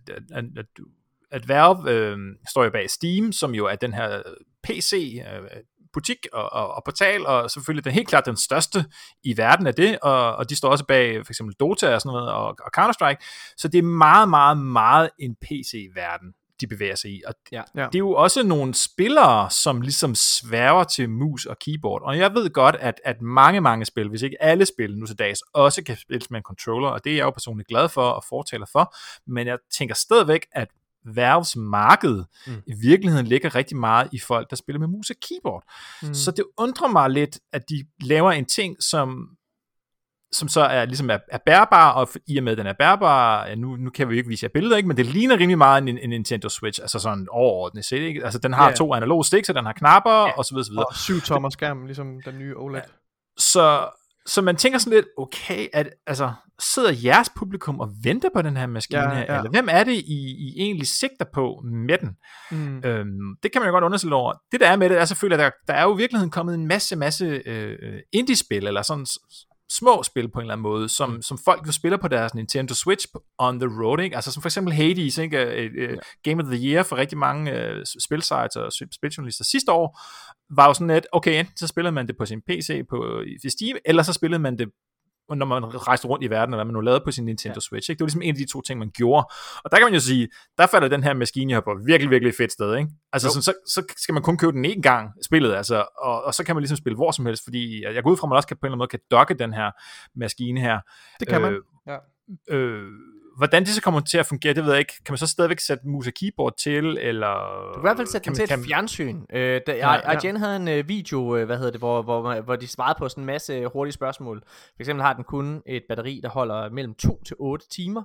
at Valve står jo bag Steam, som jo er den her PC butik og portal, og selvfølgelig den helt klart den største i verden af det, og de står også bag for eksempel Dota og sådan noget, og Counter-Strike, så det er meget, meget, meget en PC-verden, de bevæger sig i, og det er jo også nogle spillere, som ligesom sværger til mus og keyboard, og jeg ved godt, at mange spil, hvis ikke alle spil nu til dags, også kan spilles med en controller, og det er jeg jo personligt glad for og fortaler for, men jeg tænker stadigvæk, at Valves marked i virkeligheden ligger rigtig meget i folk, der spiller med mus og keyboard. Så det undrer mig lidt, at de laver en ting, som så er ligesom er bærbar, og i og med den er bærbar, nu kan vi jo ikke vise jer billeder, ikke, men det ligner rimelig meget en Nintendo Switch, altså sådan overordnet set, ikke? Altså den har 2 analoge sticks, og den har knapper, og så videre. Og 7-tommer skærm, ligesom den nye OLED. Så man tænker sådan lidt, okay, sidder jeres publikum og venter på den her maskine her, eller hvem er det, I egentlig sigter på med den? Det kan man jo godt undersøge over. Det der er med det, er selvfølgelig, at der er jo i virkeligheden kommet en masse indie-spil, eller sådan små spil på en eller anden måde, som folk jo spiller på deres Nintendo Switch on the road, ikke? Altså som for eksempel Hades, ikke? Game of the Year for rigtig mange spilsites og spiljournalister sidste år, var jo sådan, at okay, enten så spillede man det på sin PC i Steam, eller så spillede man det, når man rejste rundt i verden, eller hvad man nu lavede på sin Nintendo Switch, ikke? Det var ligesom en af de 2 ting, man gjorde. Og der kan man jo sige, der falder den her maskine her på virkelig, virkelig fedt sted, ikke? Altså så skal man kun købe den én gang, spillet, altså, og så kan man ligesom spille hvor som helst, fordi jeg går ud fra, at man også på en eller anden måde kan dokke den her maskine her. Det kan man, hvordan det så kommer til at fungere, det ved jeg ikke. Kan man så stadigvæk sætte mus og keyboard til, eller... Du kan i hvert fald sætte den til et fjernsyn. IGN havde en video, hvor de svarede på sådan en masse hurtige spørgsmål. For eksempel har den kun et batteri, der holder mellem 2 til 8 timer.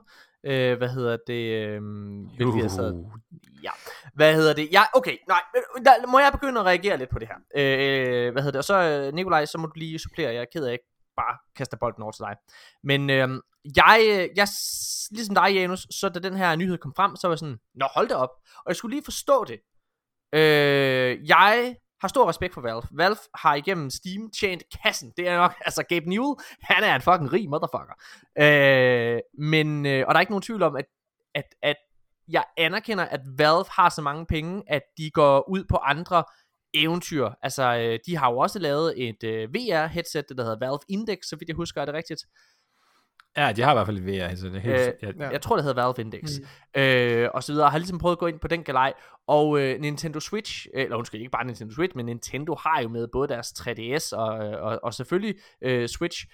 Okay, nej, må jeg begynde at reagere lidt på det her. Og så Nikolaj, så må du lige supplere. Jeg er ked af, ikke bare kaster bolden over til dig. Men jeg ligesom dig, Janus, så da den her nyhed kom frem, så var jeg sådan, nå, hold da op. Og jeg skulle lige forstå det. Jeg har stor respekt for Valve. Valve har igennem Steam tjent kassen. Det er nok, altså Gabe Newell, han er en fucking rig motherfucker. Og der er ikke nogen tvivl om, at jeg anerkender, at Valve har så mange penge, at de går ud på andre eventyr. Altså, de har jo også lavet et VR-headset, der hedder Valve Index, så vidt jeg husker, er det rigtigt? Ja, de har i hvert fald et VR-headset. Jeg tror, det hedder Valve Index. Og så videre. Jeg har ligesom prøvet at gå ind på den galej. Og Nintendo Switch, eller undskyld, ikke bare Nintendo Switch, men Nintendo har jo med både deres 3DS og selvfølgelig Switch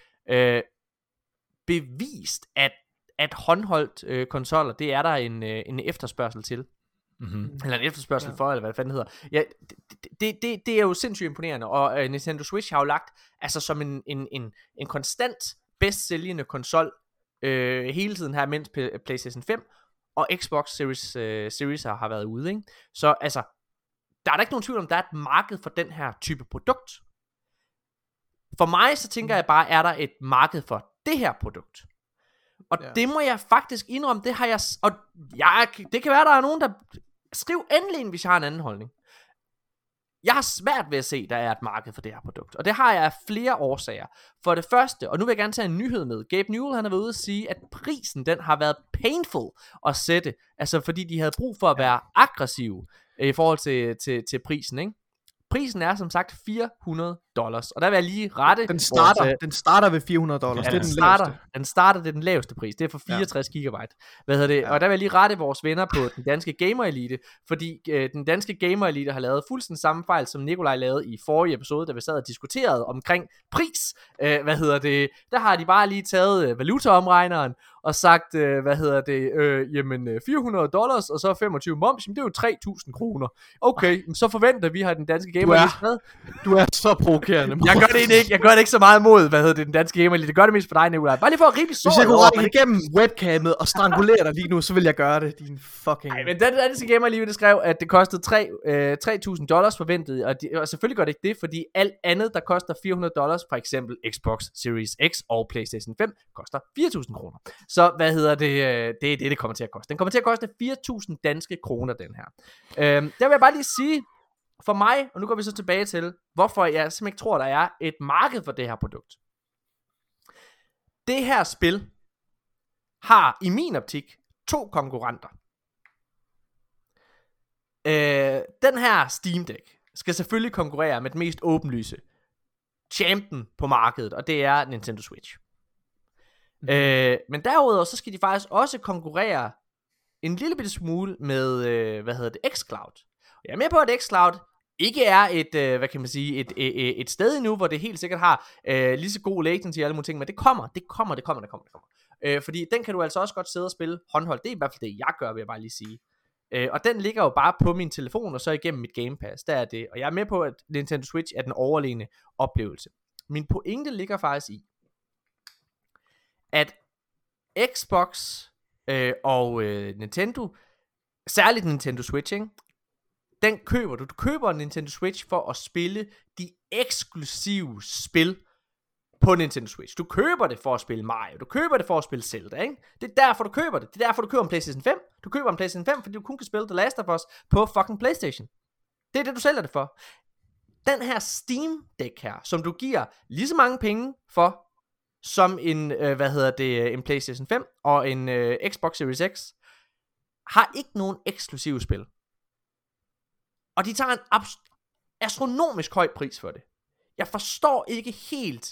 bevist, at håndholdt konsoller, det er der en efterspørgsel til. Eller en efterspørgsel for, eller hvad fanden det hedder. Ja, det er jo sindssygt imponerende. Og Nintendo Switch har jo lagt altså som en konstant bedst sælgende konsol hele tiden her, mens PlayStation 5 og Xbox Series har været ude, ikke? Så altså, der er der ikke nogen tvivl om, der er et marked for den her type produkt. For mig, så tænker jeg bare, er der et marked for det her produkt? Og det må jeg faktisk indrømme, det har jeg, og det kan være, der er nogen, der skriver endelig ind, hvis jeg har en anden holdning. Jeg har svært ved at se, at der er et marked for det her produkt. Og det har jeg af flere årsager. For det første, og nu vil jeg gerne tage en nyhed med. Gabe Newell, han har været ude at sige, at prisen, den har været painful at sætte. Altså fordi de havde brug for at være aggressive i forhold til prisen, ikke? Prisen er som sagt $400. Og der vil jeg lige rette. Den starter ved $400. Ja, den starter, det er den laveste pris. Det er for 64 gigabyte. Og der vil jeg lige rette vores venner på den danske Gamer Elite, fordi den danske Gamer Elite har lavet fuldstændig samme fejl, som Nikolaj lavede i forrige episode, da vi sad og diskuterede omkring pris. Der har de bare lige taget valutaomregneren og sagt, jamen $400 og så 25 moms, jamen det er jo 3.000 kroner. Okay, så forventer vi har den danske Gamer Elite. Du er så provokerende. Jeg gør det ikke så meget mod, den danske Gamer Elite. Det gør det mest for dig, Nikolaj. Bare lige for at rive såret. Hvis jeg kunne række igennem webcamet og strangulere dig lige nu, så vil jeg gøre det, din fucking... Nej, men den danske Gamer Elite skrev, at det kostede $3.000 forventet, og selvfølgelig gør det ikke det, fordi alt andet, der koster $400, for eksempel Xbox Series X og PlayStation 5, koster 4.000 kroner. Så det er det kommer til at koste. Den kommer til at koste 4.000 danske kroner, den her. Der vil jeg bare lige sige, for mig, og nu går vi så tilbage til, hvorfor jeg simpelthen ikke tror, der er et marked for det her produkt. Det her spil har i min optik 2 konkurrenter. Den her Steam Deck skal selvfølgelig konkurrere med den mest åbenlyse champion på markedet, og det er Nintendo Switch. Men derudover så skal de faktisk også konkurrere en lille bitte smule med xCloud. Jeg er med på, at xCloud ikke er et sted endnu, hvor det helt sikkert har lige så god latency og alle mulige ting, men det kommer. Fordi den kan du altså også godt sidde og spille håndholdt. Det er i hvert fald det, jeg gør, vil jeg bare lige sige. Og den ligger jo bare på min telefon, og så igennem mit Game Pass. Der er det. Og jeg er med på, at Nintendo Switch er den overlegne oplevelse. Min pointe ligger faktisk i, at Xbox og Nintendo, særligt Nintendo Switch, ikke? Den køber du. Du køber en Nintendo Switch for at spille de eksklusive spil på Nintendo Switch. Du køber det for at spille Mario. Du køber det for at spille Zelda, ikke? Det er derfor, du køber det. Det er derfor, du køber en PlayStation 5. Du køber en PlayStation 5, fordi du kun kan spille The Last of Us på fucking PlayStation. Det er det, du sælger det for. Den her Steam Deck her, som du giver lige så mange penge for, som en, en PlayStation 5 og en Xbox Series X, har ikke nogen eksklusive spil. Og de tager en astronomisk høj pris for det. Jeg forstår ikke helt,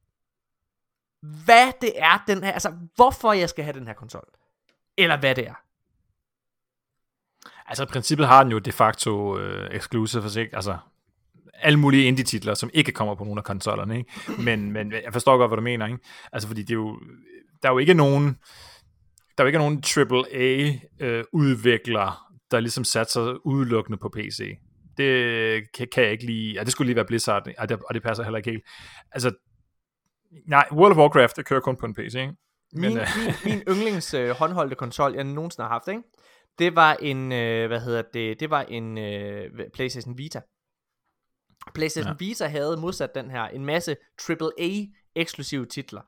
hvad det er, den her, altså hvorfor jeg skal have den her konsol. Eller hvad det er. Altså i princippet har den jo de facto exclusive, ikke? Altså alle mulige indie-titler, som ikke kommer på nogle af konsollerne, ikke? Men jeg forstår godt, hvad du mener, ikke? Altså fordi det er jo, der er jo ikke nogen der er jo ikke nogen AAA-udvikler, der ligesom satser udelukkende på PC. Det kan jeg ikke lige... Ja, det skulle lige være Blizzard, og det passer heller ikke helt. Altså, nej, World of Warcraft, det kører kun på en PC, ikke? Min yndlings håndholdte konsol, jeg nogensinde har haft, ikke? Det var en, det var en PlayStation Vita. PlayStation Vita havde modsat den her en masse AAA eksklusive titler.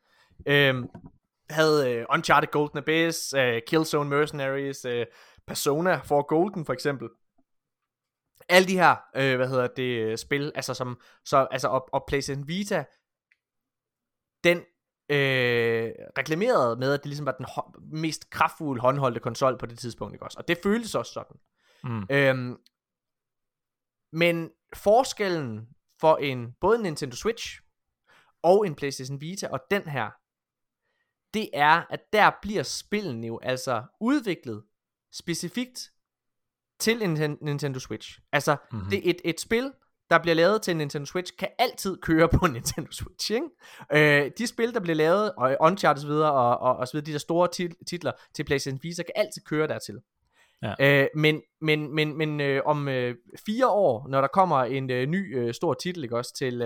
Havde Uncharted Golden Abyss, Killzone Mercenaries, Persona 4 Golden for eksempel. Alle de her, spil, altså og PlayStation Vita, den reklamerede med, at det ligesom var den mest kraftfulde håndholdte konsol på det tidspunkt, ikke også? Og det føltes også sådan. Men forskellen for både en Nintendo Switch og en PlayStation Vita og den her, det er, at der bliver spillene jo altså udviklet specifikt til en Nintendo Switch. Altså, det er et spil, der bliver lavet til en Nintendo Switch, kan altid køre på en Nintendo Switch, ikke? De spil, der bliver lavet, og Uncharted og så videre, og så videre, de der store titler til PlayStation Vita, kan altid køre dertil. Ja. Men om 4 år, når der kommer en ny stor titel, ikke også, til,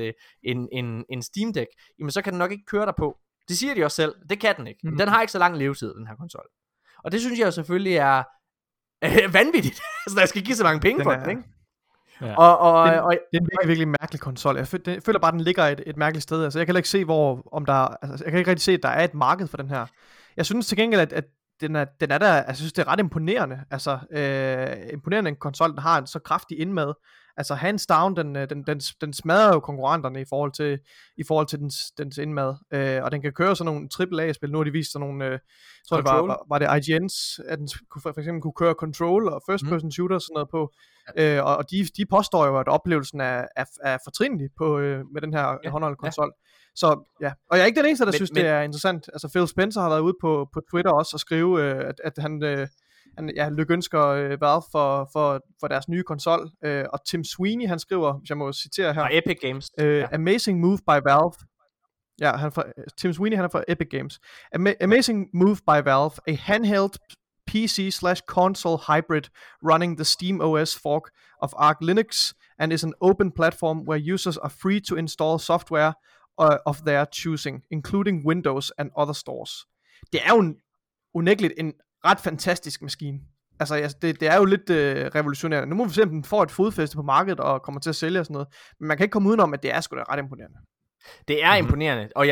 en Steam Deck, jamen så kan den nok ikke køre der på. Det siger de også selv, det kan den ikke. Den har ikke så lang levetid, den her konsol. Og det synes jeg jo selvfølgelig er vanvittigt, altså der skal give så mange penge for den, ikke? Ja. Det er en virkelig mærkelig konsol. Jeg føler bare, den ligger et mærkeligt sted. Altså, jeg kan ikke se, jeg kan ikke rigtig se, at der er et marked for den her. Jeg synes til gengæld, at den er der, jeg synes, det er ret imponerende. Altså, imponerende en konsol, den har en så kraftig indmad. Altså, hands down, den smadrer jo konkurrenterne i forhold til dens indmad. Og den kan køre sådan nogle AAA-spil. Nu har de vist sådan nogle, tror det var det IGN's, at den for eksempel kunne køre Control og first person shooter og sådan noget på. Og de påstår jo, at oplevelsen er fortrinlig på med den her håndholdt konsol. Så ja, og jeg er ikke den eneste, der synes, det er interessant. Altså Phil Spencer har været ude på Twitter også og skrive, at han lykønsker Valve for deres nye konsol. Og Tim Sweeney, han skriver, hvis jeg må citere her. Fra Epic Games. Amazing move by Valve. Ja, Tim Sweeney, han er fra Epic Games. Amazing move by Valve. A handheld PC/console hybrid running the SteamOS fork of Arch Linux and is an open platform where users are free to install software of their choosing, including Windows and other stores. Det er jo unægteligt en ret fantastisk maskine. Altså, det er jo lidt revolutionerende. Nu må vi se, om den får et fodfæste på markedet og kommer til at sælge og sådan noget. Men man kan ikke komme udenom, at det er sgu da ret imponerende. Det er imponerende, og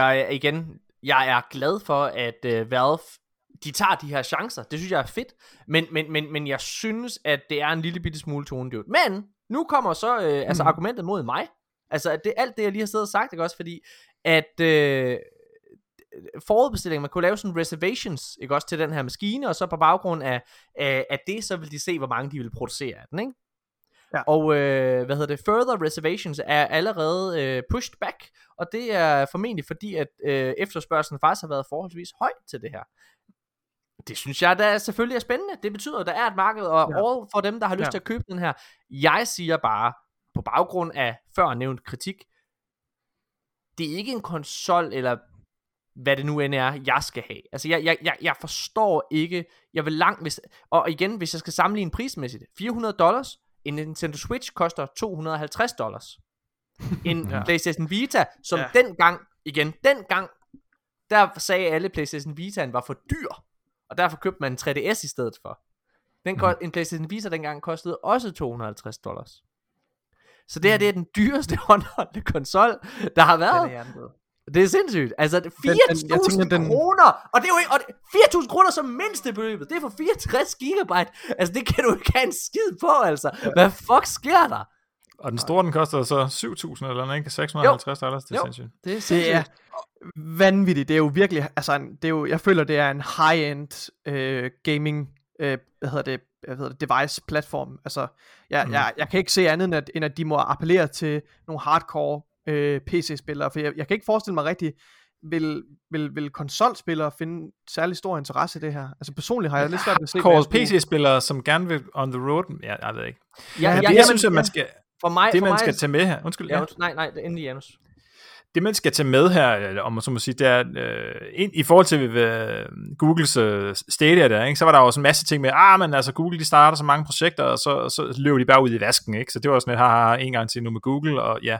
jeg er glad for, at Valve, de tager de her chancer. Det synes jeg er fedt, men jeg synes, at det er en lille bitte smule tonedøvt. Men nu kommer så argumentet mod mig. Altså, at alt det, jeg lige har siddet og sagt, ikke også, fordi at forudbestilling, man kunne lave sådan reservations, ikke også, til den her maskine, og så på baggrund af det, så vil de se, hvor mange de vil producere af den, ikke? Ja. Og further reservations er allerede pushed back, og det er formentlig fordi, at efterspørgselen faktisk har været forholdsvis høj til det her. Det synes jeg, der selvfølgelig er spændende. Det betyder, at der er et marked, og all for dem, der har lyst til at købe den her. Jeg siger bare, på baggrund af før nævnt kritik, det er ikke en konsol, eller hvad det nu end er, jeg skal have. Altså, jeg forstår ikke, jeg vil langt, og igen, hvis jeg skal sammenligne prismæssigt, $400, en Nintendo Switch koster $250. En PlayStation Vita, som dengang, der sagde alle, PlayStation Vita'en var for dyr, og derfor købte man en 3DS i stedet for. En PlayStation Vita dengang kostede også $250. Så det her, det er den dyreste håndholdte konsol, der har været. Det er sindssygt. Altså 4.000 kroner. Og det er jo ikke 4.000 kroner som mindste beløbet. Det er for 64 gigabyte. Altså det kan du ikke have en skid på, altså. Hvad fuck sker der? Og den store, den koster så 7.000 eller noget, ikke? $650. Det er sindssygt. Det er vanvittigt. Det er jo virkelig, altså det er jo, jeg føler, det er en high-end gaming device platform. Altså jeg kan ikke se andet end at de må appellere til nogle hardcore PC-spillere, for jeg kan ikke forestille mig rigtigt, vil konsolspillere finde særlig stor interesse i det her? Altså personligt har jeg lidt svært ved at se hardcore PC-spillere, som gerne vil on the road, jeg ved ikke. Jeg synes, at man skal, man skal tage med her. Undskyld. Nej, endelig, Janus. det man skal tage med her, om man så må sige, det er, i forhold til Googles Stadia der, ikke, så var der også en masse ting med, men altså Google, de starter så mange projekter, og så løber de bare ud i vasken, ikke? Så det var sådan en gang til nu med Google, og ja,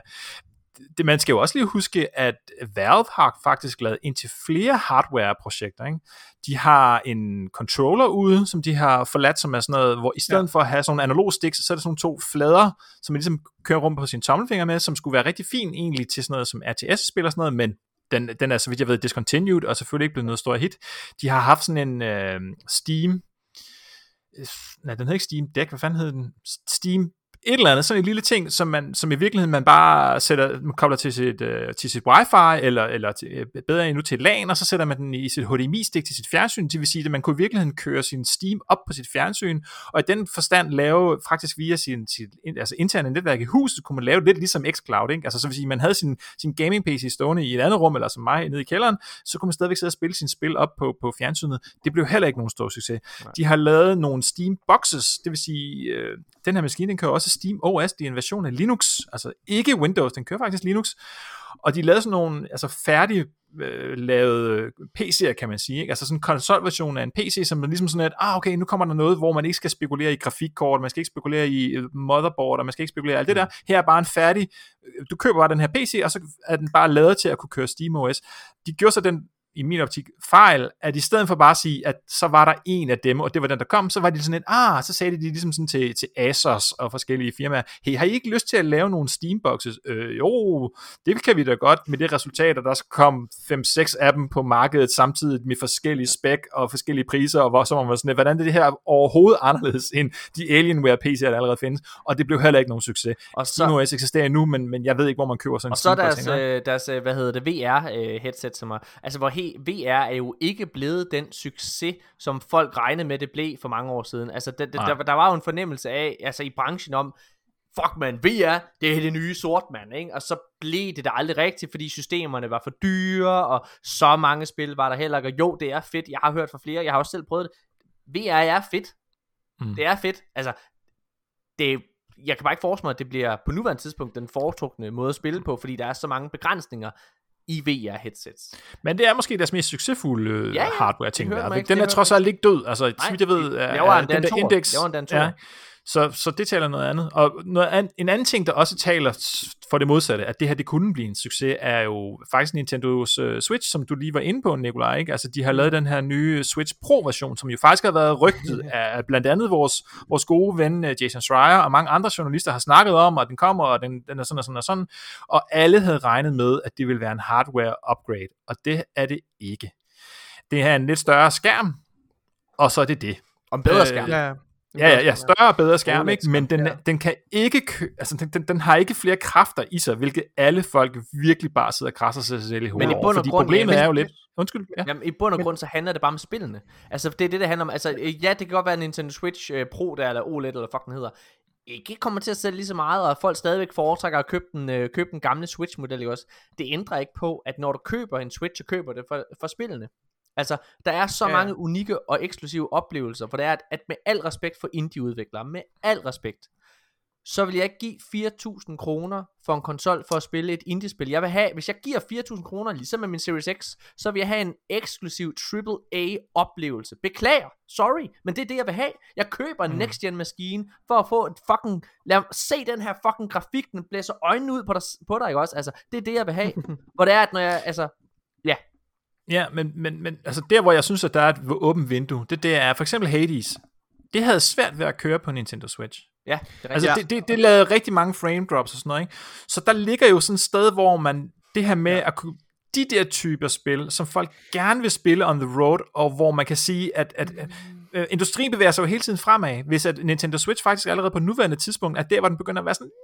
man skal jo også lige huske, at Valve har faktisk lavet indtil flere hardware-projekter, ikke? De har en controller ude, som de har forladt, som er sådan noget, hvor i stedet for at have sådan nogle analog sticks, så er der sådan 2 flader, som man ligesom kører rundt på sine tommelfinger med, som skulle være rigtig fin egentlig til sådan noget som RTS-spil og sådan noget, men den er, så vidt jeg ved, discontinued, og selvfølgelig ikke blevet noget stort hit. De har haft sådan en Steam, nej, den hedder ikke Steam Deck, hvad fanden hed den? Steam et eller andet, sådan en lille ting, som i virkeligheden man bare kobler til sit wifi, eller bedre endnu til et LAN, og så sætter man den i sit HDMI-stik til sit fjernsyn, det vil sige, at man kunne i virkeligheden køre sin Steam op på sit fjernsyn, og i den forstand lave, faktisk via sit altså interne netværk i huset, kunne man lave lidt ligesom xCloud, ikke? Altså så vil sige, at man havde sin gaming-PC stående i et andet rum, eller som mig nede i kælderen, så kunne man stadigvæk sidde og spille sin spil op på fjernsynet. Det blev heller ikke nogen stor succes. Nej. De har lavet nogle Steam Boxes, det vil sige, den her maskine, den kører også Steam OS, det er en version af Linux, altså ikke Windows, den kører faktisk Linux, og de lavede sådan nogle færdige lavede PC'er, kan man sige, ikke? Altså sådan en konsolversion af en PC, som er ligesom sådan, at okay, nu kommer der noget, hvor man ikke skal spekulere i grafikkort, man skal ikke spekulere i motherboard, og man skal ikke spekulere i alt det der. Her er bare en færdig, du køber bare den her PC, og så er den bare lavet til at kunne køre Steam OS. De gjorde så den, i min optik, fejl, at i stedet for bare at sige, at så var der en af dem, og det var den, der kom, så var de sådan så sagde de ligesom sådan til Asos og forskellige firmaer, hey, har I ikke lyst til at lave nogle Steamboxes? Jo, det kan vi da godt, med det resultat, at der kom 5-6 af dem på markedet samtidig med forskellige spec og forskellige priser, og så var man sådan, hvordan er det her overhovedet anderledes end de Alienware PC'er, der allerede findes, og det blev heller ikke nogen succes. Og Steam OS eksisterer nu, men jeg ved ikke, hvor man køber sådan en Steambox. Og så deres VR-headset, som er, altså hvor VR er jo ikke blevet den succes, som folk regnede med, det blev for mange år siden. Altså, der var jo en fornemmelse af, altså i branchen om, fuck man, VR, det er det nye sort mand, ikke? Og så blev det der aldrig rigtigt, fordi systemerne var for dyre, og så mange spil var der heller ikke. Og jo, det er fedt, jeg har hørt fra flere, jeg har også selv prøvet det. VR er fedt. Det er fedt. Altså, jeg kan bare ikke forestille mig, at det bliver på nuværende tidspunkt den foretrukne måde at spille på, fordi der er så mange begrænsninger i VR-headsets. Men det er måske deres mest succesfulde hardware-ting. Den er trods alt ikke død. Altså, som jeg ved, den der Index. Så det taler noget andet. Og en anden ting, der også taler for det modsatte, at det her, det kunne blive en succes, er jo faktisk Nintendo's Switch, som du lige var inde på, Nikolaj, ikke? Altså, de har lavet den her nye Switch Pro-version, som jo faktisk har været rygtet af blandt andet vores gode ven Jason Schreier, og mange andre journalister har snakket om, at den kommer, og den er sådan og sådan og sådan, og alle havde regnet med, at det ville være en hardware-upgrade, og det er det ikke. Det er en lidt større skærm, og så er det. Og en bedre skærm. Ja, større og bedre skærm, ikke? Men den kan ikke, altså den har ikke flere kræfter i sig, hvilket alle folk virkelig bare sidder og krasser sig selv i hovedet. Men i bund og grund, problemet er jo lidt, undskyld. Ja. Jamen, i bund og grund, så handler det bare om spillene. Altså, det er det handler om. Altså, ja, det kan godt være en Nintendo Switch Pro der, eller OLED, eller fuck den hedder, ikke kommer til at sælge lige så meget, og folk stadigvæk foretrækker at købe den gamle Switch-model også. Det ændrer ikke på, at når du køber en Switch, så køber det for spillene. Altså, der er så mange unikke og eksklusive oplevelser, for det er, at med al respekt for indie-udviklere, med al respekt, så vil jeg ikke give 4.000 kroner for en konsol for at spille et indie-spil. Jeg vil have, hvis jeg giver 4.000 kroner, ligesom med min Series X, så vil jeg have en eksklusiv AAA-oplevelse. Beklager, sorry, men det er det, jeg vil have. Jeg køber en next-gen-maskine for at få et fucking, lad mig se den her fucking grafik, den blæser øjnene ud på dig, ikke også? Altså, det er det, jeg vil have. Hvor det er, at når jeg, altså, ja. Ja, men altså der, hvor jeg synes, at der er et åbent vindue, det er for eksempel Hades. Det havde svært ved at køre på Nintendo Switch. Ja, det er altså det lavede rigtig mange frame drops og sådan noget, ikke? Så der ligger jo sådan et sted, hvor man, det her med at kunne, de der typer spil, som folk gerne vil spille on the road, og hvor man kan sige, at industrien bevæger sig jo hele tiden fremad, hvis at Nintendo Switch faktisk allerede på nuværende tidspunkt, at der, hvor den begynder at være sådan,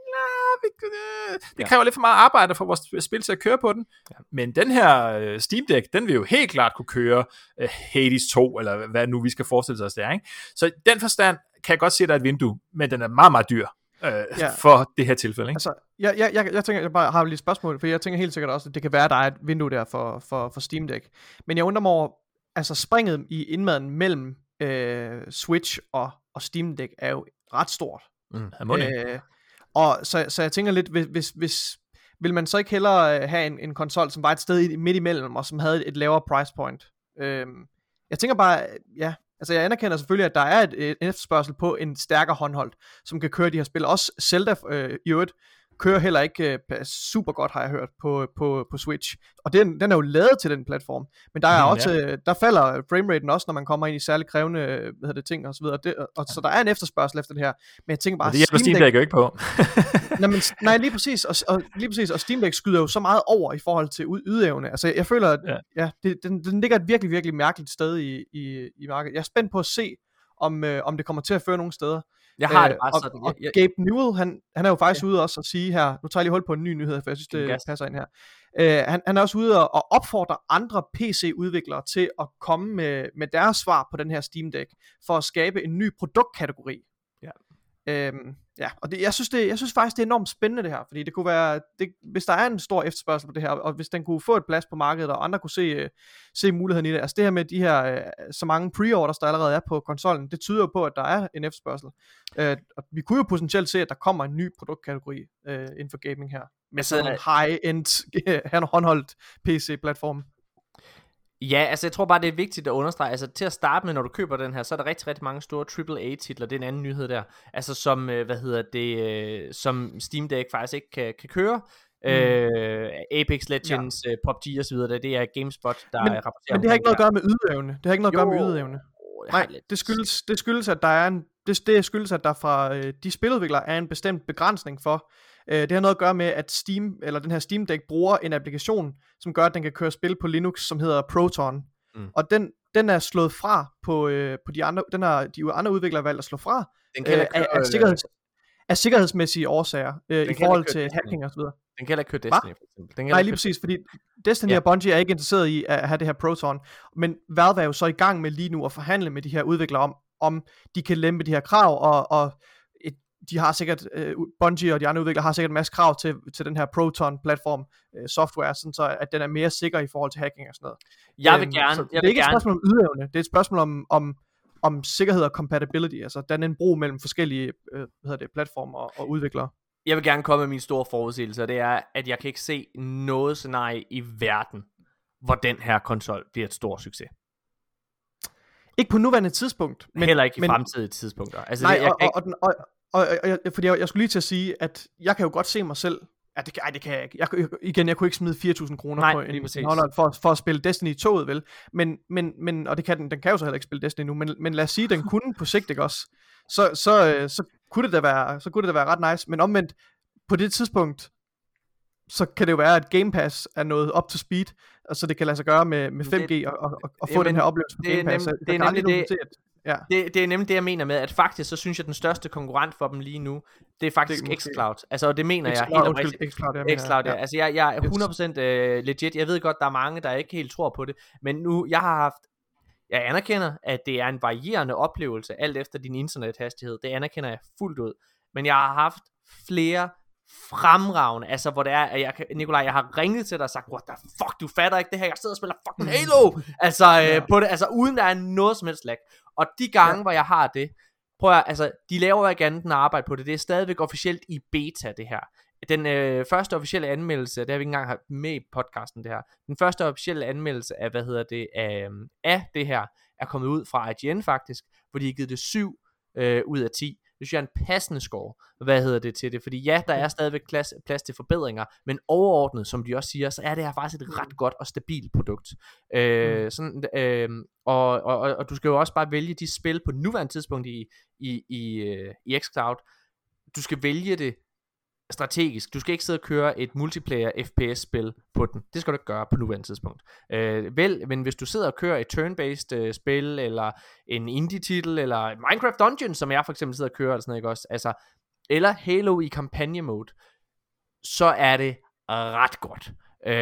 det kræver lidt for meget arbejde for vores spil til at køre på den. Ja. Men den her Steam Deck, den vil jo helt klart kunne køre Hades 2, eller hvad nu vi skal forestille os der, ikke? Så i den forstand kan jeg godt se, at der er et vindue, men den er meget, meget dyr for det her tilfælde, ikke? Altså, jeg tænker, jeg bare har lige et spørgsmål, for jeg tænker helt sikkert også, at det kan være, at der er et vindue der for Steam Deck. Men jeg undrer mig over, altså springet i indmaden mellem Switch og Steam Deck er jo ret stort. Og så jeg tænker lidt, vil man så ikke hellere have en konsol, som var et sted midt imellem, og som havde et lavere price point? Jeg tænker bare, ja, altså jeg anerkender selvfølgelig, at der er en efterspørgsel på en stærkere håndholdt, som kan køre de her spil. Også Zelda i øvrigt kører heller ikke super godt, har jeg hørt, på Switch. Og den er jo lavet til den platform. Men der er også, der falder frameraten også, når man kommer ind i særligt krævende ting og så videre. Så der er en efterspørgsel efter det her. Men jeg tænker bare, det hjælper Steam Deck jo ikke på. nej, lige præcis. Og Steam Deck skyder jo så meget over i forhold til ydeevne. Altså jeg føler, at den ligger et virkelig, virkelig mærkeligt sted i markedet. Jeg er spændt på at se, om det kommer til at føre nogle steder. Jeg har det bare sådan. Og Gabe Newell, han er jo faktisk ude også at sige her, nu tager jeg lige hul på en ny nyhed, for jeg synes, det passer ind her. Han er også ude og opfordre andre PC-udviklere til at komme med deres svar på den her Steam Deck, for at skabe en ny produktkategori. Og jeg synes faktisk, det er enormt spændende det her, fordi det kunne være, hvis der er en stor efterspørgsel på det her, og hvis den kunne få et plads på markedet, og andre kunne se muligheden i det, altså det her med de her, så mange pre-orders, der allerede er på konsollen, det tyder jo på, at der er en efterspørgsel. Og vi kunne jo potentielt se, at der kommer en ny produktkategori inden for gaming her, med sådan en high-end, håndholdt PC-platform. Ja, altså jeg tror bare, det er vigtigt at understrege, altså til at starte med, når du køber den her, så er der rigtig, rigtig mange store AAA-titler, det er en anden nyhed der, altså som, som Steam Deck faktisk ikke kan køre, Apex Legends, PUBG og så videre, det er GameSpot, der rapporterer. Men det har ikke noget at gøre med ydeevne, Nej, det skyldes, at der er det skyldes, at der fra de spiludviklere er en bestemt begrænsning for. Det har noget at gøre med, at Steam, eller den her Steam Deck, bruger en applikation, som gør, at den kan køre spil på Linux, som hedder Proton. Og den er slået fra på de andre, de andre udviklere valgt at slå fra af sikkerhedsmæssige årsager i forhold til hacking og så videre. Den kan heller ikke køre Destiny, for eksempel. Nej, lige præcis, fordi Destiny og Bungie er ikke interesseret i at have det her Proton, men Valve er jo så i gang med lige nu at forhandle med de her udviklere om de kan lempe de her krav, og de har sikkert, Bungie og de andre udviklere har sikkert en masse krav til den her Proton-platform software, sådan så at den er mere sikker i forhold til hacking og sådan noget. Det er ikke et spørgsmål om ydeevne, det er et spørgsmål om sikkerhed og compatibility, altså den er en bro mellem forskellige platformer og udviklere. Jeg vil gerne komme med min store forudsigelse, og det er, at jeg kan ikke se noget scenarie i verden, hvor den her konsol bliver et stort succes. Ikke på nuværende tidspunkt. Men heller ikke i fremtidige tidspunkter. Altså, nej, fordi jeg skulle lige til at sige, at jeg kan jo godt se mig selv, at det kan jeg ikke. Jeg kunne ikke smide 4.000 kroner på en håndholdt for at spille Destiny i toget, vel? Men og det kan den kan jo så heller ikke spille Destiny nu, men lad os sige, den kunne på sigt, ikke også? Så kunne det da være ret nice, men omvendt på det tidspunkt, så kan det jo være, at Game Pass er nået up to speed, og så det kan lade sig gøre med 5G og få den her oplevelse på Game Pass. Det er nemlig det, jeg mener med, at faktisk så synes jeg, at den største konkurrent for dem lige nu, det er faktisk xCloud. Altså, det mener jeg helt oprigtigt. xCloud, ja. Altså, jeg er 100% legit. Jeg ved godt, der er mange, der ikke helt tror på det, men nu, jeg anerkender, at det er en varierende oplevelse, alt efter din internethastighed. Det anerkender jeg fuldt ud. Men jeg har haft flere fremragende, altså hvor det er, at Nikolaj, jeg har ringet til dig og sagt, what the fuck, du fatter ikke det her, jeg sidder og spiller fucking Halo, altså på det, altså uden der er noget som helst lag. Og de gange, hvor jeg har det, prøv at, altså, de laver ikke andet end at arbejde på det, det er stadigvæk officielt i beta, det her. Den første officielle anmeldelse, det har vi ikke engang haft med i podcasten, det her, den første officielle anmeldelse af, af det her, er kommet ud fra IGN faktisk, hvor de har givet det 7 ud af 10. Det synes jeg er en passende score, til det, fordi ja, der er stadigvæk plads til forbedringer, men overordnet, som de også siger, så er det her faktisk et ret godt og stabilt produkt. Og du skal jo også bare vælge de spil på nuværende tidspunkt i xCloud. Du skal vælge det strategisk. Du skal ikke sidde og køre et multiplayer FPS-spil på den. Det skal du ikke gøre på nuværende tidspunkt. Men hvis du sidder og kører et turn-based spil, eller en indie-titel, eller Minecraft Dungeon, som jeg for eksempel sidder og kører, eller sådan noget, ikke også? Altså, eller Halo i kampagne mode, så er det ret godt.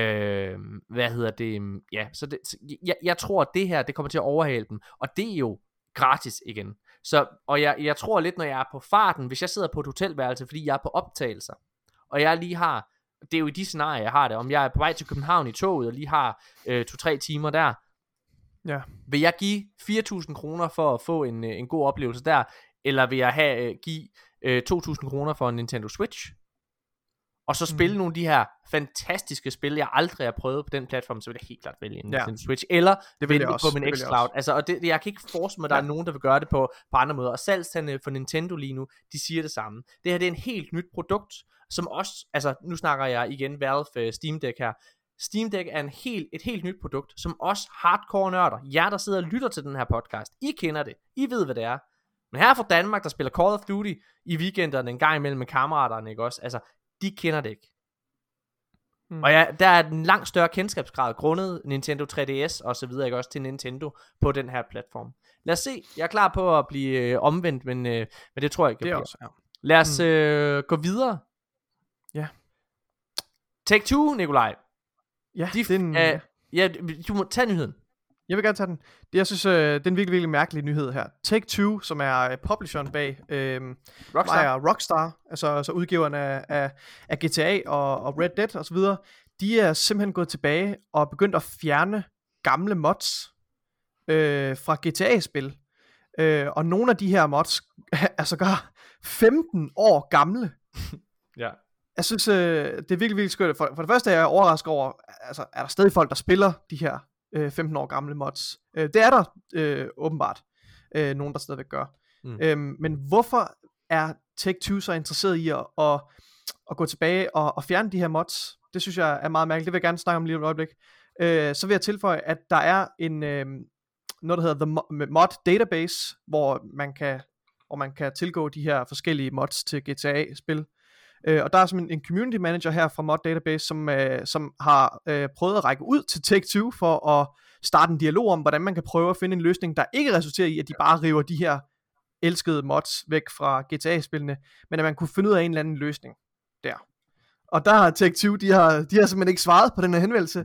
Jeg tror, at det her, det kommer til at overhale dem, og det er jo gratis igen. Og jeg tror lidt, når jeg er på farten, hvis jeg sidder på et hotelværelse, fordi jeg er på optagelser, og jeg lige har, det er jo i de scenarier, jeg har det, om jeg er på vej til København i toget, og lige har 2-3 timer der, vil jeg give 4.000 kroner for at få en god oplevelse der, eller vil jeg give 2.000 kroner for en Nintendo Switch? og så spille nogle af de her fantastiske spil, jeg aldrig har prøvet på den platform, så vil jeg helt klart vælge en Nintendo Switch, eller det vil jeg på min xCloud. Altså, og det, jeg kan ikke forestille mig, at der er nogen, der vil gøre det på andre måder. Og salgstallene for Nintendo lige nu, de siger det samme. Det her, det er en helt nyt produkt, som også, altså nu snakker jeg igen Valve Steam Deck her. Steam Deck er et helt nyt produkt, som også hardcore nørder, jer der sidder og lytter til den her podcast, I kender det, I ved hvad det er. Men her fra Danmark, der spiller Call of Duty i weekenderne en gang imellem med kammeraterne, ikke også? Altså, de kender det ikke. Og ja, der er en langt større kendskabsgrad grundet Nintendo 3DS og så videre, ikke også, til Nintendo på den her platform. Lad os se, jeg er klar på at blive omvendt, men det tror jeg ikke. Det er også, ja. Lad os gå videre. Ja. Take-Two, Nikolaj. Ja, du må tage nyheden. Jeg vil gerne tage den. Jeg synes, det er en virkelig, virkelig mærkelig nyhed her. Take-Two, som er publisheren bag Rockstar, altså udgiveren af GTA og Red Dead og så videre, de er simpelthen gået tilbage og begyndt at fjerne gamle mods fra GTA-spil. Og nogle af de her mods er sågar 15 år gamle. Ja. Jeg synes, det er virkelig, virkelig skørt. For det første er jeg overrasket over, altså er der stadig folk, der spiller de her 15 år gamle mods. Det er der åbenbart nogen, der stadigvæk gør. Men hvorfor er Take-Two så interesseret i at gå tilbage og fjerne de her mods? Det synes jeg er meget mærkeligt. Det vil jeg gerne snakke om lige et øjeblik. Så vil jeg tilføje, at der er noget, der hedder The Mod Database, hvor man kan tilgå de her forskellige mods til GTA-spil. Og der er simpelthen en community manager her fra Mod Database, som har prøvet at række ud til Take-Two for at starte en dialog om, hvordan man kan prøve at finde en løsning, der ikke resulterer i, at de bare river de her elskede mods væk fra GTA-spillene, men at man kunne finde ud af en eller anden løsning der. Og der har Take-Two, de har simpelthen ikke svaret på den her henvendelse,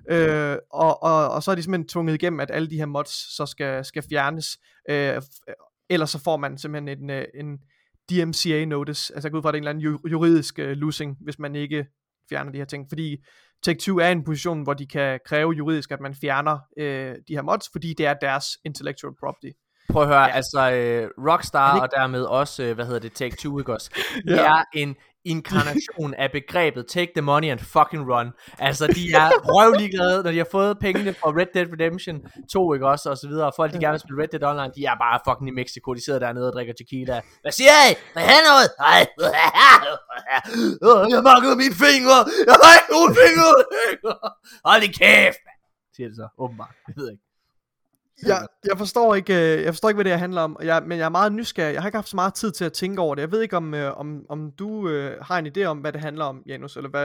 og så er de simpelthen tvunget igennem, at alle de her mods så skal fjernes, ellers så får man simpelthen en DMCA notice, altså gå ud fra, det er en eller anden juridisk losing, hvis man ikke fjerner de her ting, fordi Take-Two er i en position, hvor de kan kræve juridisk, at man fjerner de her mods, fordi det er deres intellectual property. Prøv at høre, altså Rockstar og dermed også, Take-Two, ikke også? Det er en inkarnation af begrebet take the money and fucking run. Altså, de er røvligeglade, når de har fået pengene fra Red Dead Redemption 2, ikke også, og så videre. Og folk, de gerne vil spille Red Dead Online, de er bare fucking i Mexico. De sidder dernede og drikker tequila. Hvad siger I? Hvad er noget? Jeg mangler mine fingre. Jeg har ikke nogen fingre. Hold i kæft, man. Siger det så, åbenbart. Jeg ved ikke. Jeg forstår ikke, hvad det her handler om, men jeg er meget nysgerrig. Jeg har ikke haft så meget tid til at tænke over det. Jeg ved ikke, om du har en idé om, hvad det handler om, Janus, eller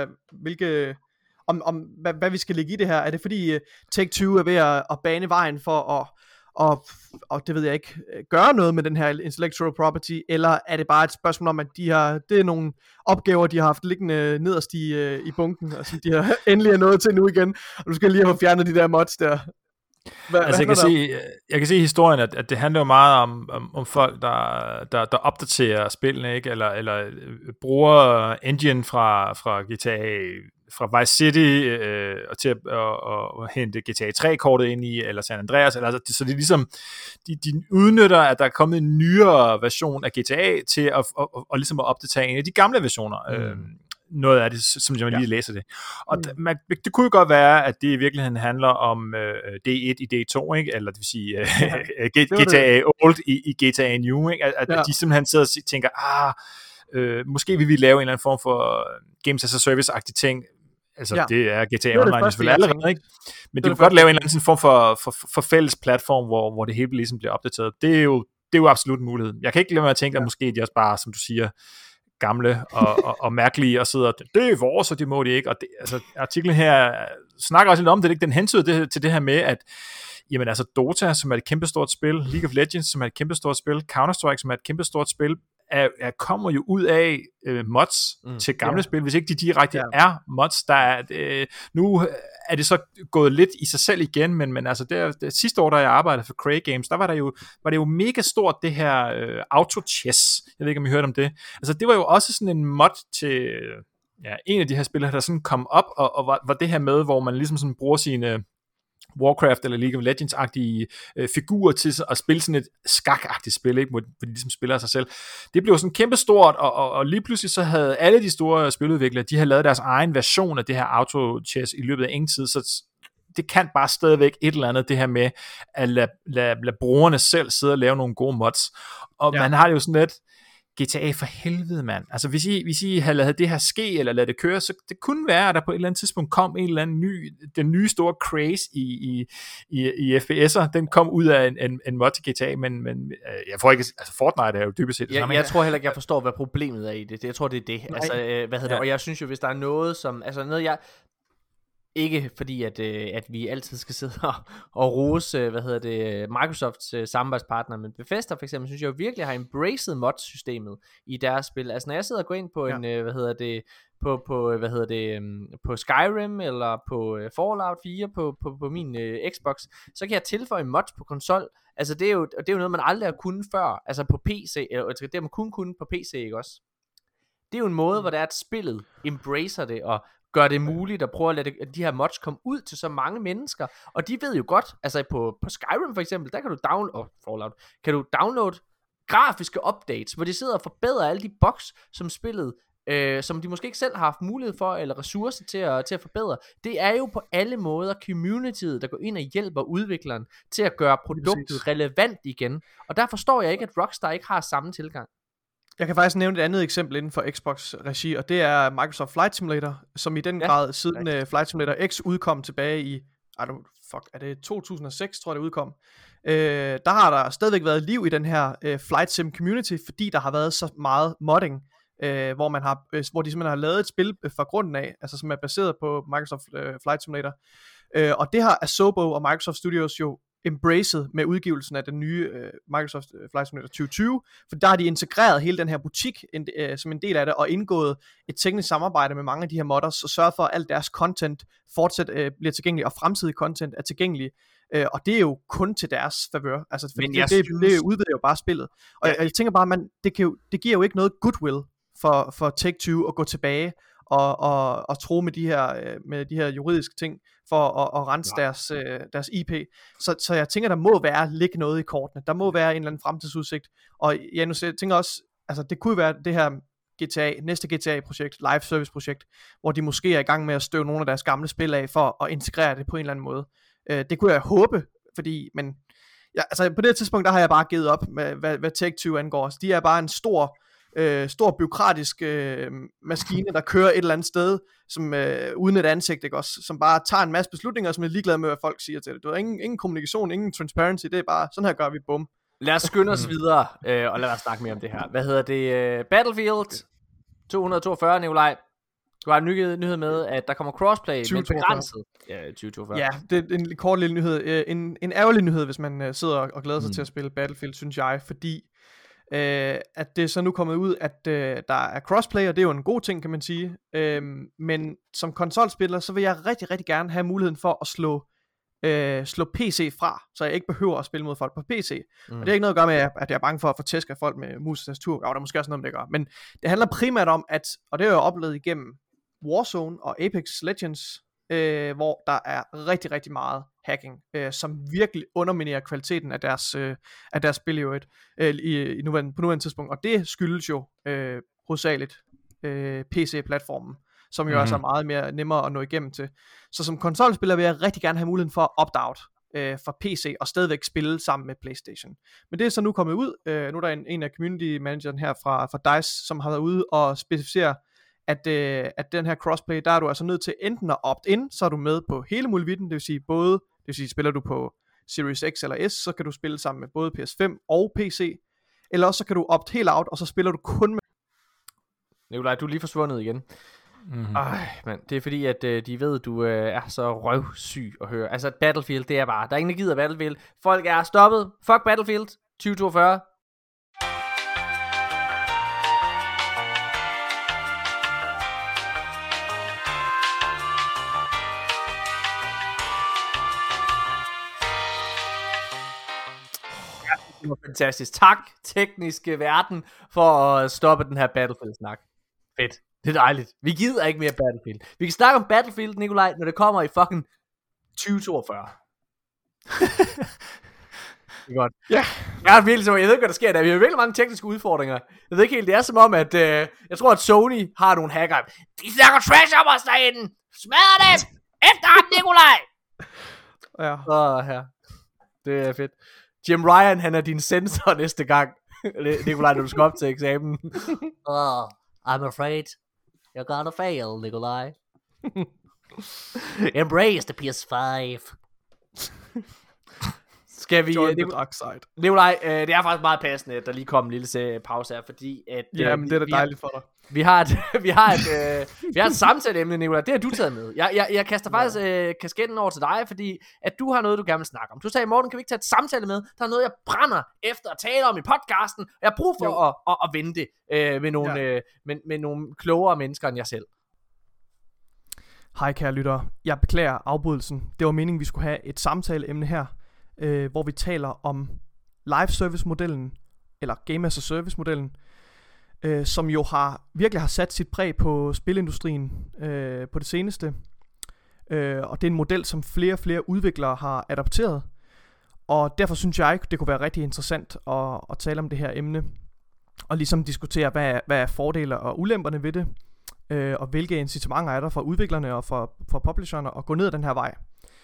hvad vi skal lægge i det her. Er det fordi Take-Two er ved at bane vejen for at det ved jeg ikke, gøre noget med den her intellectual property, eller er det bare et spørgsmål om, at det er nogle opgaver, de har haft liggende nederst i bunken, og som de har endelig er nået til nu igen, og du skal lige have fjernet de der mods der. Jeg kan se i historien, at det handler jo meget om folk, der opdaterer spillene, ikke? Eller bruger engine fra GTA, fra Vice City og til at hente GTA 3-kortet ind i, eller San Andreas, eller, så det er ligesom, de udnytter, at der er kommet en nyere version af GTA til at ligesom at opdatere en af de gamle versioner. Noget af det, som jeg lige læser det. Og det kunne jo godt være, at det i virkeligheden handler om D1 i D2, ikke? Eller det vil sige GTA Old i GTA New, ikke? At de simpelthen sidder og tænker, måske vil vi lave en eller anden form for Games as a Service-agtig ting. Altså, det er GTA Online selvfølgelig allerede, ikke? Men de vil godt lave en eller anden form for fælles platform, hvor det hele ligesom bliver opdateret. Det er jo absolut en mulighed. Jeg kan ikke lade mig at tænke, at måske de også bare, som du siger, gamle og mærkelige, og sidder, det er vores, og det må de ikke. Og det, altså, artiklen her snakker også lidt om det, ikke? Den hentyder til det her med, at jamen, altså Dota, som er et kæmpestort spil, League of Legends, som er et kæmpestort spil, Counter-Strike, som er et kæmpestort spil, kommer jo ud af mods til gamle spil, hvis ikke de direkte er mods. Nu er det så gået lidt i sig selv igen, men altså det sidste år, da jeg arbejdede for Cray Games, der var det jo mega stort, det her auto-chess. Jeg ved ikke, om I hørte om det. Altså det var jo også sådan en mod til en af de her spil, der sådan kom op, og var det her med, hvor man ligesom sådan bruger sine Warcraft eller League of Legends-agtige figurer til at spille sådan et skak-agtigt spil, ikke? Hvor de ligesom spiller sig selv. Det blev sådan kæmpestort, og lige pludselig så havde alle de store spiludviklere, de havde lavet deres egen version af det her auto-chess i løbet af ingen tid, så det kan bare stadigvæk et eller andet, det her med at lade brugerne selv sidde og lave nogle gode mods. Og man har det jo sådan lidt, GTA for helvede, mand. Altså hvis I havde ladet det her ske, eller ladet det køre, så det kunne være, at der på et eller andet tidspunkt kom en eller anden den nye store craze i FPS'er, den kom ud af en mod til GTA, men jeg får ikke, altså Fortnite er jo dybest set det samme. Jeg tror heller ikke, jeg forstår, hvad problemet er i det. Jeg tror, det er det. Altså, det? Og jeg synes jo, hvis der er noget, som, altså noget jeg, ikke fordi at vi altid skal sidde og rose Microsofts samarbejdspartner, men Bethesda for eksempel synes jeg jo virkelig har embraced mod-systemet i deres spil. Altså når jeg sidder og går ind på på Skyrim eller på Fallout 4 på min Xbox, så kan jeg tilføje mods på konsol. Altså det er jo noget man aldrig har kunnet før, altså på PC, det har man kun kunnet på PC, ikke også? Det er jo en måde, hvor det er at spillet embracer det og gør det muligt at prøve at lade de her mods komme ud til så mange mennesker, og de ved jo godt, altså på Skyrim for eksempel, der kan du downloade grafiske updates, hvor de sidder og forbedrer alle de bugs, som spillet, som de måske ikke selv har haft mulighed for, eller ressourcer til at forbedre. Det er jo på alle måder communityet, der går ind og hjælper udvikleren til at gøre produktet relevant igen, og der forstår jeg ikke, at Rockstar ikke har samme tilgang. Jeg kan faktisk nævne et andet eksempel inden for Xbox-regi, og det er Microsoft Flight Simulator, som i den grad siden Flight Simulator X udkom tilbage i, er det 2006, tror jeg det udkom. Der har der stadigvæk været liv i den her Flight Sim community, fordi der har været så meget modding, hvor de simpelthen har lavet et spil fra grunden af, altså som er baseret på Microsoft Flight Simulator. Og det har Asobo og Microsoft Studios jo embraced med udgivelsen af den nye Microsoft Flight Simulator 2020, for der har de integreret hele den her butik som en del af det, og indgået et teknisk samarbejde med mange af de her modders, og sørget for, at alt deres content fortsat bliver tilgængeligt, og fremtidig content er tilgængelig, og det er jo kun til deres favør, altså det udvider jo bare spillet, og jeg tænker bare, det giver jo ikke noget goodwill for Take-Two at gå tilbage og tro med de her juridiske ting for at rense deres IP. Så jeg tænker, der må ligge noget i kortene. Der må være en eller anden fremtidsudsigt. Og jeg tænker også, altså det kunne være det her næste GTA-projekt, live service projekt, hvor de måske er i gang med at støve nogle af deres gamle spil af for at integrere det på en eller anden måde. Det kunne jeg håbe, men altså på det tidspunkt, der har jeg bare givet op med, hvad Take-Two angår. Så de er bare en stor bureaukratisk maskine, der kører et eller andet sted, som uden et ansigt, ikke også, som bare tager en masse beslutninger, som er ligeglade med, hvad folk siger til det. Du har ingen kommunikation, ingen transparency, det er bare, sådan her gør vi, bum. Lad os skynde os videre, og lad os snakke mere om det her. Battlefield 242, Nikolaj. Du har en nyhed med, at der kommer crossplay, men begrænset. Ja, 2042. Ja, det er en kort lille nyhed. En ærgerlig nyhed, hvis man sidder og glæder sig til at spille Battlefield, synes jeg, fordi at det er så nu kommet ud, at der er crossplay, og det er jo en god ting, kan man sige. Men som konsolspiller, så vil jeg rigtig, rigtig gerne have muligheden for at slå PC fra, så jeg ikke behøver at spille mod folk på PC. Og det er ikke noget at gøre med, at jeg er bange for at få tæsk af folk med mus og tastatur. Der er måske også noget, det gør. Men det handler primært om, at, og det har jeg jo oplevet igennem Warzone og Apex Legends, hvor der er rigtig, rigtig meget hacking, som virkelig underminerer kvaliteten af deres spil i øvrigt, på nuværende tidspunkt. Og det skyldes jo hovedsageligt PC-platformen, som jo også er meget mere nemmere at nå igennem til. Så som konsolspiller vil jeg rigtig gerne have muligheden for at opt-out fra PC og stadigvæk spille sammen med PlayStation. Men det er så nu kommet ud. Nu er der en af community manageren her fra DICE, som har været ude og specificere, at den her crossplay, der er du altså nødt til enten at opt-in, så er du med på hele muligheden, det vil sige spiller du på Series X eller S, så kan du spille sammen med både PS5 og PC, eller også så kan du opt helt out, og så spiller du kun med... Nikolaj, du er lige forsvundet igen. Men det er fordi, at de ved, du er så røvsyg at høre. Altså Battlefield, det er bare, der er ingen, der gider Battlefield. Folk er stoppet. Fuck Battlefield 2042. Det var fantastisk. Tak, tekniske verden, for at stoppe den her Battlefield-snak. Fedt. Det er dejligt. Vi gider ikke mere Battlefield. Vi kan snakke om Battlefield, Nikolaj, når det kommer i fucking 2042. Det er godt. Ja. Jeg ved ikke, hvad der sker der. Vi har virkelig mange tekniske udfordringer. Jeg ved ikke helt, det er som om, at jeg tror, at Sony har nogle hacker. De snakker trash om os derinde. Smadrer dem! Efter ham, Nikolaj! Ja. Ja. Det er fedt. Jim Ryan, han er din sensor næste gang. Nikolaj, når du skal op til eksamen. I'm afraid you're gonna fail, Nikolaj. Embrace the PS5. Skal vi... Join the dark side. Nikolaj, det er faktisk meget passende, at der lige kom en lille pause her, fordi at... Jamen, det er da dejligt for dig. Vi har et samtaleemne, Nikolaj. Det har du taget med. Jeg kaster faktisk kasketten over til dig, fordi at du har noget, du gerne vil snakke om. Du sagde, Morten, kan vi ikke tage et samtale med? Der er noget, jeg brænder efter at tale om i podcasten, og jeg har brug for at vende det med nogle klogere mennesker end jeg selv. Hej kære lyttere. Jeg beklager afbrydelsen. Det var meningen, vi skulle have et samtaleemne her, hvor vi taler om live service modellen, eller game as a service modellen, som jo virkelig har sat sit præg på spilindustrien på det seneste. Og det er en model, som flere og flere udviklere har adopteret. Og derfor synes jeg, det kunne være rigtig interessant at tale om det her emne. Og ligesom diskutere, hvad er fordele og ulemperne ved det. Og hvilke incitamenter er der for udviklerne og for publisherne at gå ned ad den her vej.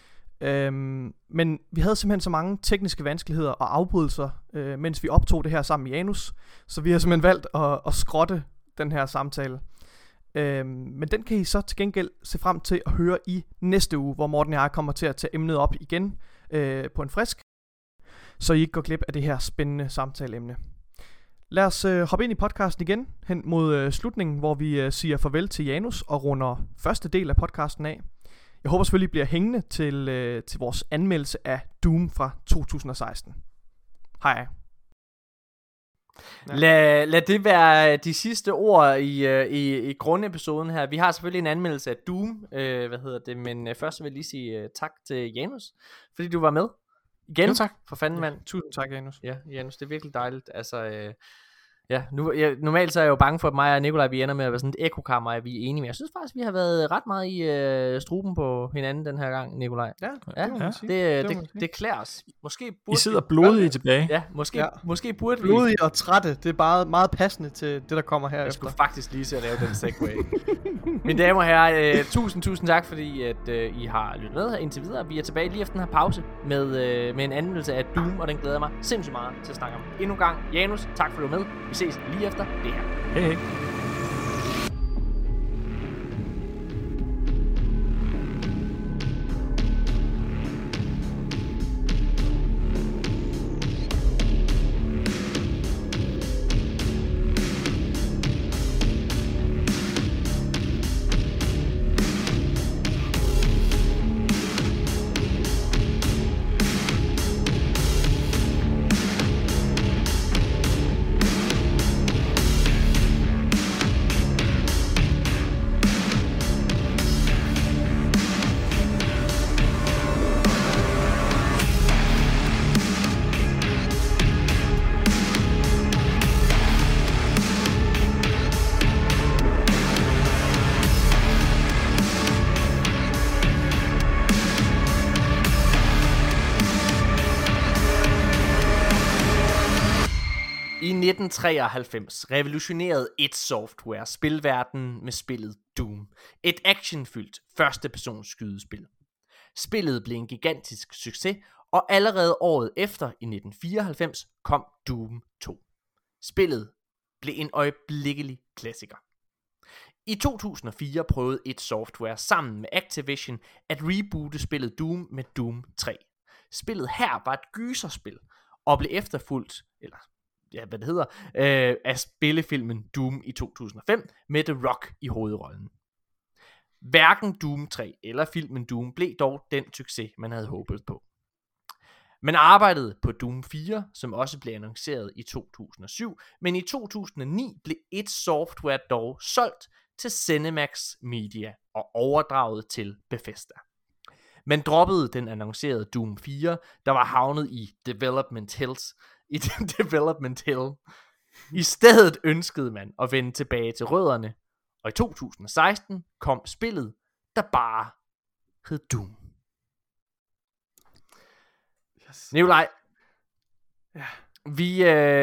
Men vi havde simpelthen så mange tekniske vanskeligheder og afbrydelser, mens vi optog det her sammen i Janus. Så vi har simpelthen valgt at skrotte den her samtale. Men den kan I så til gengæld se frem til at høre i næste uge, hvor Morten og jeg kommer til at tage emnet op igen på en frisk, så I ikke går glip af det her spændende samtaleemne. Lad os hoppe ind i podcasten igen hen mod slutningen, hvor vi siger farvel til Janus og runder første del af podcasten af. Jeg håber selvfølgelig, I bliver hængende til vores anmeldelse af Doom fra 2016. Hej. Ja. Lad det være de sidste ord i grundepisoden her. Vi har selvfølgelig en anmeldelse af Doom, men først vil jeg lige sige tak til Janus, fordi du var med igen. Jo, tak. For fanden, mand. Tusind tak, Janus. Ja, Janus, det er virkelig dejligt. Altså, normalt så er jeg jo bange for, at mig og Nikolaj, vi ender med at være sådan et ekokammer, at vi er enige. Men jeg synes faktisk, vi har været ret meget i struben på hinanden den her gang, Nikolaj. Det klæder os. Måske burde I sidder blodige tilbage. Ja, måske burde vi. Blodige og trætte, det er bare meget passende til det, der kommer her. Jeg skulle faktisk lige se at lave den segway. Mine damer og herrer, tusind tak, fordi at I har lyttet med her indtil videre. Vi er tilbage lige efter den her pause med en anmeldelse af Doom, og den glæder mig sindssygt meget til at snakke om. Endnu en gang, Janus, tak for at du med. Vi ses lige efter det her. Hej. I 1993 revolutionerede id Software spilverdenen med spillet Doom. Et actionfyldt førstepersons skydespil. Spillet blev en gigantisk succes, og allerede året efter i 1994 kom Doom 2. Spillet blev en øjeblikkelig klassiker. I 2004 prøvede id Software sammen med Activision at reboote spillet Doom med Doom 3. Spillet her var et gyserspil og blev efterfulgt, af spillefilmen Doom i 2005 med The Rock i hovedrollen. Hverken Doom 3 eller filmen Doom blev dog den succes, man havde håbet på. Man arbejdede på Doom 4, som også blev annonceret i 2007, men i 2009 blev id Software dog solgt til ZeniMax Media og overdraget til Bethesda. Man droppede den annoncerede Doom 4, der var havnet i Development Hell. I stedet ønskede man at vende tilbage til rødderne, og i 2016 kom spillet, der bare hed Doom. Yes. Nikolaj. Ja. Vi...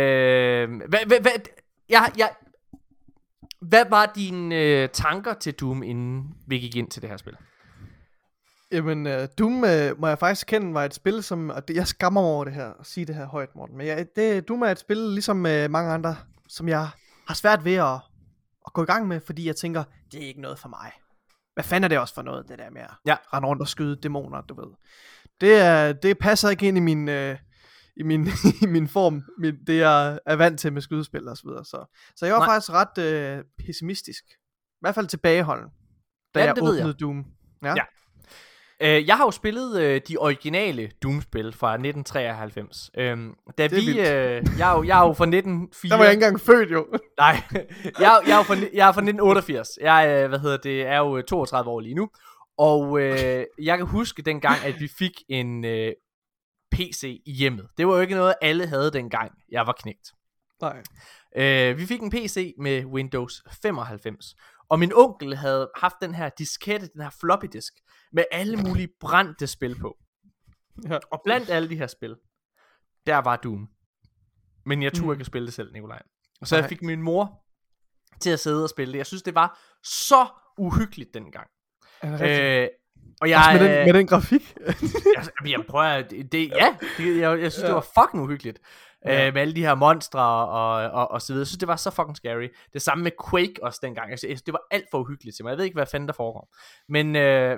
Hvad var dine tanker til Doom, inden vi gik ind til det her spil? Jamen, Doom må jeg faktisk kende var et spil, som... Og jeg skammer mig over det her, at sige det her højt, Morten. Men Doom er et spil, ligesom mange andre, som jeg har svært ved at gå i gang med, fordi jeg tænker, det er ikke noget for mig. Hvad fanden er det også for noget, det der med at rende rundt og skyde dæmoner, du ved. Det passer ikke ind i min form, det jeg er vant til med skydespil og så videre. Så jeg var faktisk ret pessimistisk. I hvert fald tilbageholden, da jeg åbnede Doom. Ja. Jeg har jo spillet de originale Doom-spil fra 1993. Jeg er jo fra 1904. Der var jeg ikke engang født, jo. Nej, jeg er fra 1988. Jeg er jo 32 år lige nu. Og jeg kan huske dengang, at vi fik en PC i hjemmet. Det var jo ikke noget, alle havde dengang, jeg var knægt. Nej. Vi fik en PC med Windows 95. Og min onkel havde haft den her diskette, den her floppy disk, med alle mulige brændte spil på. Ja. Og blandt alle de her spil, der var Doom. Men jeg turde ikke spille det selv, Nikolaj. Og så jeg fik min mor til at sidde og spille det. Jeg synes, det var så uhyggeligt dengang. Og jeg, med den grafik. jeg prøver jeg synes det var fucking uhyggeligt. Med alle de her monstre og så videre. Jeg synes det var så fucking scary. Det samme med Quake også dengang. Jeg synes, det var alt for uhyggeligt til mig. Jeg ved ikke hvad fanden der foregår. Men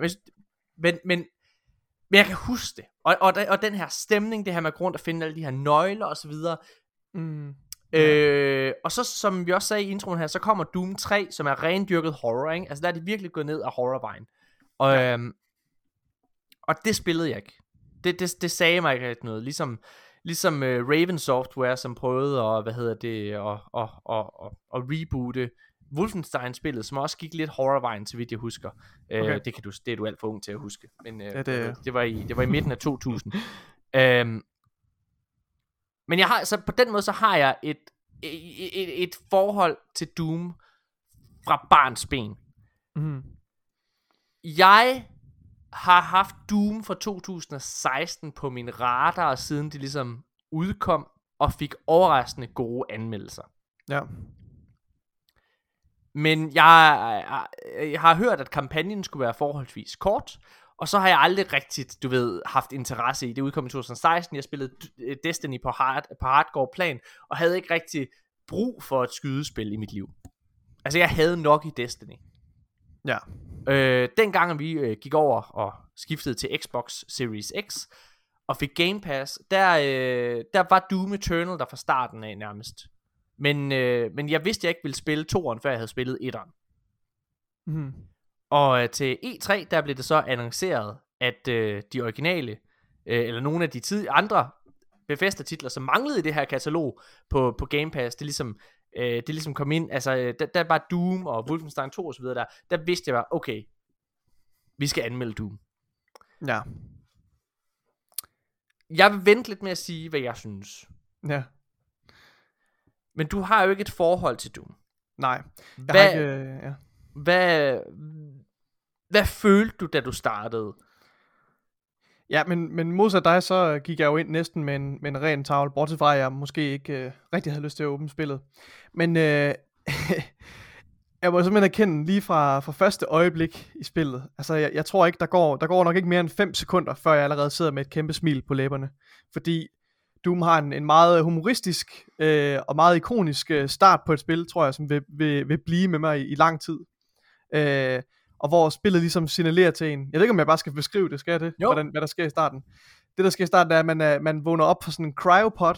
jeg kan huske det. Og den her stemning, det her med grund at finde alle de her nøgler og så videre. Og så som vi også sagde i introen her, så kommer Doom 3, som er rendyrket horror, ikke? Altså der er de virkelig gået ned af horrorvejen. Og det spillede jeg ikke. Det sagde mig ikke noget. Ligesom Raven Software, som prøvede at reboote Wolfenstein-spillet, som også gik lidt horrorvejen, så vidt jeg husker. Okay. Det er du alt for ung til at huske. Men det var i midten af 2000. Men jeg har så på den måde så har jeg et forhold til Doom fra barnsben. Jeg har haft Doom fra 2016 på min radar, siden det ligesom udkom og fik overraskende gode anmeldelser. Ja. Men jeg har hørt, at kampagnen skulle være forholdsvis kort, og så har jeg aldrig rigtigt, haft interesse i det. Udkom i 2016, jeg spillede Destiny på hardcore plan, og havde ikke rigtig brug for et skydespil i mit liv. Altså jeg havde nok i Destiny. Ja. Dengang vi gik over og skiftede til Xbox Series X og fik Game Pass, der var Doom Eternal der fra starten af nærmest. Men jeg vidste, jeg ikke ville spille 2'eren, før jeg havde spillet 1'eren. Og til E3, der blev det så annonceret, at de originale, eller nogle af de andre Bethesda-titler, som manglede i det her katalog på Game Pass, det ligesom kom ind, altså der var Doom og Wolfenstein 2 og så videre der vidste jeg bare, okay, vi skal anmelde Doom. Ja. Jeg vil vente lidt med at sige, hvad jeg synes. Ja. Men du har jo ikke et forhold til Doom. Nej. Hvad følte du, da du startede? Ja, men modsat dig, så gik jeg jo ind næsten med en ren tavle, bortset fra, at jeg måske ikke rigtig havde lyst til at åbne spillet. Men jeg må simpelthen erkende lige fra første øjeblik i spillet. Altså, jeg tror ikke, der går nok ikke mere end 5 sekunder, før jeg allerede sidder med et kæmpe smil på læberne. Fordi Doom har en meget humoristisk og meget ikonisk start på et spil, tror jeg, som vil blive med mig i lang tid. Og hvor spillet ligesom signalerer til en. Jeg ved ikke, om jeg bare skal beskrive det, skal jeg det? Hvad der sker i starten. Det, der sker i starten, er, at man vågner op på sådan en cryopod,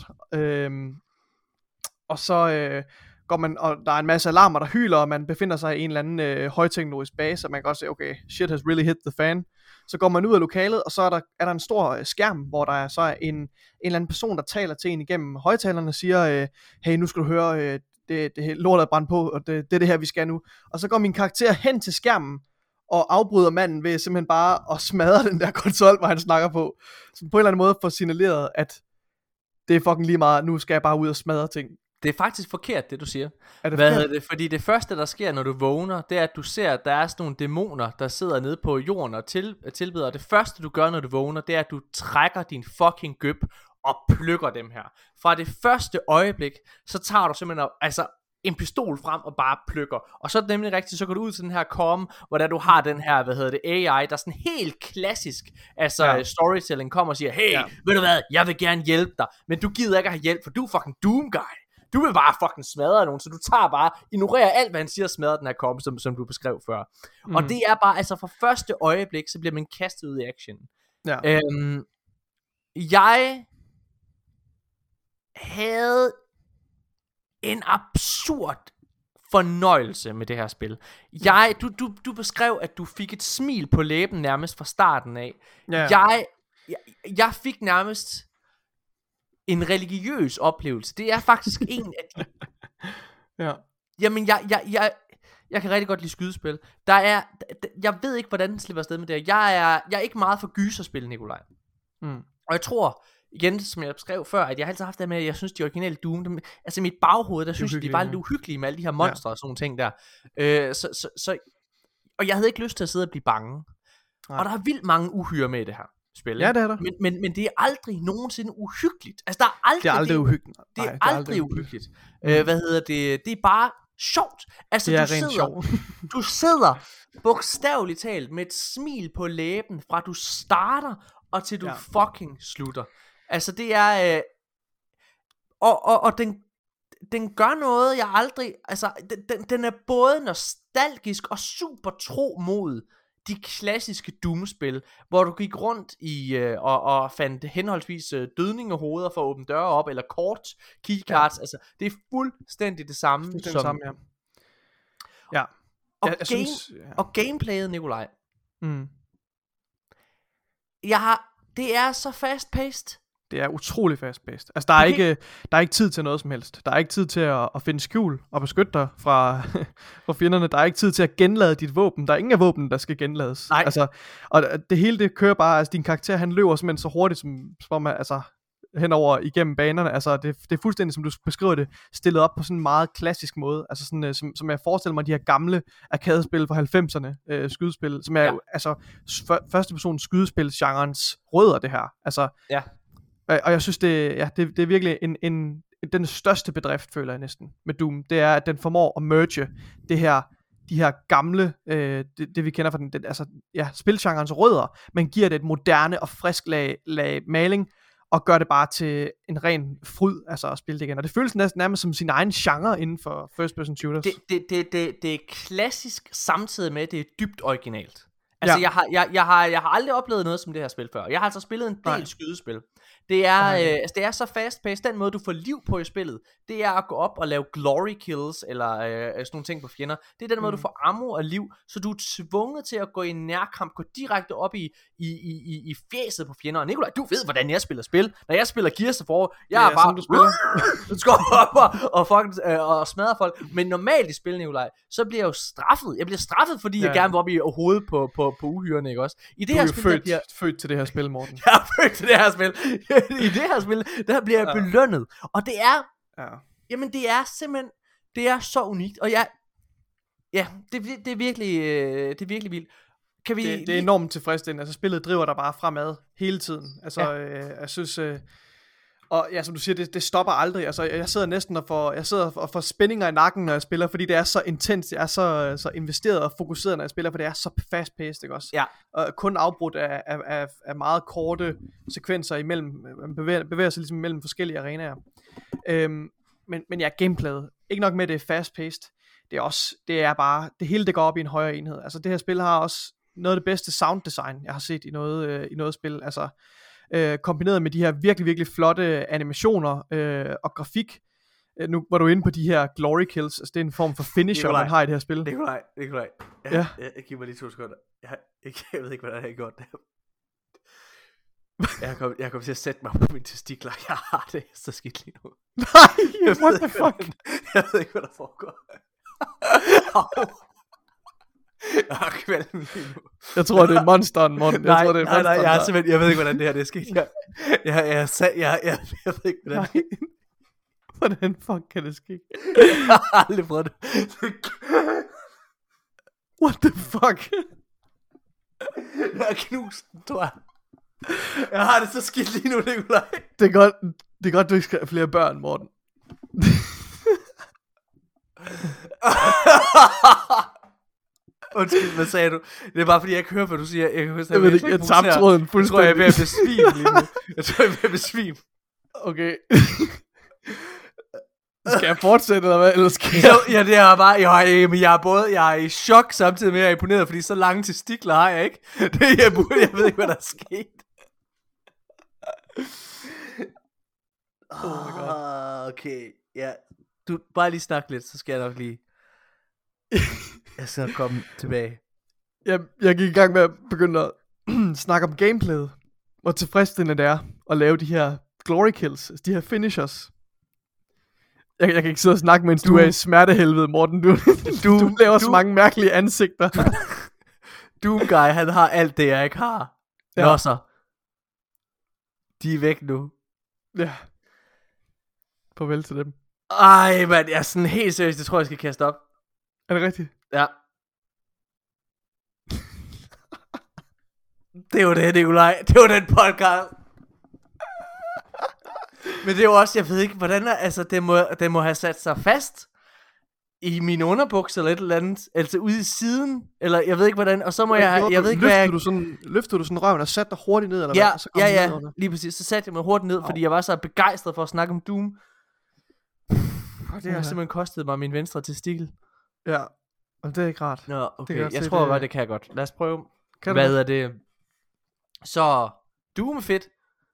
og så går man, og der er en masse alarmer, der hyler, og man befinder sig i en eller anden højteknologisk base, og man kan også se, okay, shit has really hit the fan. Så går man ud af lokalet, og så er der en stor skærm, hvor der er så en eller anden person, der taler til en igennem højtalerne, og siger, hey, nu skal du høre, det lortet er brændt på, og det er det her, vi skal nu. Og så går min karakter hen til skærmen, og afbryder manden ved simpelthen bare at smadre den der konsol, hvor han snakker på. Så på en eller anden måde får signaleret, at det er fucking lige meget, nu skal jeg bare ud og smadre ting. Det er faktisk forkert, det du siger. Er det Hvad forkert? hedder det? Fordi det første, der sker, når du vågner, det er, at du ser, at der er sådan nogle dæmoner, der sidder nede på jorden og tilbeder. Det første, du gør, når du vågner, det er, at du trækker din fucking gøb og plukker dem her. Fra det første øjeblik, så tager du simpelthen en pistol frem og bare plukker. Og så er det nemlig rigtigt, så går du ud til den her kom, hvor der du har den her, AI, der sådan helt klassisk, storytelling kommer og siger, hey, ved du hvad, jeg vil gerne hjælpe dig, men du gider ikke at have hjælp, for du er fucking doom guy. Du vil bare fucking smadre nogen, så du tager bare, ignorerer alt, hvad han siger, og smadrer den her kom, som du beskrev før. Og det er bare, fra første øjeblik, så bliver man kastet ud i action. Ja. Jeg havde en absurd fornøjelse med det her spil. Du beskrev, at du fik et smil på læben nærmest fra starten af. Jeg fik nærmest en religiøs oplevelse. Det er faktisk en af de... Ja. Jamen, jeg kan rigtig godt lide skydespil. Jeg ved ikke, hvordan den slipper afsted med det. Jeg er ikke meget for gyserspil, Nikolaj. Og jeg tror, igen, som jeg beskrev før, at jeg altid har haft det med, at jeg synes, de originale Doom, i mit baghoved, der synes jeg, de var lidt uhyggelige med alle de her monstre og sådan nogle ting der. Og jeg havde ikke lyst til at sidde og blive bange. Nej. Og der er vildt mange uhyre med i det her spil. Ja, det er der. Men det er aldrig nogensinde uhyggeligt. Altså, det er aldrig uhyggeligt. Det er aldrig uhyggeligt. Det er bare sjovt. Altså, det er rent sjovt. Du sidder bogstaveligt talt med et smil på læben, fra du starter og til du fucking slutter. Altså det er og den gør noget jeg aldrig, altså den er både nostalgisk og super tro mod de klassiske Doom-spil, hvor du gik rundt i og fandt henholdsvis dødningehoveder for at åbne døre op, eller keycards, altså det er fuldstændig det samme som ja. Og gameplayet, Nikolaj. Det er så fast-paced. Det er utrolig fast-paced. Altså der er ikke tid til noget som helst. Der er ikke tid til at finde skjul og beskytte dig fra fjenderne. Der er ikke tid til at genlade dit våben. Der er ingen af våben, der skal genlades. Nej. Altså, og det hele det kører bare, altså din karakter, han løber simpelthen så hurtigt som altså henover igennem banerne. Altså det er fuldstændig, som du beskriver det, stillet op på sådan en meget klassisk måde. Altså sådan som jeg forestiller mig de her gamle arcade-spil fra 90'erne, skydespil, som er altså første persons skydespil-genrens rødder, det her. Altså og jeg synes det er virkelig den største bedrift, føler jeg næsten med Doom. Det er at den formår at merge de her gamle det vi kender fra spilgenrens rødder, men giver det et moderne og frisk lag maling og gør det bare til en ren fryd, altså at spille det igen. Og det føles næsten nærmest som sin egen genre inden for first person shooters. Det er klassisk, samtidig med, det er dybt originalt. Altså jeg har aldrig oplevet noget som det her spil før. Jeg har altså spillet en del skydespil. Det er så fast-paced. Den måde du får liv på i spillet, det er at gå op og lave glory kills eller sådan nogle ting på fjender. Det er den måde du får ammo og liv, så du er tvunget til at gå i nærkamp, gå direkte op i fjeset på fjender. Og Nikolaj, du ved hvordan jeg spiller spil. Når jeg spiller Gears of War, jeg er bare du skal op og smadre folk. Men normalt i spil, Nikolaj, så bliver jeg jo straffet. Jeg bliver straffet, fordi jeg gerne vil op i hovedet på uhyrene, ikke også? I det du her spil, bliver født til det her spil, Morten. Jeg er født til det her spil. I det her spil, der bliver jeg belønnet. Og det er jamen det er simpelthen, det er så unikt. Og det er virkelig vildt. Kan vi det er enormt tilfredsstillende. Altså spillet driver dig bare fremad hele tiden. Altså jeg synes og ja, som du siger, det stopper aldrig. Altså jeg sidder næsten og får spændinger i nakken, når jeg spiller, fordi det er så intens, jeg er så investeret og fokuseret, når jeg spiller, for det er så fast-paced, ikke også? Ja. Og kun afbrudt af meget korte sekvenser imellem, man bevæger sig ligesom mellem forskellige arenaer. Men ja, gameplayet, ikke nok med det er fast-paced, det er bare, det hele det går op i en højere enhed. Altså det her spil har også noget af det bedste sounddesign, jeg har set i noget spil, altså kombineret med de her virkelig, virkelig flotte animationer og grafik. Nu var du inde på de her glory kills, altså det er en form for finisher, man har i det her spil. Nikolaj. Jeg giver mig lige 2 sekunder. Jeg ved ikke, hvordan jeg har gjort det. Jeg kommer til at sætte mig på mine testikler. Jeg har det så skidt lige nu. Nej, what the fuck? Jeg ved ikke, hvad der foregår. Jeg tror det er monsteren, Morten. Nej, jeg ved ikke hvordan det her det er sket. Jeg ved ikke hvordan. Hvordan fuck kan det ske? Jeg har aldrig prøvet det. What the fuck? Jeg har knust den, tror jeg. Jeg har det så skidt lige nu, Nikolaj. Det er godt, du ikke skal have flere børn, Morten. Undskyld, hvad sagde du? Det er bare fordi, jeg ikke hører, hvad du siger. Jeg ved ikke, jeg tabte tråden fuldstændig. Jeg tror, jeg er ved at besvime lige nu. Jeg tror, jeg er ved at besvime. Okay. Skal jeg fortsætte, eller hvad? Eller skal jeg... Ja, det er bare... Jeg er i chok, samtidig med, at jeg er imponeret, fordi så lange testikler har jeg ikke. Jeg ved ikke, hvad der er sket. Oh my god. Okay, ja. Du, bare lige snak lidt, så skal jeg nok lige... Jeg skal komme tilbage. Jeg gik i gang med at begynde at snakke om gameplayet. Hvor tilfredsstillende det er at lave de her glory kills, de her finishers. Jeg kan ikke sidde og snakke, mens du er i smertehelvede, Morten. Du laver så mange mærkelige ansigter. Doomguy, han har alt det, jeg ikke har. Ja. Nå så. De er væk nu. Ja. Farvel til dem. Ej, mand, jeg er sådan helt seriøst, det tror jeg skal kaste op. Er det rigtigt? Ja. Det var det, Nikolaj. Det var den podcast. Men det er jo også, jeg ved ikke, hvordan altså, det må have sat sig fast i mine underbukser eller et eller andet, altså ude i siden, eller jeg ved ikke hvordan, og så må jeg ved ikke hvad løftede du sådan røven og satte dig hurtigt ned, eller ja, hvad? Så ja, lige præcis, så satte jeg mig hurtigt ned, fordi jeg var så begejstret for at snakke om Doom, og det har simpelthen kostet mig min venstre testikel. Ja, og det er ikke rart. Nå, okay, jeg tror godt, det kan jeg godt. Lad os prøve. Hvad er det? Så, Doom er fedt.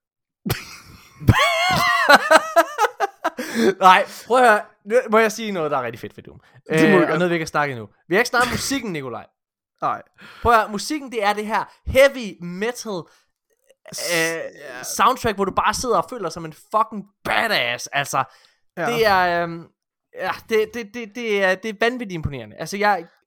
Nej, prøv at høre. Nu må jeg sige noget, der er rigtig fedt for Doom. Og noget, vi kan snakke nu. Vi har ikke snakket musikken, Nikolaj. Nej. Prøv at høre, musikken, det er det her heavy metal soundtrack, hvor du bare sidder og føler som en fucking badass. Altså, det er... det er vanvittigt imponerende. Altså,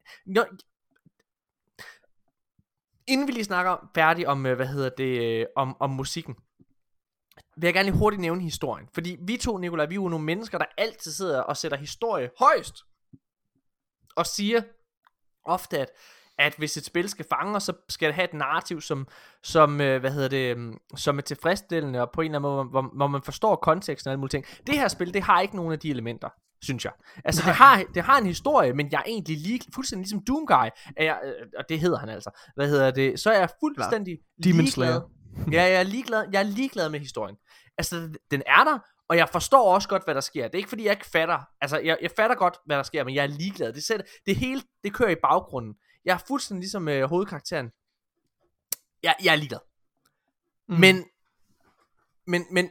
inden vi lige snakker færdigt om, om musikken, vil jeg gerne lige hurtigt nævne historien. Fordi vi to, Nikolaj, vi er jo nogle mennesker, der altid sidder og sætter historie højst. Og siger ofte, at hvis et spil skal fange os, så skal det have et narrativ, som er tilfredsstillende, og på en eller anden måde, hvor man forstår konteksten og alle mulige ting. Det her spil, det har ikke nogen af de elementer, synes jeg. Altså, det har en historie, men jeg er egentlig fuldstændig ligesom Doomguy, og det hedder han altså. Så er jeg fuldstændig ligeglad. Ja, jeg er ligeglad med historien. Altså, den er der, og jeg forstår også godt, hvad der sker. Det er ikke fordi, jeg ikke fatter. Altså, jeg fatter godt, hvad der sker, men jeg er ligeglad. Det hele, det kører i baggrunden. Jeg er fuldstændig ligesom hovedkarakteren. Jeg er ligeglad. Men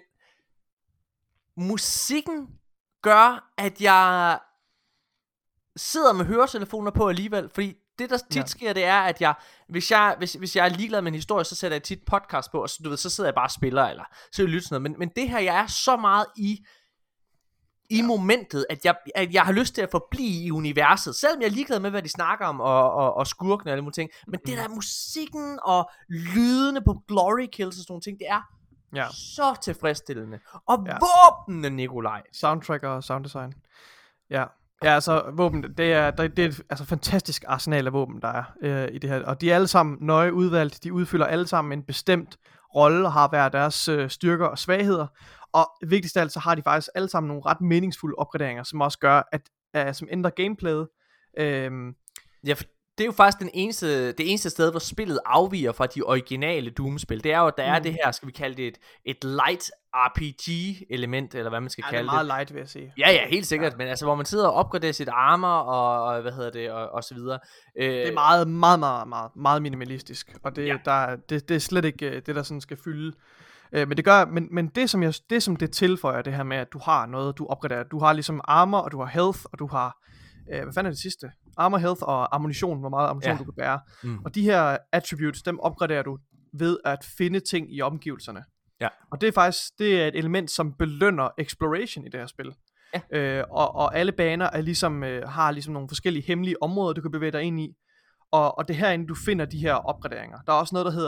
musikken gør, at jeg sidder med høretelefoner på alligevel, fordi det der tit sker, det er, at hvis jeg er ligeglad med en historie, så sætter jeg tit podcast på, og så sidder jeg bare og spiller, eller så jeg lytter noget. Men det her, jeg er så meget i momentet, at jeg har lyst til at forblive i universet, selvom jeg er ligeglad med, hvad de snakker om, og skurkene og alle mulige ting. Men det der musikken og lydene på glory kills og sådan nogle ting, det er så tilfredsstillende. Og våbnene, Nikolaj. Soundtrack og sounddesign. Ja, altså våben, det er altså fantastisk arsenal af våben, der er i det her. Og de er alle sammen nøje udvalgt. De udfylder alle sammen en bestemt rolle og har hver deres styrker og svagheder. Og vigtigst af alt, så har de faktisk alle sammen nogle ret meningsfulde opgraderinger, som også gør, som ændrer gameplayet. Ja, for det er jo faktisk det eneste sted, hvor spillet afviger fra de originale Doom-spil. Det er jo, at der er det her, skal vi kalde det et light RPG-element, eller hvad man skal kalde det. Det er meget light, vil jeg sige. Ja, helt sikkert. Ja. Men altså, hvor man sidder og opgraderer sit armor, og og så videre. Det er meget, meget, meget, meget, meget minimalistisk. Og det er slet ikke det, der sådan skal fylde. Men det som det tilføjer, det her med, at du har noget, du opgraderer. Du har ligesom armor, og du har health, og du har... hvad fanden er det sidste? Armor, health og ammunition, hvor meget ammunition du kan bære. Og de her attributes, dem opgraderer du ved at finde ting i omgivelserne. Ja. Og det er et element, som belønner exploration i det her spil. Ja. Og alle baner er ligesom, har ligesom nogle forskellige hemmelige områder, du kan bevæge dig ind i. Og det er herinde, du finder de her opgraderinger. Der er også noget, der hedder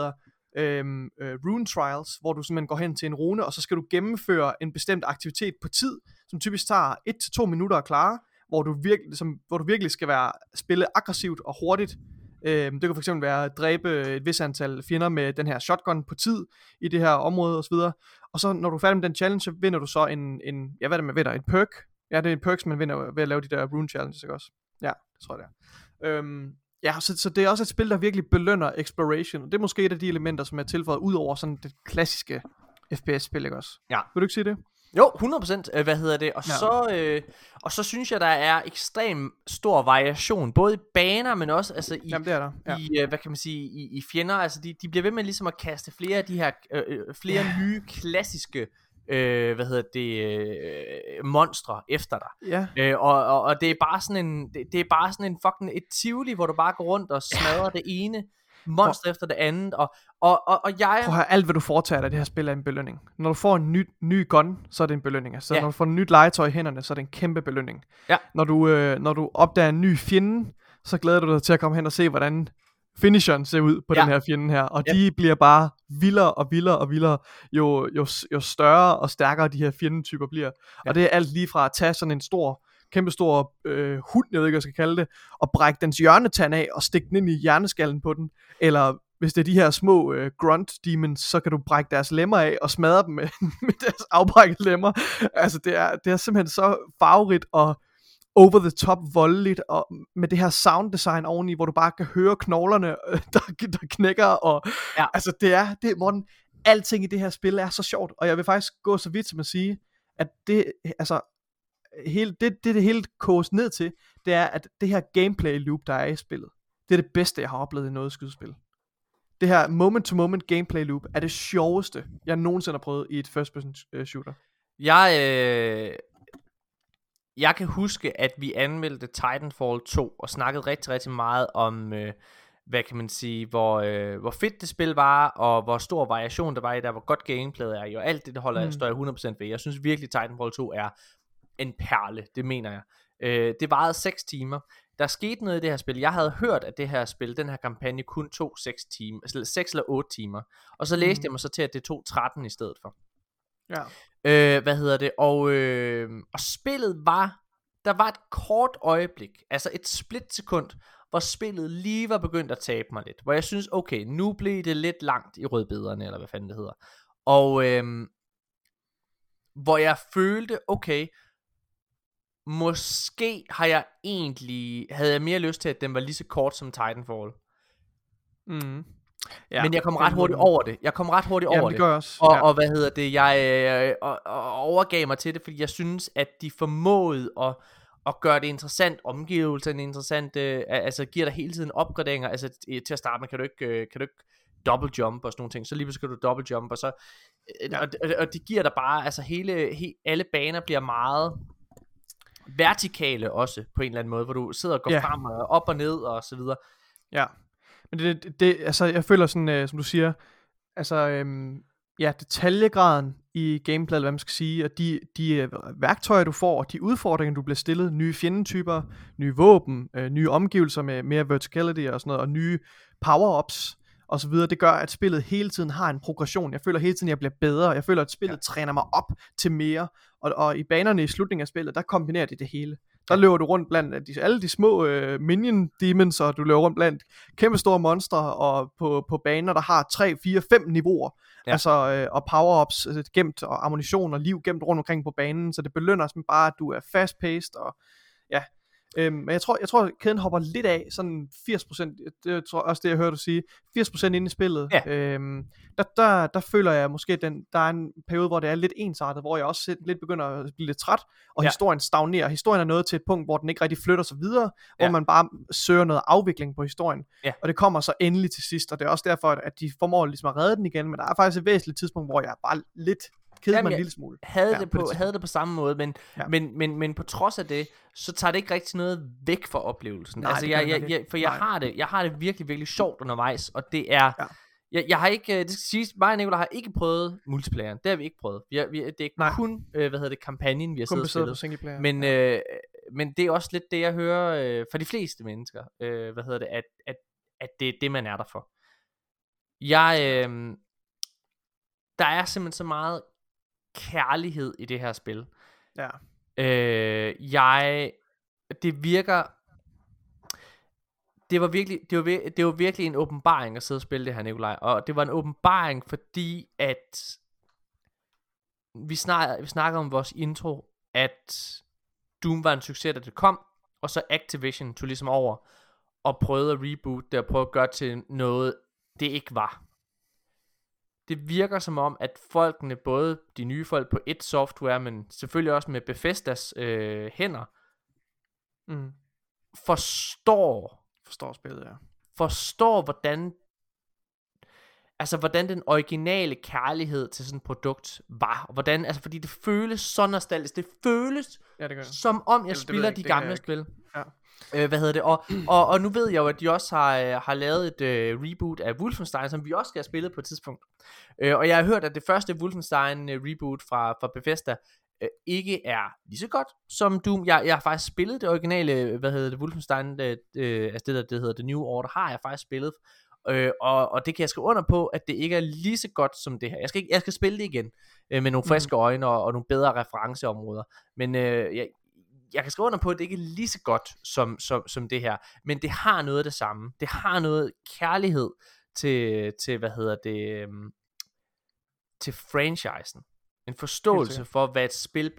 rune trials, hvor du simpelthen går hen til en rune, og så skal du gennemføre en bestemt aktivitet på tid, som typisk tager 1-2 minutter at klare, hvor du virkelig skal spille aggressivt og hurtigt. Det kan for eksempel være at dræbe et vis antal fjender med den her shotgun på tid i det her område osv. Og så når du er færdig med den challenge, så vinder du så en man vinder? En perk? Ja, det er en perk, som man vinder ved at lave de der rune challenges, ikke også? Ja, det tror jeg det er. Så det er også et spil, der virkelig belønner exploration, og det er måske et af de elementer, som er tilføjet ud over sådan det klassiske FPS-spil, ikke også? Ja. Vil du ikke sige det? Jo, 100%, og så synes jeg, der er ekstrem stor variation, både i baner, men også altså i, jamen, det er der. Ja. I hvad kan man sige, i fjender, altså de bliver ved med ligesom at kaste flere af de her, flere nye klassiske, monstre efter dig. Ja. Og det er bare sådan en, fucking et tivoli, hvor du bare går rundt og smadrer det ene monster efter det andet, og jeg... Prøv at høre, alt hvad du foretager dig, det her spil er en belønning. Når du får en ny gun, så er det en belønning. Altså, når du får en nyt legetøj i hænderne, så er det en kæmpe belønning. Ja. Når du opdager en ny fjende, så glæder du dig til at komme hen og se, hvordan finisheren ser ud på den her fjende her. Og de bliver bare vildere og vildere og vildere, jo større og stærkere de her fjendetyper bliver. Og det er alt lige fra at tage sådan en kæmpestor hund, jeg ved ikke, hvad jeg skal kalde det, og brække dens hjørnetand af og stikke den ind i hjerneskallen på den. Eller hvis det er de her små grunt demons, så kan du brække deres lemmer af og smadre dem med deres afbrækkede lemmer. Altså det er simpelthen så farverigt og over the top voldeligt, og med det her sound design oveni, hvor du bare kan høre knoglerne, der knækker, og altså det er Morten, alting i det her spil er så sjovt, og jeg vil faktisk gå så vidt som at sige, at det, altså det hele koges ned til, det er, at det her gameplay loop, der er i spillet, det er det bedste, jeg har oplevet i noget skydespil. Det her moment-to-moment gameplay loop er det sjoveste, jeg nogensinde har prøvet i et first-person shooter. Jeg kan huske, at vi anmeldte Titanfall 2 og snakkede rigtig, rigtig meget om, hvad kan man sige, hvor fedt det spil var, og hvor stor variation der var i der, hvor godt gameplayet er i, og alt det holder står jeg 100% ved. Jeg synes virkelig, Titanfall 2 er en perle, det mener jeg. Det varede 6 timer. Der skete noget i det her spil. Jeg havde hørt, at det her spil, den her kampagne, kun tog 6 timer, altså 6 eller 8 timer. Og så læste jeg mig så til, at det tog 13 i stedet for. Ja. Og spillet der var et kort øjeblik, altså et splitsekund, hvor spillet lige var begyndt at tabe mig lidt, hvor jeg synes, okay, nu blev det lidt langt i rødbederne, eller hvad fanden det hedder, og hvor jeg følte, okay, måske havde jeg mere lyst til, at den var lige så kort som Titanfall. Ja, men jeg kom ret hurtigt over det. Det gør jeg også. Og hvad hedder det? Jeg overgav mig til det, fordi jeg synes, at de formåede at gøre det interessant, omgivelserne interessante, altså giver dig hele tiden opgraderinger. Altså til at starte med kan du ikke double jump og sådan nogle ting. Så lige skal du double jump, og så og det giver dig bare, altså alle baner bliver meget vertikale også på en eller anden måde, hvor du sidder og går frem og op og ned og så videre. Ja. Men det altså jeg føler sådan, som du siger, altså detaljegraden i gameplayet, hvad man skal sige, og de værktøjer du får, og de udfordringer du bliver stillet, nye fjendetyper, nye våben, nye omgivelser med mere verticality og sådan noget, og nye power-ups og så videre, det gør, at spillet hele tiden har en progression. Jeg føler hele tiden, at jeg bliver bedre. Jeg føler, at spillet træner mig op til mere, og i banerne i slutningen af spillet, der kombinerer det hele. Der løber du rundt blandt alle de små minion demons, og du løber rundt blandt kæmpe store monstre, og på baner, der har 3, 4, 5 niveauer, altså, og power-ups gemt, og ammunition og liv gemt rundt omkring på banen, så det belønner os bare, at du er fast-paced, og ja. Men jeg tror kæden hopper lidt af, sådan 80%, det tror også det jeg hørte du sige, 80% inde i spillet. Der føler jeg måske, at der er en periode, hvor det er lidt ensartet, hvor jeg også lidt begynder at blive lidt træt, og historien stagnerer. Historien er nået til et punkt, hvor den ikke rigtig flytter sig videre, hvor man bare søger noget afvikling på historien. Og det kommer så endelig til sidst, og det er også derfor, at de formår ligesom at redde den igen, men der er faktisk et væsentligt tidspunkt, hvor jeg bare lidt kedede mig en lille smule. Havde det på samme måde, men på trods af det, så tager det ikke rigtig noget væk fra oplevelsen. Nej, altså jeg har det virkelig, virkelig sjovt undervejs, og det er jeg har ikke, det skal siges, mig og Nicolai har ikke prøvet multiplayeren. Det har vi ikke prøvet. Det er kun kampagnen, vi har siddet og spillet. Men det er også lidt det jeg hører fra de fleste mennesker, at det er det man er der for. Der er simpelthen så meget kærlighed i det her spil. Ja. Det virker... Det var virkelig en åbenbaring at sidde og spille det her, Nikolaj. Og det var en åbenbaring, fordi at vi snakker om vores intro, at Doom var en succes, da det kom, og så Activision tog ligesom over og prøvede at reboot det og prøve at gøre til noget, det ikke var. Det virker som om, at folkene, både de nye folk på id Software, men selvfølgelig også med Bethesdas hænder, Forstår spillet, ja. Forstår, hvordan den originale kærlighed til sådan et produkt var. Og hvordan, altså fordi det føles så nostalgisk. Det føles som om jeg spiller de gamle spil. Ja. Og nu ved jeg jo, at de også har lavet et reboot af Wolfenstein, som vi også skal have spillet på et tidspunkt. Og jeg har hørt, at det første Wolfenstein reboot fra Bethesda ikke er lige så godt som Doom. Jeg har faktisk spillet det originale, Wolfenstein, det hedder The New Order, har jeg faktisk spillet. Og det kan jeg skrive under på, at det ikke er lige så godt som det her. Jeg skal spille det igen med nogle friske øjne og nogle bedre referenceområder. Men jeg kan skrive under på, at det ikke er lige så godt som det her. Men det har noget af det samme. Det har noget kærlighed til franchisen. En forståelse for, hvad et spil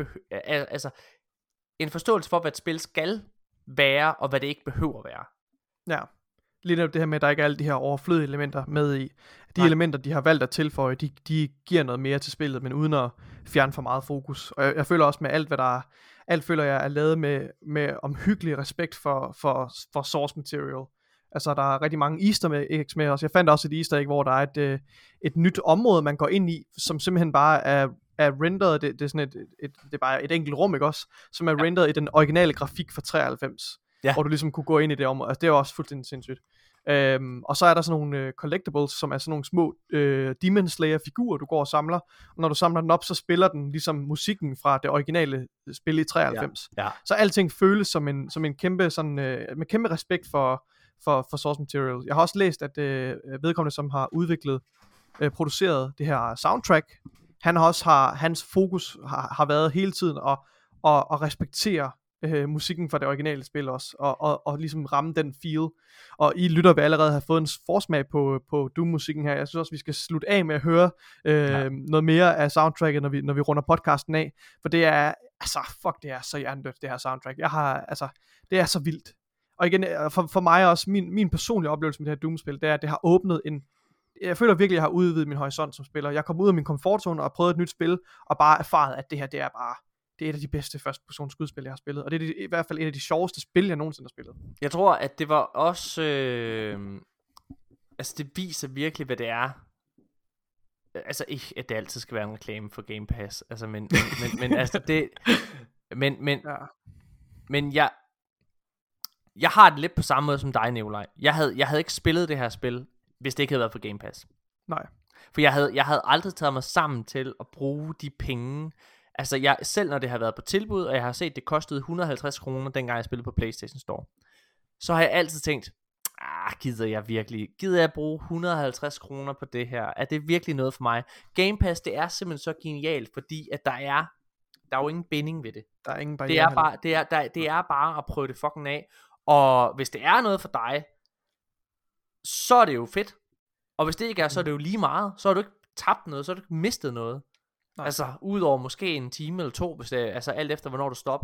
en forståelse for, hvad et spil skal være, og hvad det ikke behøver at være. Ja. Lige netop det her med, at der ikke er alle de her overflødige elementer med i. De elementer, de har valgt at tilføje, de giver noget mere til spillet, men uden at fjerne for meget fokus. Og jeg føler også med alt, hvad der er, alt føler jeg er lavet med omhyggelig respekt for source material. Altså, der er rigtig mange easter eggs med os. Jeg fandt også et easter egg, hvor der er et nyt område, man går ind i, som simpelthen bare er renderet. Det er sådan det er bare et enkelt rum, ikke også? Som er renderet i den originale grafik fra 93. Ja. Hvor du ligesom kunne gå ind i det område. Altså, det er også fuldstændig sindssygt. Og så er der sådan nogle collectibles, som er sådan nogle små Demon Slayer figurer, du går og samler. Og når du samler den op, så spiller den ligesom musikken fra det originale spil i 93. Ja. Så alting føles som en kæmpe sådan, med kæmpe respekt for source material. Jeg har også læst, at vedkommende, som har produceret det her soundtrack, hans fokus har været hele tiden at respektere musikken fra det originale spil også, og ligesom ramme den feel. Og I lytter vil allerede have fået en forsmag på Doom-musikken her. Jeg synes også, vi skal slutte af med at høre noget mere af soundtracket, når vi runder podcasten af, for det er, det er så hjernedødt, det her soundtrack. Det er så vildt. Og igen, for mig også, min personlige oplevelse med det her Doom-spil, det er, at det har åbnet jeg føler virkelig, at jeg har udvidet min horisont som spiller. Jeg kom ud af min komfortzone og prøvet et nyt spil, og bare erfaret, at det her, det er et af de bedste førstepersons skudspil, jeg har spillet. Og det er i hvert fald et af de sjoveste spil, jeg nogensinde har spillet. Jeg tror, at det var også... det viser virkelig, hvad det er. Altså ikke, at det altid skal være en reklame for Game Pass. Altså, men det... Men jeg har det lidt på samme måde som dig, Nikolaj. Jeg havde ikke spillet det her spil, hvis det ikke havde været for Game Pass. Nej. For jeg havde aldrig taget mig sammen til at bruge de penge. Altså selv når det har været på tilbud, og jeg har set det kostede 150 kroner, dengang jeg spillede på PlayStation Store, så har jeg altid tænkt, gider jeg bruge 150 kroner på det her? Er det virkelig noget for mig? Game Pass, det er simpelthen så genialt, fordi at der er jo ingen binding ved det. Der er ingen barriere. Det er bare at prøve det fucking af. Og hvis det er noget for dig, så er det jo fedt. Og hvis det ikke er, så er det jo lige meget. Så har du ikke tabt noget, så har du ikke mistet noget. Nej. Altså udover måske en time eller to, hvis det altså alt efter hvornår du stopper.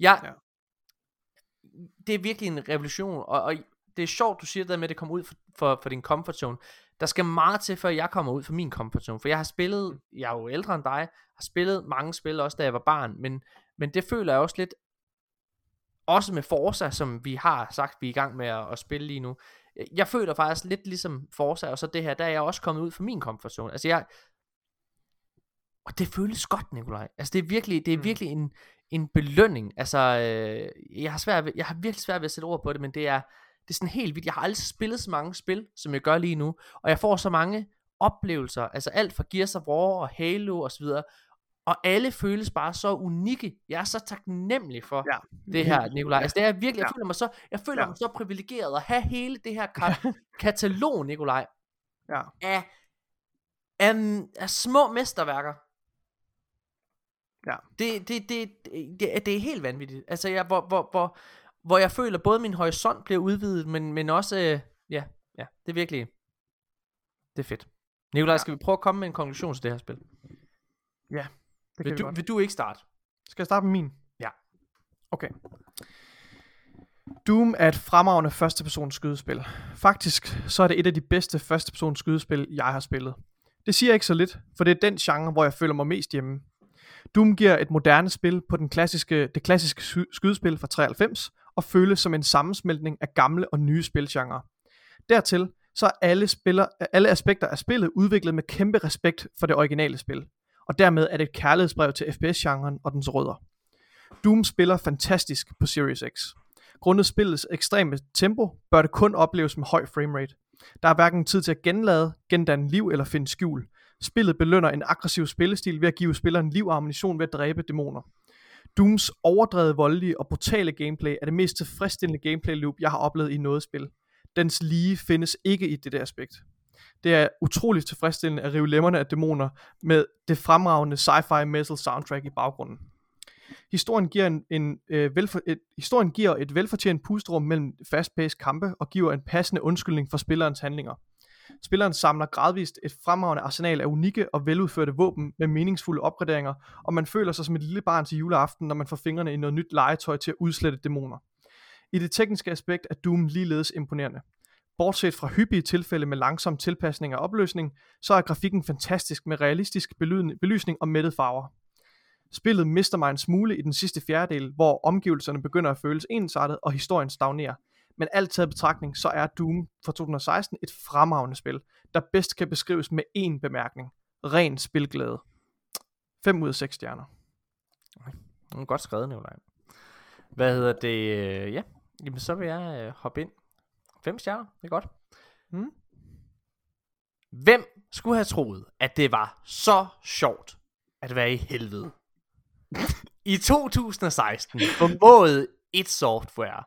Det er virkelig en revolution. Og det er sjovt du siger det med at det kommer ud for din comfort zone. Der skal meget til før jeg kommer ud for min comfort zone. For jeg har spillet, jeg er jo ældre end dig, har spillet mange spil også da jeg var barn. Men det føler jeg også lidt, også med Forza, som vi har sagt vi er i gang med at spille lige nu. Jeg føler faktisk lidt ligesom Forza, og så det her, der er jeg også kommet ud for min comfort zone. Altså og det føles godt, Nikolaj. Altså det er virkelig en belønning. Altså jeg har virkelig svært ved at sætte ord på det, men det er sådan helt vildt. Jeg har aldrig spillet så mange spil, som jeg gør lige nu, og jeg får så mange oplevelser, altså alt fra Gears of War og Halo og så videre, og alle føles bare så unikke. Jeg er så taknemmelig for det her, Nikolaj. Altså det er virkelig, jeg føler mig så privilegeret at have hele det her katalog, Nikolaj. af små mesterværker. Ja. Det er helt vanvittigt. Altså hvor jeg føler både min horisont bliver udvidet, men også ja, det er virkelig, det er fedt. Nikolaj, skal vi prøve at komme med en konklusion til det her spil? Ja, det kan vi godt. Vil du ikke starte? Skal jeg starte med min? Ja. Okay. Doom er et fremragende førstepersons skydespil. Faktisk så er det et af de bedste førstepersons skydespil, jeg har spillet. Det siger ikke så lidt, for det er den genre, hvor jeg føler mig mest hjemme. Doom giver et moderne spil på det klassiske skydespil fra 93, og føles som en sammensmeltning af gamle og nye spilgenre. Dertil så er alle aspekter af spillet udviklet med kæmpe respekt for det originale spil, og dermed er det et kærlighedsbrev til FPS-genren og dens rødder. Doom spiller fantastisk på Series X. Grundet spillets ekstreme tempo, bør det kun opleves med høj framerate. Der er hverken tid til at gendanne liv eller finde skjul. Spillet belønner en aggressiv spillestil ved at give spilleren liv og ammunition ved at dræbe dæmoner. Dooms overdrevet voldelige og brutale gameplay er det mest tilfredsstillende gameplay loop, jeg har oplevet i noget spil. Dens lige findes ikke i det aspekt. Det er utroligt tilfredsstillende at rive lemmerne af dæmoner med det fremragende sci-fi metal soundtrack i baggrunden. Historien giver et velfortjent pusterum mellem fast-paced kampe og giver en passende undskyldning for spillerens handlinger. Spilleren samler gradvist et fremragende arsenal af unikke og veludførte våben med meningsfulde opgraderinger, og man føler sig som et lille barn til juleaften, når man får fingrene i noget nyt legetøj til at udslette dæmoner. I det tekniske aspekt er Doom ligeledes imponerende. Bortset fra hyppige tilfælde med langsom tilpasning af opløsning, så er grafikken fantastisk med realistisk belysning og mættede farver. Spillet mister mig en smule i den sidste fjerdedel, hvor omgivelserne begynder at føles ensartet og historien stagnerer. Men alt taget betragtning, så er Doom fra 2016 et fremragende spil, der bedst kan beskrives med én bemærkning. Ren spilglæde. 5 ud af 6 stjerner. Det er godt skrevet, Nikolaj. Hvad hedder det? Ja, jamen så vil jeg hoppe ind. 5 stjerner, det er godt. Hvem skulle have troet, at det var så sjovt at være i helvede? I 2016 formåede id Software,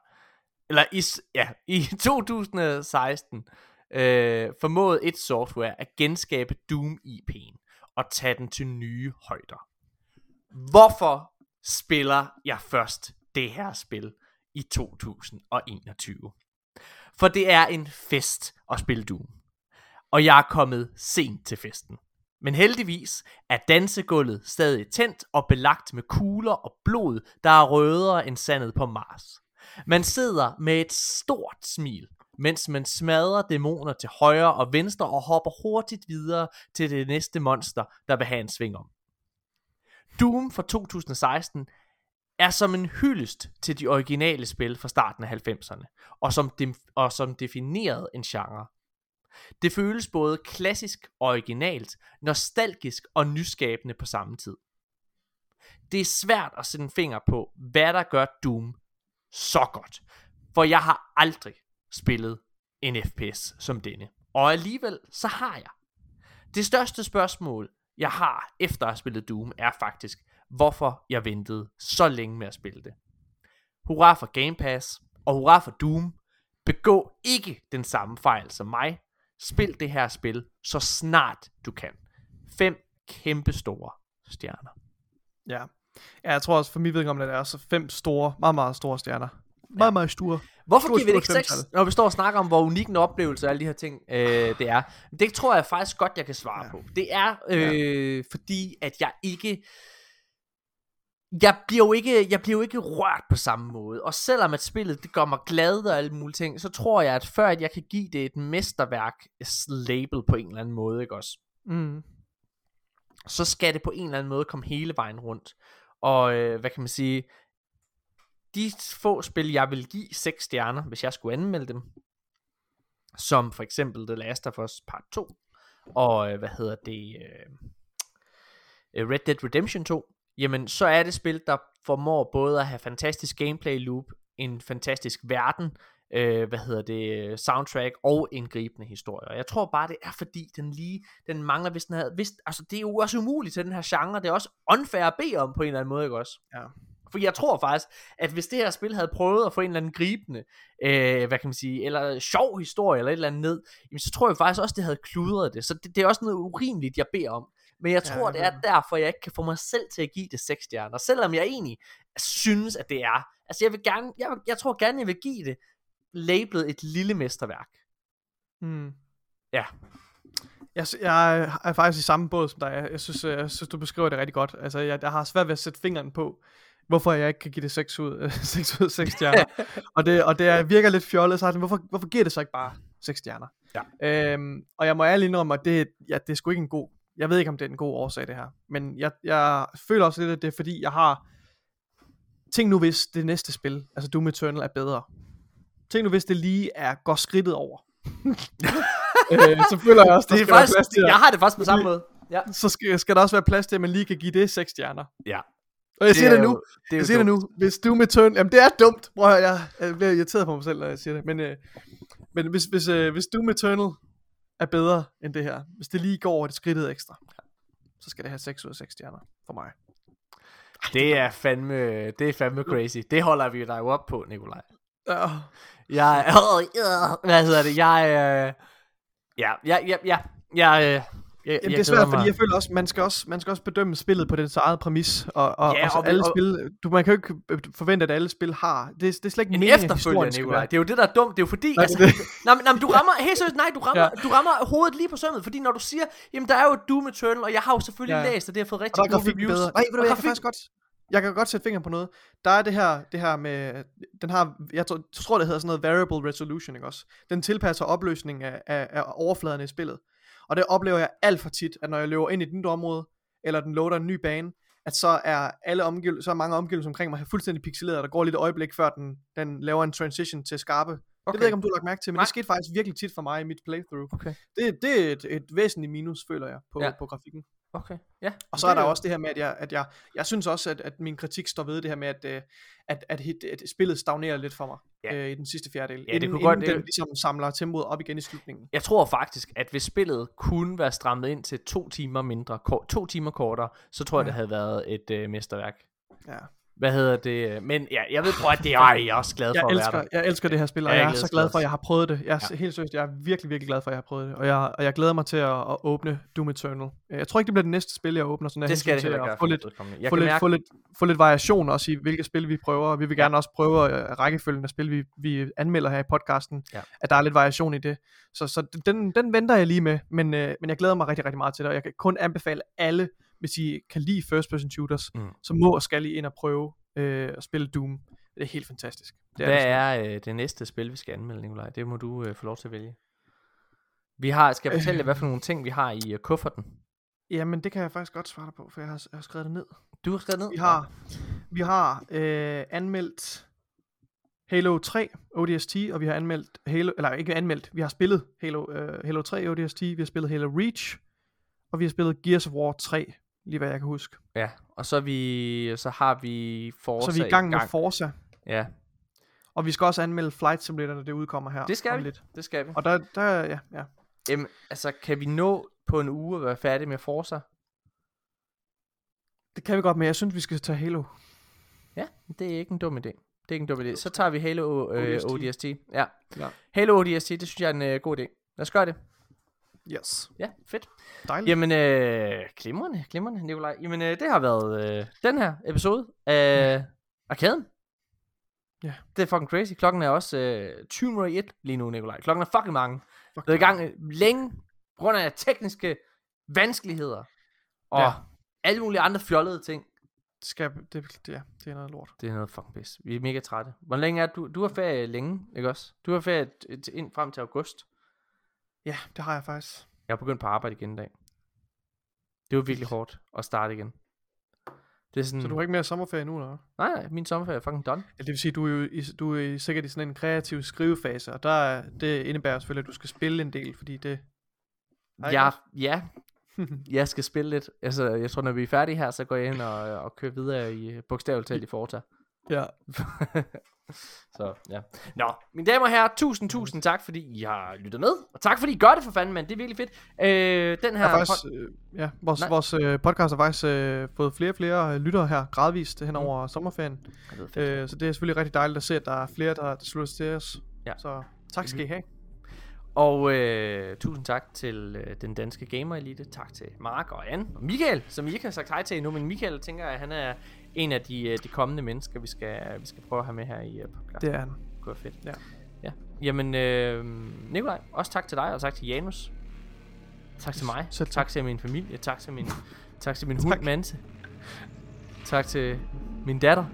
i 2016 formåede id Software at genskabe Doom IP'en og tage den til nye højder. Hvorfor spiller jeg først det her spil i 2021? For det er en fest at spille Doom, og jeg er kommet sent til festen. Men heldigvis er dansegulvet stadig tændt og belagt med kugler og blod, der er rødere end sandet på Mars. Man sidder med et stort smil, mens man smadrer dæmoner til højre og venstre og hopper hurtigt videre til det næste monster, der vil have en sving om. Doom fra 2016 er som en hyldest til de originale spil fra starten af 90'erne, og som definerede en genre. Det føles både klassisk, originalt, nostalgisk og nyskabende på samme tid. Det er svært at sætte en finger på, hvad der gør Doom så godt, for jeg har aldrig spillet en FPS som denne, og alligevel så har jeg. Det største spørgsmål, jeg har efter at have spillet Doom, er faktisk, hvorfor jeg ventede så længe med at spille det. Hurra for Game Pass, og hurra for Doom. Begå ikke den samme fejl som mig. Spil det her spil så snart du kan. 5 kæmpestore stjerner. Ja, jeg tror også for mit vedkommende, at det er så 5 store, meget, meget store stjerner. Meget, meget store. Hvorfor giver vi det ikke 6, når vi står og snakker om, hvor unik en oplevelse og alle de her ting det er? Det tror jeg faktisk godt, jeg kan svare på. Det er fordi, at jeg ikke... Jeg bliver jo ikke rørt på samme måde. Og selvom at spillet det gør mig glad og alle mulige ting, så tror jeg, at før at jeg kan give det et mesterværk label på en eller anden måde, ikke også? Så skal det på en eller anden måde komme hele vejen rundt. Og hvad kan man sige? De få spil, jeg vil give 6 stjerner, hvis jeg skulle anmelde dem, som for eksempel The Last of Us Part 2, og Red Dead Redemption 2, jamen så er det spil, der formår både at have fantastisk gameplay loop, en fantastisk verden, soundtrack og en gribende historie. Og jeg tror bare, det er fordi, den mangler, hvis den havde, altså det er jo også umuligt til den her genre, det er også unfair at bede om på en eller anden måde, ikke også? Ja. For jeg tror faktisk, at hvis det her spil havde prøvet at få en eller anden gribende, hvad kan man sige, eller sjov historie, eller et eller andet ned, jamen, så tror jeg faktisk også, det havde kludret det. Så det er også noget urimeligt, jeg beder om. Men jeg tror, det er derfor, jeg ikke kan få mig selv til at give det 6 stjerner. Selvom jeg egentlig synes, at det er. Altså, jeg tror gerne, jeg vil give det labelet et lille mesterværk. Ja. Jeg er faktisk i samme båd som dig. Jeg synes, du beskriver det rigtig godt. Altså, jeg har svært ved at sætte fingeren på, hvorfor jeg ikke kan give det 6 ud af 6 stjerner. og det virker lidt fjollet, så hvorfor giver det så ikke bare 6 stjerner? Ja. Og jeg må ærligt indrømme, at det er sgu ikke en god... Jeg ved ikke, om det er en god årsag, det her. Men jeg føler også lidt, at det er fordi, jeg har... Tænk nu, hvis det næste spil, altså Doom Eternal, er bedre. Tænk nu, hvis det lige går skridtet over. Så føler jeg også, det er faktisk, jeg har det faktisk på samme måde. Ja. Så skal der også være plads til, at man lige kan give det 6 stjerner. Ja. Og jeg siger det nu. Hvis Doom Eternal... Jamen, det er dumt. Prøv at høre, jeg bliver irriteret på mig selv, når jeg siger det. Men hvis Doom Eternal er bedre end det her, hvis det lige går over det skridtet ekstra, så skal det have 6 ud af 6 stjerner for mig. Det er fandme crazy. Det holder vi dig jo op på, Nikolaj. Hvad hedder det? Jamen, det er svært, fordi jeg føler også, man skal også bedømme spillet på dets eget præmis, og alle spil, man kan jo ikke forvente, at alle spil har, det er slet ikke meningen, at historien skal være. Det er jo det, der er dumt, det er jo fordi, du rammer, helt seriøst, du rammer hovedet lige på sømmet, fordi når du siger, jamen der er jo Doom Eternal, og jeg har jo selvfølgelig læst, og det har fået rigtig gode reviews. Nej, ved du, jeg kan godt sætte fingeren på noget. Der er det her med, den har, jeg tror det hedder sådan noget variable resolution, ikke også? Den tilpasser opløsningen af overfladerne i spillet. Og det oplever jeg alt for tit, at når jeg løber ind i et nyt område, eller den loader en ny bane, at så er mange omgivelser omkring mig fuldstændig pixeleret, og der går lidt øjeblik, før den laver en transition til skarpe. Okay. Det ved jeg ikke, om du har lagt mærke til, men det skete faktisk virkelig tit for mig i mit playthrough. Okay. Det er et væsentligt minus, føler jeg, på grafikken. Okay. Ja. Og så er der også det her med, at jeg synes også, at min kritik står ved det her med, at spillet stagnerer lidt for mig i den sidste fjerdedel. Ja, inden den ligesom samler tempoet op igen i slutningen. Jeg tror faktisk, at hvis spillet kunne være strammet ind til 2 timer mindre, 2 timer kortere, så tror jeg, det havde været et mesterværk. Ja. Hvad hedder det? Men ja, jeg ved at det jeg er også glad for at være der. Jeg elsker det her spil, og jeg er så glad for, at jeg har prøvet det. Helt seriøst, jeg er virkelig, virkelig glad for, at jeg har prøvet det. Og jeg glæder mig til at åbne Doom Eternal. Jeg tror ikke, det bliver det næste spil, jeg åbner. Sådan det skal det heller gøre. Få lidt variation også i, hvilke spil vi prøver. Vi vil gerne også prøve rækkefølgen af spil, vi anmelder her i podcasten. Ja. At der er lidt variation i det. Så den venter jeg lige med. Men jeg glæder mig rigtig, rigtig meget til det. Og jeg kan kun anbefale alle, hvis I kan lide first person shooters, så må og skal I ind og prøve at spille Doom. Det er helt fantastisk. Hvad er det næste spil, vi skal anmelde, Nikolaj? Det må du få lov til at vælge. Skal jeg fortælle jer, hvad for nogle ting vi har i kufferten? Jamen, det kan jeg faktisk godt svare dig på, for jeg har skrevet det ned. Du har skrevet ned? Vi har anmeldt Halo 3 ODST, og vi har anmeldt vi har spillet Halo 3 ODST, vi har spillet Halo Reach, og vi har spillet Gears of War 3, lige hvad jeg kan huske. Ja, og så har vi Forza. Så er vi i gang med Forza. Ja. Og vi skal også anmelde Flight Simulator, når det udkommer her. Det skal vi. Det skal vi. Og der. Altså, kan vi nå på en uge at være færdige med Forza? Det kan vi godt, men jeg synes, vi skal tage Halo. Ja, det er ikke en dum idé. Så tager vi Halo ODST. Ja. Halo ODST, det synes jeg er en god idé. Lad os gøre det. Yes. Ja, fedt. Dejligt. Jamen, glimrende, Nikolaj. Jamen, det har været den her episode af Arkaden. Ja. Det er fucking crazy. Klokken er også 20:01 lige nu, Nikolaj. Klokken er fucking mange. Det er i gang længe, på grund af tekniske vanskeligheder. Og alle mulige andre fjollede ting. Det er noget lort. Det er noget fucking pis. Vi er mega trætte. Hvor længe er du? Du har ferie længe, ikke også? Du har ferie ind frem til august. Ja, det har jeg faktisk. Jeg har begyndt på arbejde igen i dag. Det var virkelig hårdt at starte igen. Det er sådan... Så du har ikke mere sommerferie nu, eller? Nej, min sommerferie er fucking done. Ja, det vil sige, du er sikkert i sådan en kreativ skrivefase, og det indebærer selvfølgelig, at du skal spille en del, fordi det... Ja, jeg skal spille lidt. Altså, jeg tror, når vi er færdige her, så går jeg ind og kører videre i bogstaveligt talt i Forza. Ja. Så, ja. Nå, mine damer og herrer, tusind tak, fordi I har lyttet med. Og tak, fordi I gør det for fanden, mand. Det er virkelig fedt. Den her... Vores podcast har faktisk fået flere og flere lyttere her, gradvist hen over sommerferien. Så det er selvfølgelig rigtig dejligt at se, at der er flere, der slutter sig til os. Ja. Så tak skal I have. Og tusind tak til den danske gamer-elite. Tak til Mark og Anne og Michael, som I ikke har sagt hej til endnu. Men Michael tænker, at han er en af de kommende mennesker, vi skal prøve at have med her i podcast. Det er han. Det er fedt. Ja. Jamen, Nikolaj, også tak til dig, og tak til Janus. Tak til mig. Tak til min familie. Tak til min hund Manse. Tak til min datter.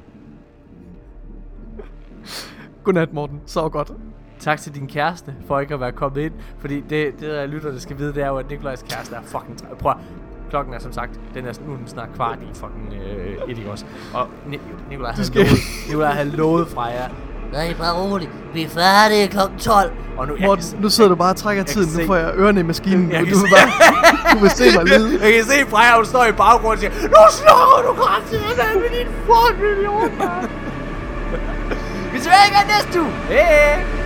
Godnat, Morten. Så godt. Tak til din kæreste for ikke at være kommet ind. Fordi det der lytterne skal vide, det er jo, at Nikolajs kæreste er fucking prøv at, klokken er som sagt, nu er den snart kvart i fucking et, ikke også? Og Nikolaj havde lovet fra jer. Nej, bare roligt. Vi er færdige klokken 12. Og Morten, nu sidder du bare og trækker tiden. Nu får jeg ørerne i maskinen. Du vil se mig lide. Jeg kan se Freja, hun står i baggrunden og siger, nu slukker du kraftedeme med din fucking idiot. Vi ser igen næste uge. Hej.